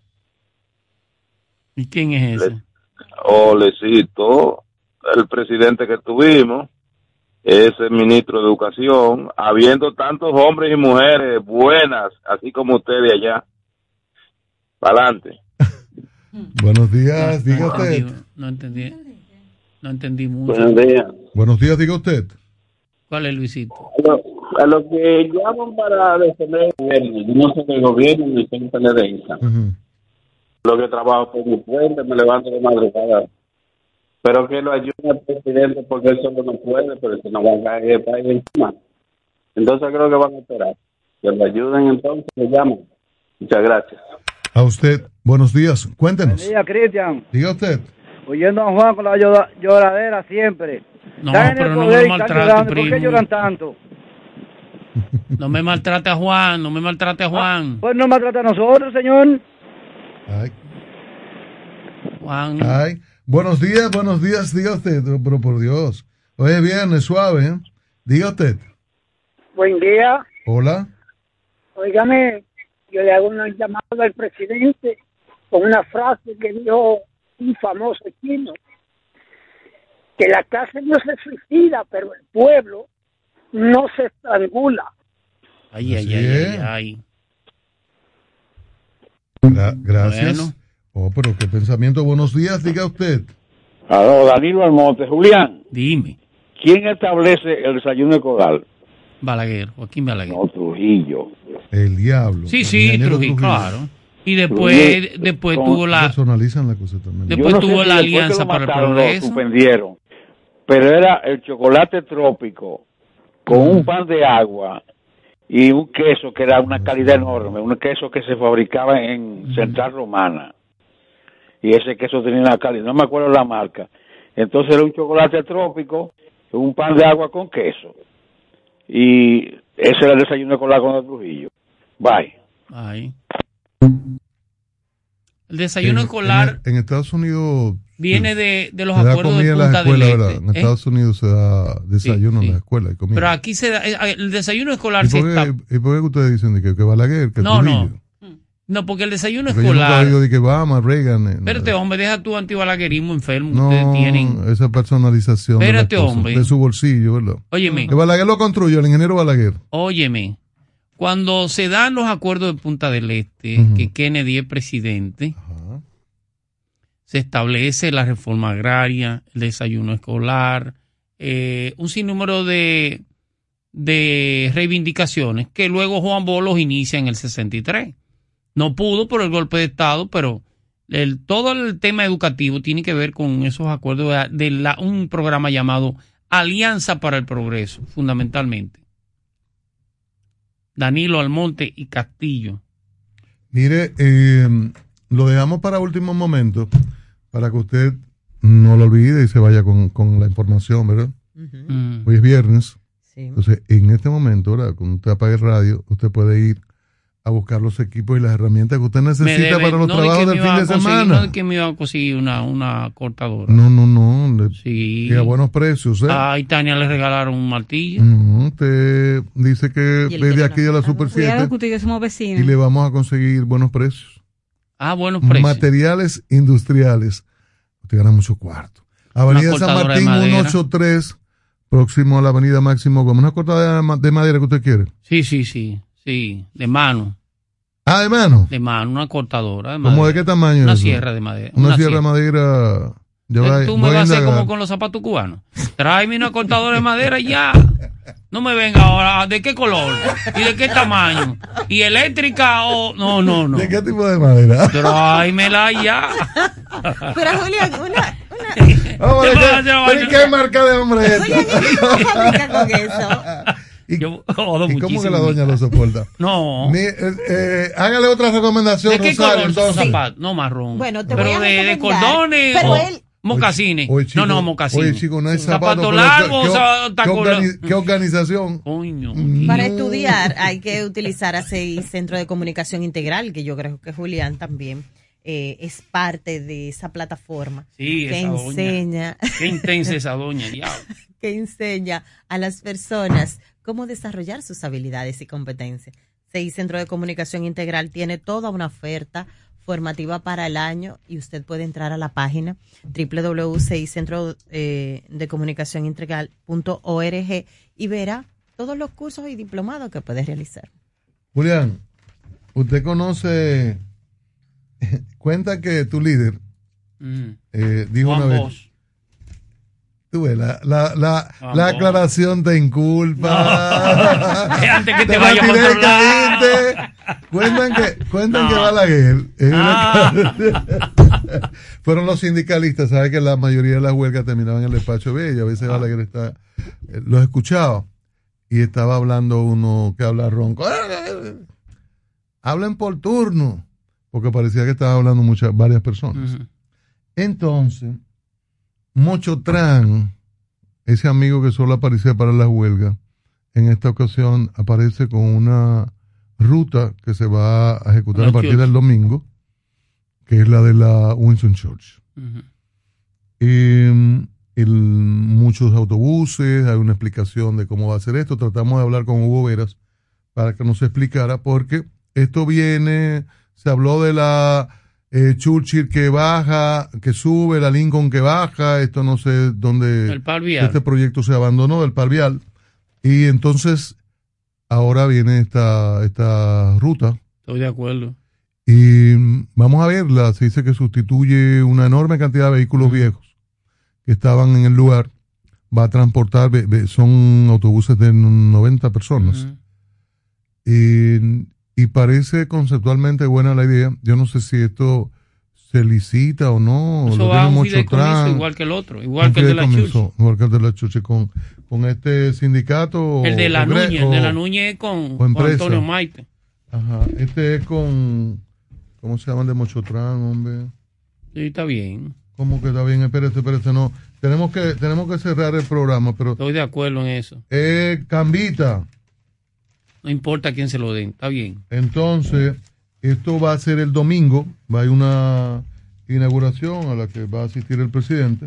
Speaker 2: ¿Y quién es ese?
Speaker 11: Le, o le cito, el presidente que tuvimos, es el ministro de Educación, habiendo tantos hombres y mujeres buenas, así como ustedes allá. Para adelante.
Speaker 4: Buenos días,
Speaker 2: no,
Speaker 4: diga
Speaker 2: no
Speaker 4: usted.
Speaker 2: Entendí, no entendí, no entendí mucho.
Speaker 11: Buenos días.
Speaker 4: Buenos días, diga usted.
Speaker 2: ¿Cuál es, Luisito?
Speaker 11: A lo, a lo que llaman para defender el gobierno, yo no soy del gobierno ni soy P L D. Uh-huh. Lo que trabajo por mi cuenta, me levanto de madrugada. Pero que lo ayude al presidente porque él solo no puede, pero se nos va a caer el país encima. Entonces creo que van a esperar. Que lo ayuden entonces, me llaman. Muchas gracias.
Speaker 4: A usted, buenos días, cuéntenos.
Speaker 18: Buenos días, Cristian.
Speaker 4: Diga usted.
Speaker 18: Oyendo a Juan con la llora, lloradera siempre.
Speaker 2: No, pero no me maltrate, primo.
Speaker 18: ¿Por qué lloran tanto?
Speaker 2: No me maltrate a Juan, no me maltrate a Juan.
Speaker 18: Ah, pues no maltrate a nosotros, señor.
Speaker 4: Ay.
Speaker 2: Juan.
Speaker 4: Ay. Buenos días, buenos días, diga usted, pero por Dios. Hoy es viernes, suave, ¿eh? Diga usted.
Speaker 18: Buen día.
Speaker 4: Hola.
Speaker 18: Óigame, yo le hago una llamada al presidente con una frase que dijo un famoso chino, que la casa no se suicida, pero el pueblo no se estrangula.
Speaker 2: Ay, ay, ay, ay, ay.
Speaker 4: Gra- gracias. Bueno. Oh, pero qué pensamiento. Buenos días, diga usted.
Speaker 21: Aló, Danilo Almonte. Julián.
Speaker 2: Dime.
Speaker 21: ¿Quién establece el desayuno escolar?
Speaker 2: Balaguer, Joaquín Balaguer.
Speaker 21: No, Trujillo.
Speaker 4: El diablo.
Speaker 2: Sí, sí, Trujillo, Trujillo, claro. Y después, Trujillo, después con, tuvo la...
Speaker 4: Personalizan la cosa también.
Speaker 2: Después
Speaker 21: no
Speaker 2: tuvo
Speaker 21: sé
Speaker 2: la
Speaker 21: si
Speaker 2: Alianza para el Progreso.
Speaker 21: Lo suspendieron. Pero era el chocolate trópico con mm. un pan de agua y un queso que era una calidad enorme, un queso que se fabricaba en Central Romana. Y ese queso tenía una calidad, no me acuerdo la marca. Entonces era un chocolate trópico, un pan de agua con queso. Y ese era el desayuno escolar con el Trujillo. Bye.
Speaker 2: Bye. El desayuno
Speaker 4: en,
Speaker 2: escolar...
Speaker 4: En, en Estados Unidos...
Speaker 2: Viene de, de los acuerdos de Punta
Speaker 4: del Este.
Speaker 2: ¿verdad?
Speaker 4: En ¿eh? Estados Unidos se da desayuno sí, sí. en la escuela. Y comida.
Speaker 2: Pero aquí se da... El desayuno escolar
Speaker 4: ¿Y
Speaker 2: se
Speaker 4: por qué,
Speaker 2: está...
Speaker 4: ¿Y por qué ustedes dicen que, que Balaguer, que
Speaker 2: no,
Speaker 4: Trujillo?
Speaker 2: No, no, porque el desayuno
Speaker 4: porque
Speaker 2: escolar...
Speaker 4: Yo nunca he oído de que Obama, Reagan... Eh,
Speaker 2: Espérate, hombre, deja tu antibalaguerismo enfermo.
Speaker 4: No,
Speaker 2: ustedes tienen...
Speaker 4: esa personalización
Speaker 2: Espérate,
Speaker 4: de, las cosas,
Speaker 2: hombre.
Speaker 4: de su bolsillo, ¿verdad?
Speaker 2: Óyeme.
Speaker 4: Que Balaguer lo construyó, el ingeniero Balaguer.
Speaker 2: Óyeme. Cuando se dan los acuerdos de Punta del Este, uh-huh. que Kennedy es presidente, uh-huh. se establece la reforma agraria, el desayuno escolar, eh, un sinnúmero de, de reivindicaciones que luego Juan Bolos inicia en el sesenta y tres. No pudo por el golpe de Estado, pero el, todo el tema educativo tiene que ver con esos acuerdos de, de la, un programa llamado Alianza para el Progreso, fundamentalmente. Danilo Almonte y Castillo.
Speaker 4: Mire, eh, lo dejamos para último momento, para que usted no lo olvide y se vaya con, con la información, ¿verdad? Uh-huh. Hoy es viernes. Sí. Entonces, en este momento, ¿verdad? Cuando usted apague el radio, usted puede ir a buscar los equipos y las herramientas que usted necesita debe, para los no trabajos de del fin de semana.
Speaker 2: No es que me iba a conseguir una, una cortadora.
Speaker 4: No, no, no. Le,
Speaker 2: sí.
Speaker 4: Y a buenos precios, ¿eh?
Speaker 2: A Tania le regalaron un martillo.
Speaker 4: No, usted dice que desde aquí de la Super siete
Speaker 5: que ustedes somos vecinos.
Speaker 4: Y le vamos a conseguir buenos precios.
Speaker 2: Ah, buenos precios.
Speaker 4: Materiales industriales. Usted gana mucho cuarto. Avenida San Martín ciento ochenta y tres, próximo a la Avenida Máximo Gómez. ¿Una cortadora de madera que usted quiere?
Speaker 2: Sí, sí, sí. Sí, de mano.
Speaker 4: Ah, de mano.
Speaker 2: De mano, una cortadora de
Speaker 4: madera. ¿Cómo de qué tamaño?
Speaker 2: Una
Speaker 4: es eso?
Speaker 2: sierra de madera.
Speaker 4: Una, una sierra de madera. Yo
Speaker 2: voy, Tú me vas a hacer como con los zapatos cubanos. Tráeme una cortadora de madera y ya. No me venga ahora. ¿De qué color? ¿Y de qué tamaño? ¿Y eléctrica o...? No, no, no.
Speaker 4: ¿De qué tipo de madera?
Speaker 2: Tráemela ya.
Speaker 3: Pero, Julián, una... una...
Speaker 4: Vamos, ¿de qué, ¿de qué marca de hombre es
Speaker 3: esta? con eso.
Speaker 4: ¿Y, Yo jodo ¿y cómo que la doña lo soporta?
Speaker 2: No.
Speaker 4: Ni, eh, eh, hágale otra recomendación,
Speaker 2: ¿de qué
Speaker 4: Rosario,
Speaker 2: color
Speaker 4: entonces?
Speaker 2: Son zapatos? No, marrón.
Speaker 3: Bueno, te
Speaker 2: pero
Speaker 3: voy a
Speaker 2: de, de cordones
Speaker 3: pero
Speaker 2: o
Speaker 3: él...
Speaker 2: mocasines.
Speaker 4: Oye, chico,
Speaker 2: no, no, mocasines.
Speaker 4: Oye, chico, no hay zapatos.
Speaker 2: Zapato largo,
Speaker 4: ¿qué,
Speaker 2: ¿qué,
Speaker 4: qué, organi ¿Qué organización?
Speaker 2: Coño.
Speaker 3: Para estudiar hay que utilizar a seis Centro de Comunicación Integral, que yo creo que Julián también eh, es parte de esa plataforma.
Speaker 2: Sí,
Speaker 3: que
Speaker 2: esa
Speaker 3: enseña.
Speaker 2: Doña. Qué intensa esa doña, diablo.
Speaker 3: Que enseña a las personas cómo desarrollar sus habilidades y competencias. C I Centro de Comunicación Integral tiene toda una oferta formativa para el año y usted puede entrar a la página doble u doble u doble u punto c i centro de comunicación integral punto org y verá todos los cursos y diplomados que puede realizar.
Speaker 4: Julián, usted conoce, cuenta que tu líder mm. eh, dijo
Speaker 2: Juan
Speaker 4: una vez...
Speaker 2: Bosch.
Speaker 4: Tú ves, la, la, la, la aclaración te inculpa.
Speaker 2: No. Antes que te,
Speaker 4: te
Speaker 2: vayas a otro lado.
Speaker 4: Cuentan que, cuentan no. que Balaguer ah. fueron los sindicalistas. Sabes que la mayoría de las huelgas terminaban en el despacho B y a veces ah. Balaguer está, eh, los escuchaba y estaba hablando uno que habla ronco. Hablen por turno, porque parecía que estaba hablando muchas, varias personas. Uh-huh. Entonces, Mochotrán, ese amigo que solo aparecía para las huelgas, en esta ocasión aparece con una ruta que se va a ejecutar a partir del domingo, que es la de la Winston Church. Uh-huh. y, el, muchos autobuses, hay una explicación de cómo va a ser esto. Tratamos de hablar con Hugo Veras para que nos explicara, porque esto viene, se habló de la Eh, Churchill que baja, que sube, la Lincoln que baja, esto no sé dónde
Speaker 2: el Parvial.
Speaker 4: Este proyecto se abandonó del Parvial y entonces ahora viene esta esta ruta.
Speaker 2: Estoy de acuerdo.
Speaker 4: Y vamos a verla, se dice que sustituye una enorme cantidad de vehículos uh-huh. viejos que estaban en el lugar, va a transportar, son autobuses de noventa personas. Uh-huh. Y Y parece conceptualmente buena la idea. Yo no sé si esto se licita o no.
Speaker 2: Eso
Speaker 4: lo
Speaker 2: va a un fideicomiso igual que el otro, igual que el de la Chuchi.
Speaker 4: Igual que el de la Chuchi con, con este sindicato.
Speaker 2: El de la Núñez, el de la Núñez es con, con Antonio Maite.
Speaker 4: Ajá, este es con, ¿cómo se llama el de Mochotrán, hombre?
Speaker 2: Sí, está bien.
Speaker 4: ¿Cómo que está bien? Espérate, espérate, no. Tenemos que, tenemos que cerrar el programa, pero.
Speaker 2: Estoy de acuerdo en eso.
Speaker 4: Eh, Cambita.
Speaker 2: No importa a quién se lo den, está bien.
Speaker 4: Entonces, esto va a ser el domingo, va a haber una inauguración a la que va a asistir el presidente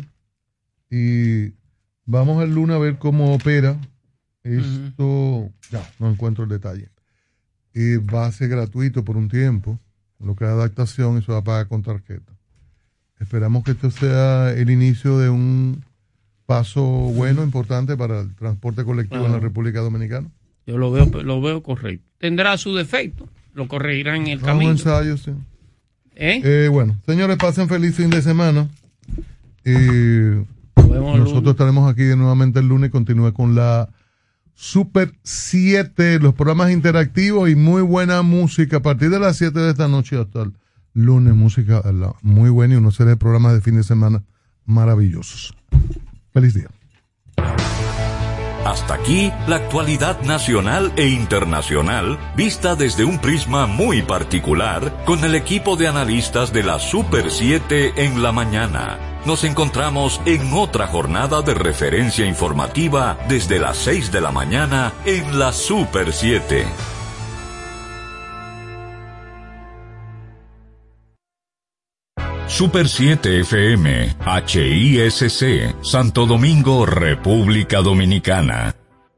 Speaker 4: y vamos el lunes a ver cómo opera esto. Uh-huh. Ya, no encuentro el detalle. Y va a ser gratuito por un tiempo, lo que es adaptación, y se va a pagar con tarjeta. Esperamos que esto sea el inicio de un paso bueno, importante para el transporte colectivo uh-huh. en la República Dominicana.
Speaker 2: Yo lo veo, lo veo correcto. Tendrá su defecto, lo corregirán en el
Speaker 4: Vamos
Speaker 2: camino.
Speaker 4: Ensayo, sí.
Speaker 2: ¿Eh?
Speaker 4: Eh, bueno, señores, pasen feliz fin de semana. Eh, nosotros estaremos aquí nuevamente el lunes. Continúe con la Super siete, los programas interactivos y muy buena música. A partir de las siete de esta noche hasta el lunes, música muy buena y una serie de programas de fin de semana maravillosos. Feliz día.
Speaker 6: Hasta aquí, la actualidad nacional e internacional, vista desde un prisma muy particular, con el equipo de analistas de la Super siete en la mañana. Nos encontramos en otra jornada de referencia informativa desde las seis de la mañana en la Super siete. Super siete F M, H I S C, Santo Domingo, República Dominicana.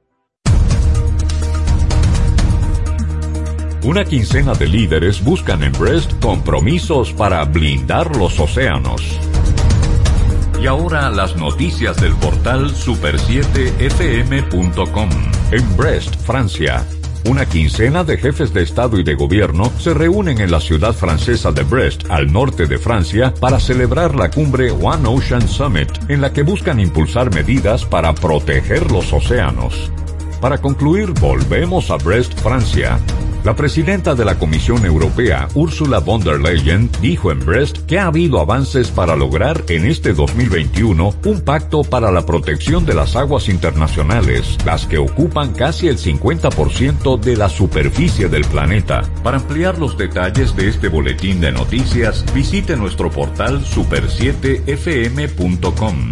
Speaker 6: Una quincena de líderes buscan en Breast compromisos para blindar los océanos. Y ahora las noticias del portal super siete f m punto com. En Brest, Francia, una quincena de jefes de Estado y de Gobierno se reúnen en la ciudad francesa de Brest, al norte de Francia, para celebrar la cumbre One Ocean Summit, en la que buscan impulsar medidas para proteger los océanos. Para concluir, volvemos a Brest, Francia. La presidenta de la Comisión Europea, Ursula von der Leyen, dijo en Brest que ha habido avances para lograr en este dos mil veintiuno un pacto para la protección de las aguas internacionales, las que ocupan casi el cincuenta por ciento de la superficie del planeta. Para ampliar los detalles de este boletín de noticias, visite nuestro portal super siete f m punto com.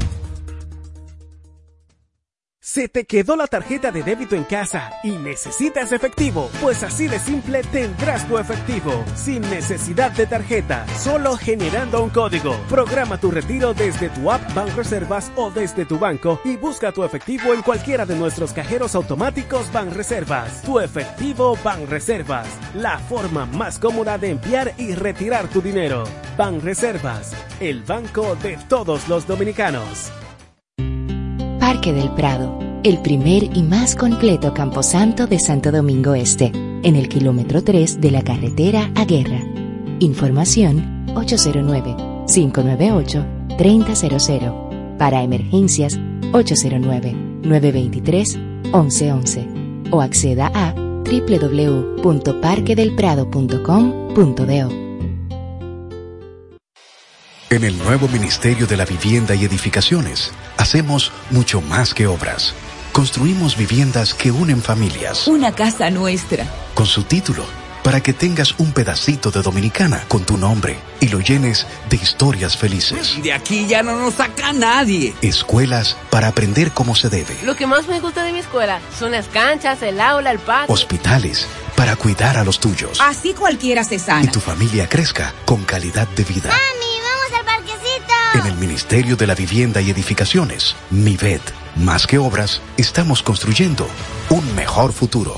Speaker 8: ¿Se te quedó la tarjeta de débito en casa y necesitas efectivo? Pues así de simple tendrás tu efectivo, sin necesidad de tarjeta, solo generando un código. Programa tu retiro desde tu app Banreservas o desde tu banco y busca tu efectivo en cualquiera de nuestros cajeros automáticos Banreservas. Tu efectivo Banreservas, la forma más cómoda de enviar y retirar tu dinero. Banreservas, el banco de todos los dominicanos.
Speaker 14: Parque del Prado, el primer y más completo camposanto de Santo Domingo Este, en el kilómetro tres de la carretera a Guerra. Información ocho cero nueve, cinco nueve ocho, tres cero cero cero. Para emergencias ocho cero nueve, nueve dos tres, once once. O acceda a doble u doble u doble u punto parque del prado punto com punto do.
Speaker 9: En el nuevo Ministerio de la Vivienda y Edificaciones, hacemos mucho más que obras. Construimos viviendas que unen familias.
Speaker 22: Una casa nuestra.
Speaker 9: Con su título, para que tengas un pedacito de Dominicana con tu nombre y lo llenes de historias felices.
Speaker 22: De aquí ya no nos saca nadie.
Speaker 9: Escuelas para aprender cómo se debe.
Speaker 24: Lo que más me gusta de mi escuela son las canchas, el aula, el patio.
Speaker 9: Hospitales para cuidar a los tuyos.
Speaker 22: Así cualquiera se sana.
Speaker 9: Y tu familia crezca con calidad de vida.
Speaker 25: ¡Mami, vamos al parquecito!
Speaker 9: En el Ministerio de la Vivienda y Edificaciones, MIVED, más que obras, estamos construyendo un mejor futuro.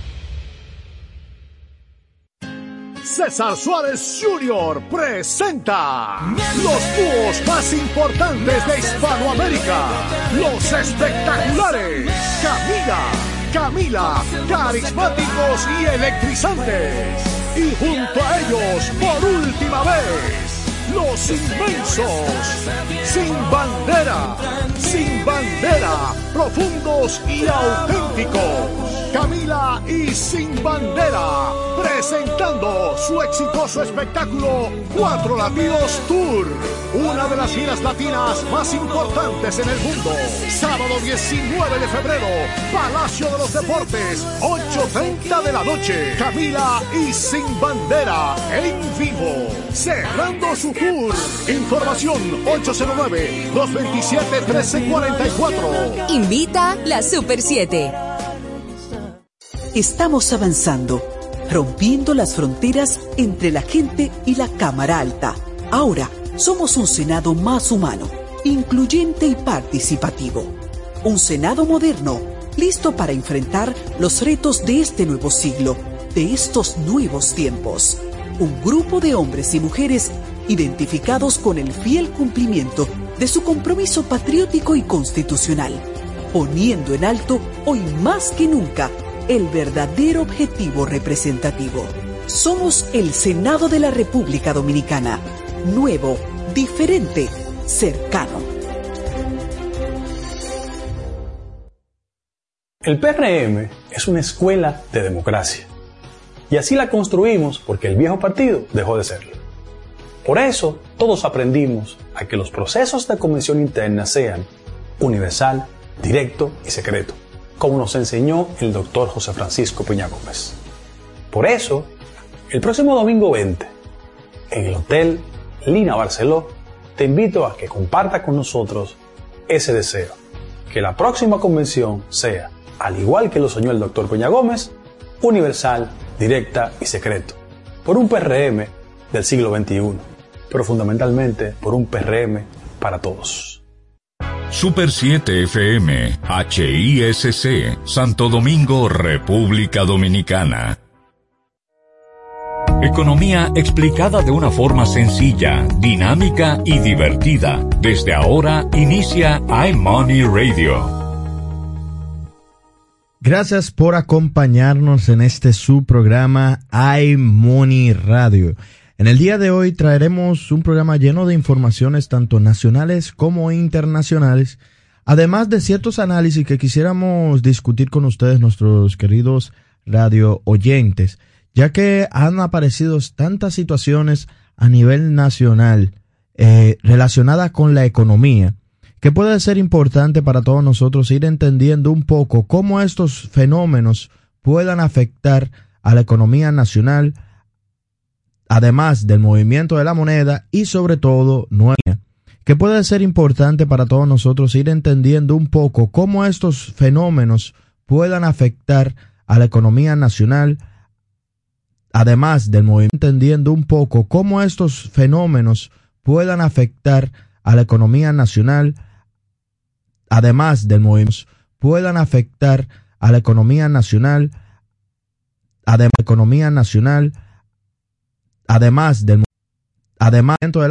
Speaker 23: César Suárez junior presenta los dúos más importantes de Hispanoamérica, los espectaculares Camila, Camila, carismáticos y electrizantes, y junto a ellos, por última vez, los inmensos, sin bandera, sin bandera, profundos y auténticos. Camila y Sin Bandera, presentando su exitoso espectáculo Cuatro Latidos Tour, una de las giras latinas más importantes en el mundo. Sábado diecinueve de febrero, Palacio de los Deportes, ocho treinta de la noche. Camila y Sin Bandera en vivo, cerrando su tour. Información ocho cero nueve, dos dos siete, uno tres cuatro cuatro.
Speaker 14: Invita la Super siete.
Speaker 26: Estamos avanzando, rompiendo las fronteras entre la gente y la Cámara Alta. Ahora somos un Senado más humano, incluyente y participativo. Un Senado moderno, listo para enfrentar los retos de este nuevo siglo, de estos nuevos tiempos. Un grupo de hombres y mujeres identificados con el fiel cumplimiento de su compromiso patriótico y constitucional, poniendo en alto, hoy más que nunca, el verdadero objetivo representativo. Somos el Senado de la República Dominicana. Nuevo, diferente, cercano.
Speaker 27: El P R M es una escuela de democracia. Y así la construimos porque el viejo partido dejó de serlo. Por eso, todos aprendimos a que los procesos de convención interna sean universal, directo y secreto. como nos enseñó el doctor José Francisco Peña Gómez. Por eso, el próximo domingo veinte, en el Hotel Lina Barceló, te invito a que compartas con nosotros ese deseo, que la próxima convención sea, al igual que lo soñó el doctor Peña Gómez, universal, directa y secreto, por un P R M del siglo veintiuno, pero fundamentalmente por un P R M para todos.
Speaker 6: Super siete F M, H I S C, Santo Domingo, República Dominicana. Economía explicada de una forma sencilla, dinámica y divertida. Desde ahora inicia iMoney Radio.
Speaker 1: Gracias por acompañarnos en este su programa iMoney Radio. En el día de hoy traeremos un programa lleno de informaciones tanto nacionales como internacionales, además de ciertos análisis que quisiéramos discutir con ustedes, nuestros queridos radio oyentes, ya que han aparecido tantas situaciones a nivel nacional eh, relacionadas con la economía, que puede ser importante para todos nosotros ir entendiendo un poco cómo estos fenómenos puedan afectar a la economía nacional, además del movimiento de la moneda y sobre todo nuestra, que puede ser importante para todos nosotros ir entendiendo un poco cómo estos fenómenos puedan afectar a la economía nacional, además del movimiento, entendiendo un poco cómo estos fenómenos puedan afectar a la economía nacional, además del movimiento, puedan afectar a la economía nacional, además economía nacional, además del además de la